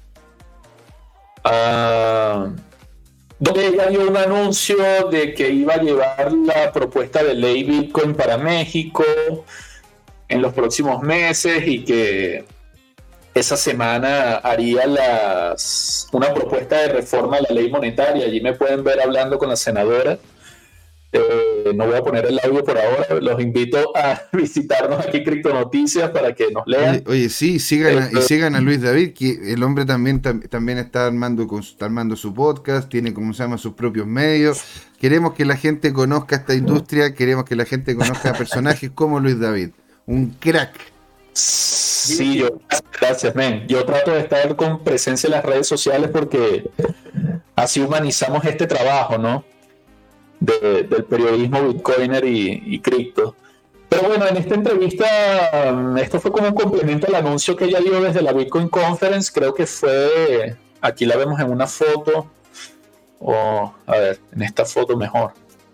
Uh, donde ella dio un anuncio de que iba a llevar la propuesta de ley Bitcoin para México en los próximos meses y que esa semana haría las, una propuesta de reforma a la ley monetaria. Allí me pueden ver hablando con la senadora. Eh, no voy a poner el audio por ahora, los invito a visitarnos aquí Cripto Noticias para que nos lean. Oye, oye sí, sigan a, y sigan a Luis David, que el hombre también, tam, también está, armando, está armando su podcast, tiene, como se llama, sus propios medios. Queremos que la gente conozca esta industria, queremos que la gente conozca a personajes como Luis David, un crack. Sí, yo, gracias, men. Yo trato de estar con presencia en las redes sociales porque así humanizamos este trabajo, ¿no? De, del periodismo bitcoiner y, y cripto. Pero bueno, en esta entrevista, esto fue como un complemento al anuncio que ella dio desde la Bitcoin Conference. Creo que fue, aquí la vemos en una foto, o a ver, en esta foto mejor.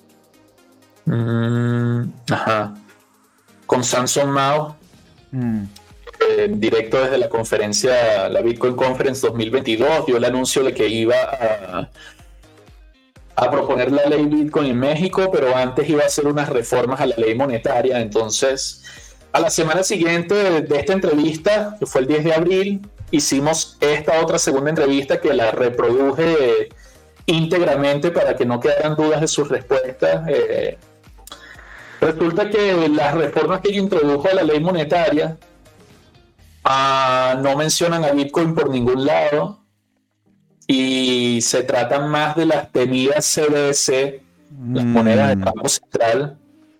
Mm, ajá. Con Samson Mao, mm. eh, directo desde la conferencia, la Bitcoin Conference dos mil veintidós, dio el anuncio de que iba a a proponer la ley Bitcoin en México, pero antes iba a hacer unas reformas a la ley monetaria. Entonces, a la semana siguiente de esta entrevista, que fue el diez de abril, hicimos esta otra segunda entrevista que la reproduje íntegramente para que no quedaran dudas de sus respuestas. Eh, resulta que las reformas que ella introdujo a la ley monetaria uh, no mencionan a Bitcoin por ningún lado, y se tratan más de las temidas C B D C, mm. las monedas del Banco Central.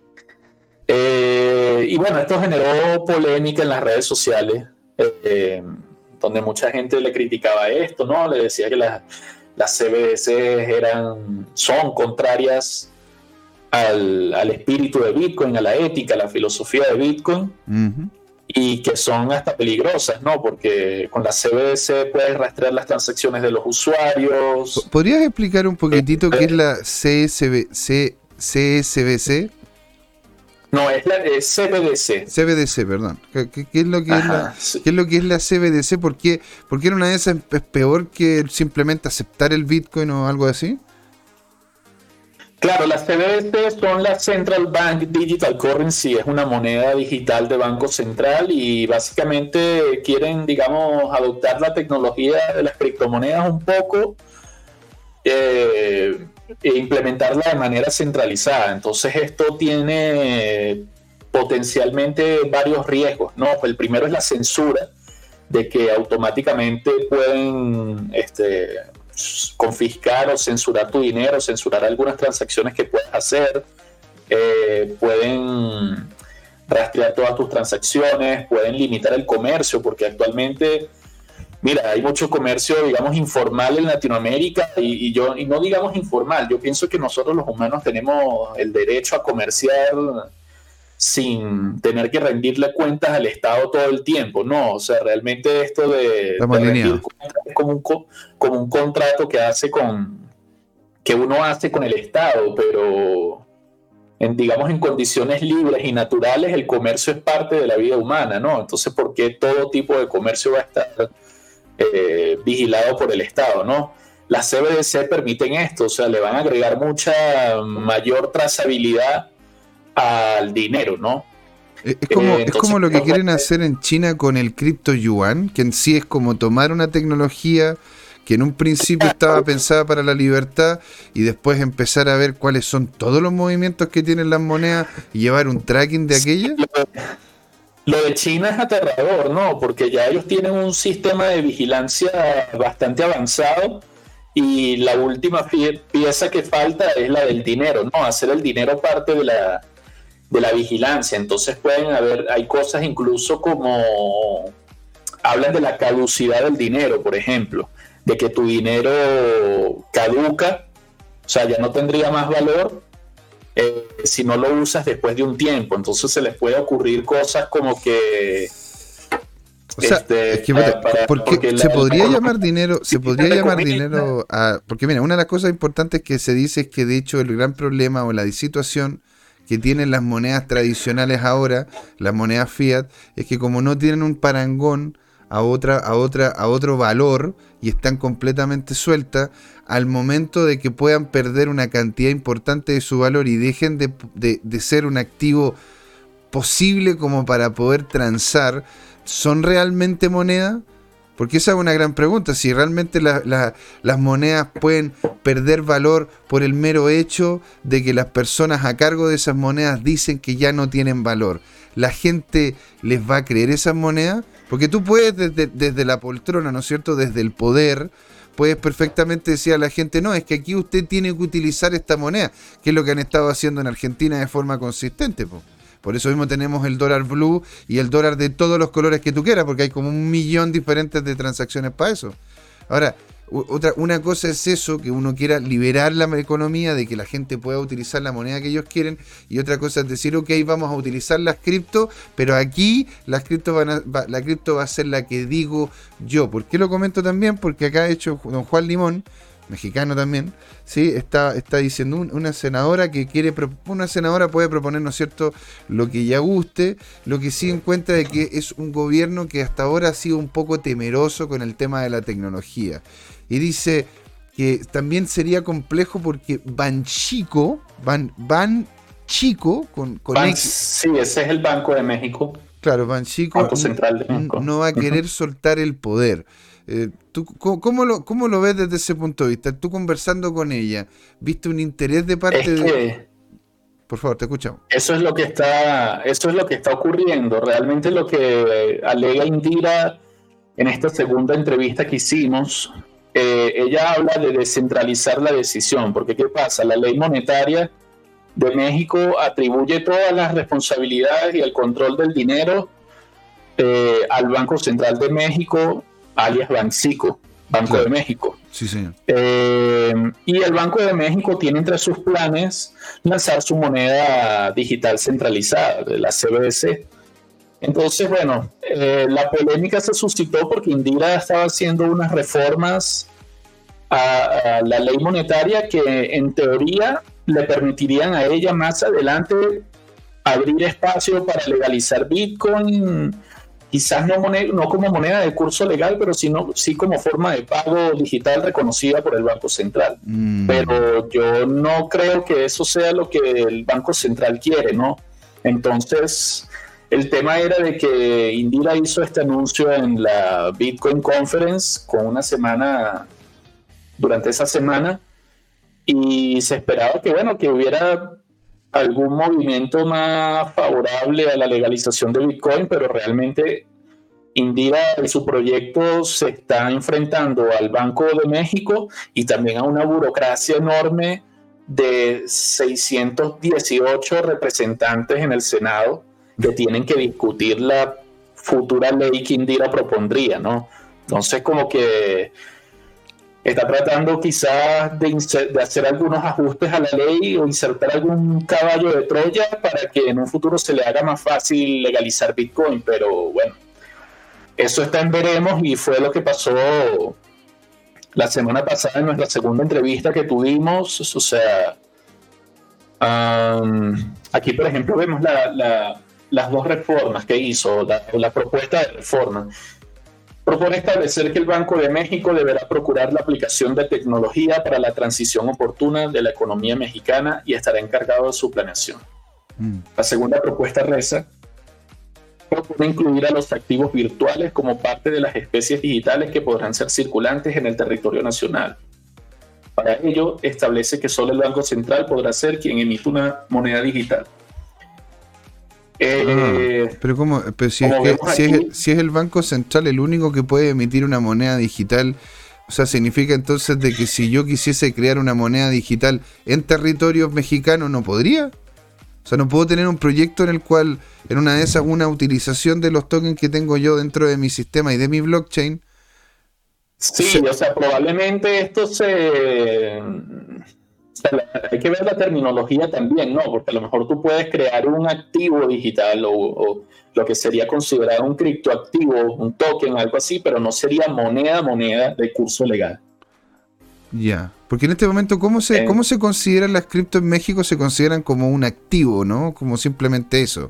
Eh, y bueno, esto generó polémica en las redes sociales, eh, donde mucha gente le criticaba esto, ¿no? Le decía que las, las C B D C eran, son contrarias al, al espíritu de Bitcoin, a la ética, a la filosofía de Bitcoin. Mm-hmm. Y que son hasta peligrosas, ¿no? Porque con la C B D C puedes rastrear las transacciones de los usuarios. ¿Podrías explicar un poquitito eh, qué es la C S B C? C S B C? No, es la es C B D C. C B D C, perdón. ¿Qué, qué, qué, es, lo que Ajá, es, la, sí. ¿qué es lo que es la C B D C? ¿Por qué, ¿Por qué en una de esas es peor que simplemente aceptar el Bitcoin o algo así? Claro, las C B D C son la Central Bank Digital Currency, es una moneda digital de Banco Central y básicamente quieren, digamos, adoptar la tecnología de las criptomonedas un poco eh, e implementarla de manera centralizada. Entonces esto tiene potencialmente varios riesgos, ¿no? El primero es la censura, de que automáticamente pueden... este confiscar o censurar tu dinero, censurar algunas transacciones que puedas hacer, eh, pueden rastrear todas tus transacciones, pueden limitar el comercio, porque actualmente, mira, hay mucho comercio, digamos, informal en Latinoamérica, y, y yo, y no digamos informal, yo pienso que nosotros los humanos tenemos el derecho a comerciar sin tener que rendirle cuentas al Estado todo el tiempo, no, o sea, realmente esto de, de rendir cuentas es como un, como un contrato que hace con, que uno hace con el Estado, pero en, digamos, en condiciones libres y naturales, el comercio es parte de la vida humana, ¿no? Entonces, ¿por qué todo tipo de comercio va a estar eh, vigilado por el Estado, ¿no? Las C B D C permiten esto, o sea, le van a agregar mucha mayor trazabilidad al dinero, ¿no? Es como, eh, entonces, es como lo que quieren hacer en China con el cripto yuan, que en sí es como tomar una tecnología que en un principio estaba pensada para la libertad y después empezar a ver cuáles son todos los movimientos que tienen las monedas y llevar un tracking de aquellas. Lo de China es aterrador, ¿no? Porque ya ellos tienen un sistema de vigilancia bastante avanzado y la última pie- pieza que falta es la del dinero, ¿no? Hacer el dinero parte de la, de la vigilancia. Entonces pueden haber, hay cosas incluso como, hablan de la caducidad del dinero, por ejemplo, de que tu dinero caduca, o sea, ya no tendría más valor eh, si no lo usas después de un tiempo. Entonces se les puede ocurrir cosas como que... O sea, este, es que, para, para, porque, porque se la, podría la, llamar dinero, se podría llamar dinero a, porque mira, una de las cosas importantes que se dice es que de hecho el gran problema o la situación que tienen las monedas tradicionales ahora, las monedas fiat, es que como no tienen un parangón a otra, a otra, a otro valor y están completamente sueltas, al momento de que puedan perder una cantidad importante de su valor y dejen de, de, de ser un activo posible como para poder transar, ¿son realmente monedas? Porque esa es una gran pregunta, si realmente la, la, las monedas pueden perder valor por el mero hecho de que las personas a cargo de esas monedas dicen que ya no tienen valor. ¿La gente les va a creer esas monedas? Porque tú puedes desde, desde la poltrona, ¿no es cierto?, desde el poder, puedes perfectamente decir a la gente, no, es que aquí usted tiene que utilizar esta moneda, que es lo que han estado haciendo en Argentina de forma consistente, po. Por eso mismo tenemos el dólar blue y el dólar de todos los colores que tú quieras, porque hay como un millón diferentes de transacciones para eso. Ahora, otra, una cosa es eso, que uno quiera liberar la economía, de que la gente pueda utilizar la moneda que ellos quieren, y otra cosa es decir, ok, vamos a utilizar las cripto, pero aquí las cripto van a, va, la cripto va a ser la que digo yo. ¿Por qué lo comento también? Porque acá ha hecho don Juan Limón, mexicano también, sí, está, está diciendo un, una senadora que quiere, una senadora puede proponer, ¿no es cierto?, lo que ella guste, lo que sí encuentra de que es un gobierno que hasta ahora ha sido un poco temeroso con el tema de la tecnología. Y dice que también sería complejo porque Banxico, Ban, Banxico, con, con Ban, X, sí, ese es el Banco de México. Claro, Banxico Banco Central de México. No va a querer uh-huh. soltar el poder. Eh, ¿tú, cómo, lo, ¿Cómo lo ves desde ese punto de vista? Tú conversando con ella, ¿viste un interés de parte es de...? Que por favor, te escuchamos. Eso es lo que está, eso es lo que está ocurriendo. Realmente lo que alega Indira en esta segunda entrevista que hicimos, eh, ella habla de descentralizar la decisión, porque ¿qué pasa? La ley monetaria de México atribuye todas las responsabilidades y el control del dinero eh, al Banco Central de México, alias Banxico, Banco claro. de México. Sí, señor. Eh, y el Banco de México tiene entre sus planes lanzar su moneda digital centralizada, de la C B D C. Entonces, bueno, eh, la polémica se suscitó porque Indira estaba haciendo unas reformas a, a la ley monetaria que en teoría le permitirían a ella más adelante abrir espacio para legalizar Bitcoin, quizás no, moneda, no como moneda de curso legal, pero sino, sí como forma de pago digital reconocida por el Banco Central. Mm. Pero yo no creo que eso sea lo que el Banco Central quiere, ¿no? Entonces, el tema era de que Indira hizo este anuncio en la Bitcoin Conference con una semana, durante esa semana, y se esperaba que, bueno, que hubiera algún movimiento más favorable a la legalización de Bitcoin, pero realmente Indira y su proyecto se está enfrentando al Banco de México y también a una burocracia enorme de seiscientos dieciocho representantes en el Senado que tienen que discutir la futura ley que Indira propondría, ¿no? Entonces, como que está tratando quizás de, inser- de hacer algunos ajustes a la ley o insertar algún caballo de Troya para que en un futuro se le haga más fácil legalizar Bitcoin, pero bueno, eso está en veremos y fue lo que pasó la semana pasada en nuestra segunda entrevista que tuvimos. O sea, um, aquí por ejemplo vemos la, la, las dos reformas que hizo, la, la propuesta de reforma. Propone establecer que el Banco de México deberá procurar la aplicación de tecnología para la transición oportuna de la economía mexicana y estará encargado de su planeación. Mm. La segunda propuesta reza: propone incluir a los activos virtuales como parte de las especies digitales que podrán ser circulantes en el territorio nacional. Para ello, establece que solo el Banco Central podrá ser quien emite una moneda digital. Eh, ah, pero cómo, pero si, es que, si, es el, si es el Banco Central el único que puede emitir una moneda digital, o sea, significa entonces de que si yo quisiese crear una moneda digital en territorios mexicanos no podría. O sea, no puedo tener un proyecto en el cual, en una de esas, una utilización de los tokens que tengo yo dentro de mi sistema y de mi blockchain. Sí, se... o sea, probablemente esto se... O sea, hay que ver la terminología también, ¿no? Porque a lo mejor tú puedes crear un activo digital o, o lo que sería considerado un criptoactivo, un token, algo así, pero no sería moneda, moneda de curso legal. Ya, yeah. Porque en este momento, ¿cómo se, eh, ¿cómo se consideran las cripto en México? Se consideran como un activo, ¿no? Como simplemente eso.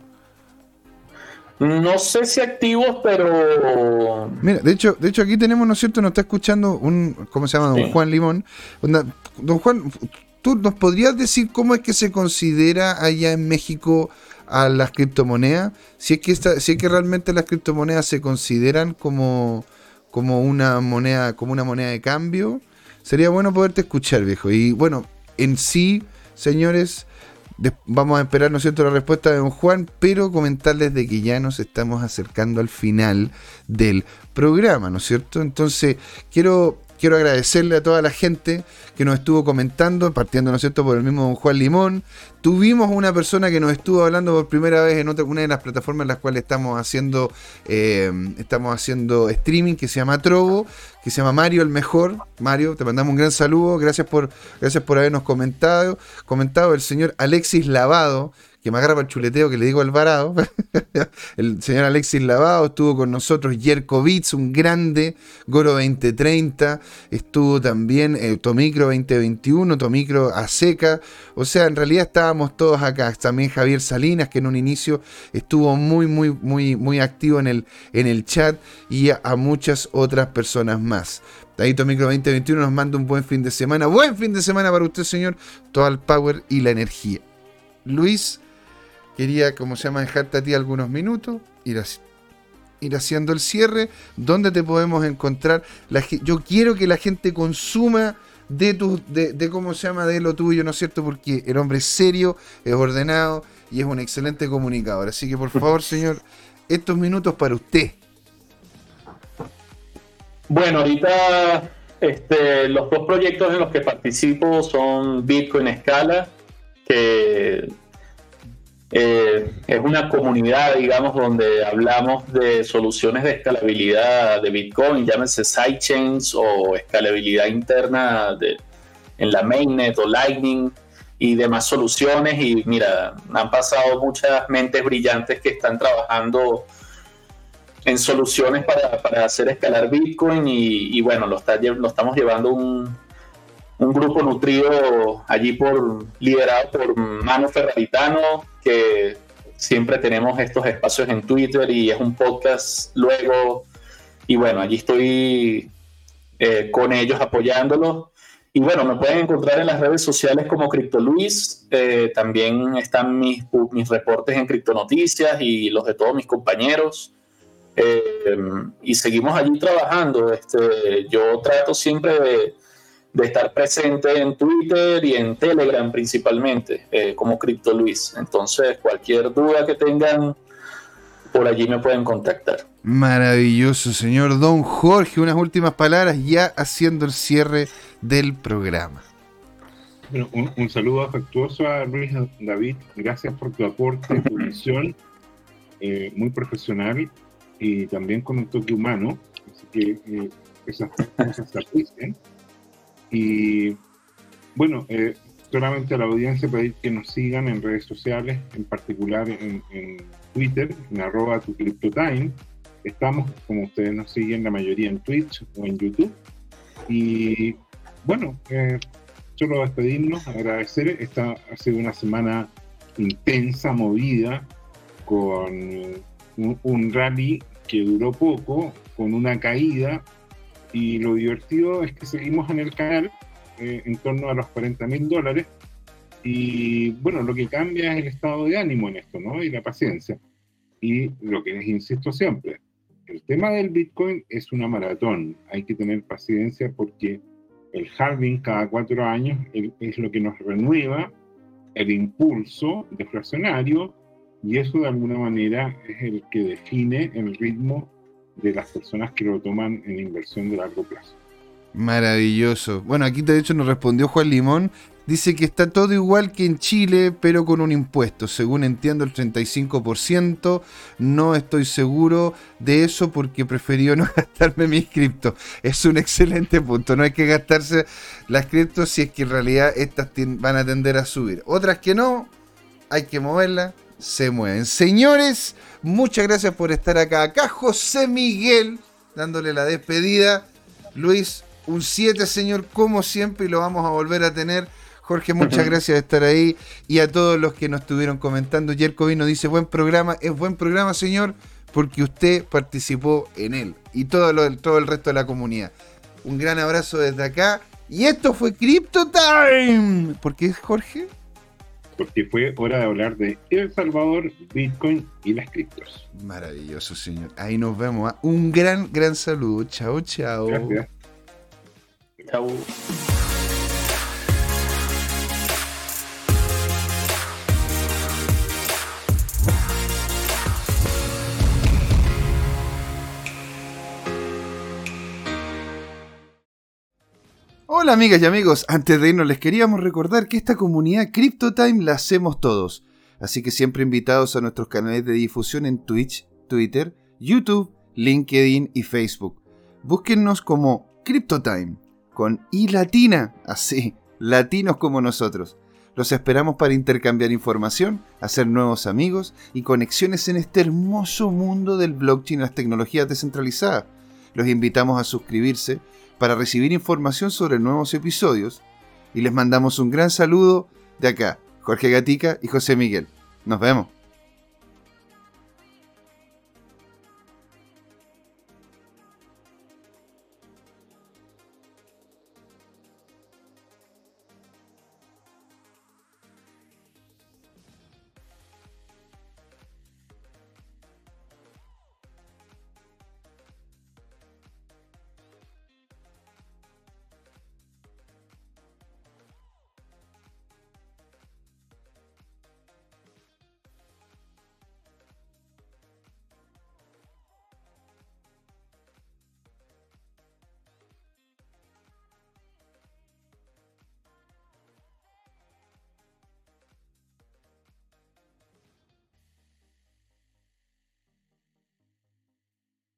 No sé si activos, pero... Mira, de hecho, de hecho aquí tenemos, ¿no es cierto? Nos está escuchando un, ¿cómo se llama? Don sí. Juan Limón. Don Juan, ¿tú nos podrías decir cómo es que se considera allá en México a las criptomonedas? Si es que esta, si es que realmente las criptomonedas se consideran como, como una moneda, como una moneda de cambio. Sería bueno poderte escuchar, viejo. Y bueno, en sí, señores, de, vamos a esperar, ¿no es cierto?, la respuesta de don Juan, pero comentarles de que ya nos estamos acercando al final del programa, ¿no es cierto? Entonces, quiero... Quiero agradecerle a toda la gente que nos estuvo comentando, partiendo, ¿no es cierto?, por el mismo don Juan Limón. Tuvimos una persona que nos estuvo hablando por primera vez en otra, una de las plataformas en las cuales estamos haciendo eh, estamos haciendo streaming, que se llama Trovo, que se llama Mario el Mejor. Mario, te mandamos un gran saludo. Gracias por, gracias por habernos comentado. Comentado el señor Alexis Lavado, que me agarra para el chuleteo que le digo Alvarado. El señor Alexis Lavado estuvo con nosotros, Yerko Beats, un grande, Goro veinte treinta, estuvo también eh, Tomicro veinte veintiuno, Tomicro a seca, o sea, en realidad estábamos todos acá. También Javier Salinas, que en un inicio estuvo muy, muy, muy, muy activo en el, en el chat, y a, a muchas otras personas más. Ahí Tomicro veinte veintiuno nos manda un buen fin de semana. Buen fin de semana para usted, señor. Todo el power y la energía. Luis, quería, como se llama, dejarte a ti algunos minutos, ir, a, ir haciendo el cierre. ¿Dónde te podemos encontrar? La, yo quiero que la gente consuma de, tu, de, de cómo se llama, de lo tuyo, ¿no es cierto? Porque el hombre es serio, es ordenado y es un excelente comunicador. Así que, por favor, señor, estos minutos para usted. Bueno, ahorita este, los dos proyectos en los que participo son Bitcoin Escala, que Eh, es una comunidad, digamos, donde hablamos de soluciones de escalabilidad de Bitcoin, llámense sidechains o escalabilidad interna de, en la mainnet o Lightning y demás soluciones. Y mira, han pasado muchas mentes brillantes que están trabajando en soluciones para, para hacer escalar Bitcoin y, y bueno, lo, está, lo estamos llevando un, un grupo nutrido allí por liderado por Mano Ferraritano, que siempre tenemos estos espacios en Twitter y es un podcast luego, y bueno, allí estoy eh, con ellos apoyándolos. Y bueno, me pueden encontrar en las redes sociales como CryptoLuis, eh, también están mis, mis reportes en Criptonoticias y los de todos mis compañeros, eh, y seguimos allí trabajando. Este, yo trato siempre de de estar presente en Twitter y en Telegram principalmente, eh, como CryptoLuis. Entonces, cualquier duda que tengan, por allí me pueden contactar. Maravilloso, señor Don Jorge. Unas últimas palabras ya haciendo el cierre del programa. Bueno, un, un saludo afectuoso a Luis David. Gracias por tu aporte, tu visión, eh, muy profesional y también con un toque humano. Así que eh, esas cosas se aprecian. Y bueno, eh, solamente a la audiencia pedir que nos sigan en redes sociales, en particular en, en Twitter, en arroba tu CryptoTime. Estamos, como ustedes nos siguen, la mayoría en Twitch o en YouTube. Y bueno, eh, solo despedirnos, agradecer. Esta ha sido una semana intensa, movida, con un, un rally que duró poco, con una caída. Y lo divertido es que seguimos en el canal eh, en torno a los cuarenta mil dólares. Y bueno, lo que cambia es el estado de ánimo en esto, ¿no? Y la paciencia. Y lo que les insisto siempre, el tema del Bitcoin es una maratón. Hay que tener paciencia porque el halving cada cuatro años es lo que nos renueva el impulso deflacionario y eso de alguna manera es el que define el ritmo de las personas que lo toman en inversión de largo plazo. Maravilloso. Bueno, aquí de hecho nos respondió Juan Limón. Dice que está todo igual que en Chile, pero con un impuesto. Según entiendo, el treinta y cinco por ciento. No estoy seguro de eso porque preferió no gastarme mis criptos. Es un excelente punto. No hay que gastarse las criptos si es que en realidad estas van a tender a subir. Otras que no, hay que moverlas, se mueven. Señores, muchas gracias por estar acá. Acá José Miguel, dándole la despedida. Luis, un siete, señor, como siempre, y lo vamos a volver a tener. Jorge, muchas gracias de estar ahí. Y a todos los que nos estuvieron comentando. Yerko Vino dice, buen programa. Es buen programa, señor, porque usted participó en él. Y todo, lo, todo el resto de la comunidad. Un gran abrazo desde acá. Y esto fue Crypto Time. ¿Por qué, Jorge? Porque fue hora de hablar de El Salvador, Bitcoin y las criptos. Maravilloso, señor. Ahí nos vemos. ¿eh? Un gran, gran saludo. Chao, chao. Gracias. Chao. Hola amigas y amigos, antes de irnos les queríamos recordar que esta comunidad CryptoTime la hacemos todos, así que siempre invitados a nuestros canales de difusión en Twitch, Twitter, YouTube, LinkedIn y Facebook. Búsquennos como CryptoTime, con I latina, así, latinos como nosotros. Los esperamos para intercambiar información, hacer nuevos amigos y conexiones en este hermoso mundo del blockchain y las tecnologías descentralizadas. Los invitamos a suscribirse para recibir información sobre nuevos episodios y les mandamos un gran saludo de acá, Jorge Gatica y José Miguel. Nos vemos.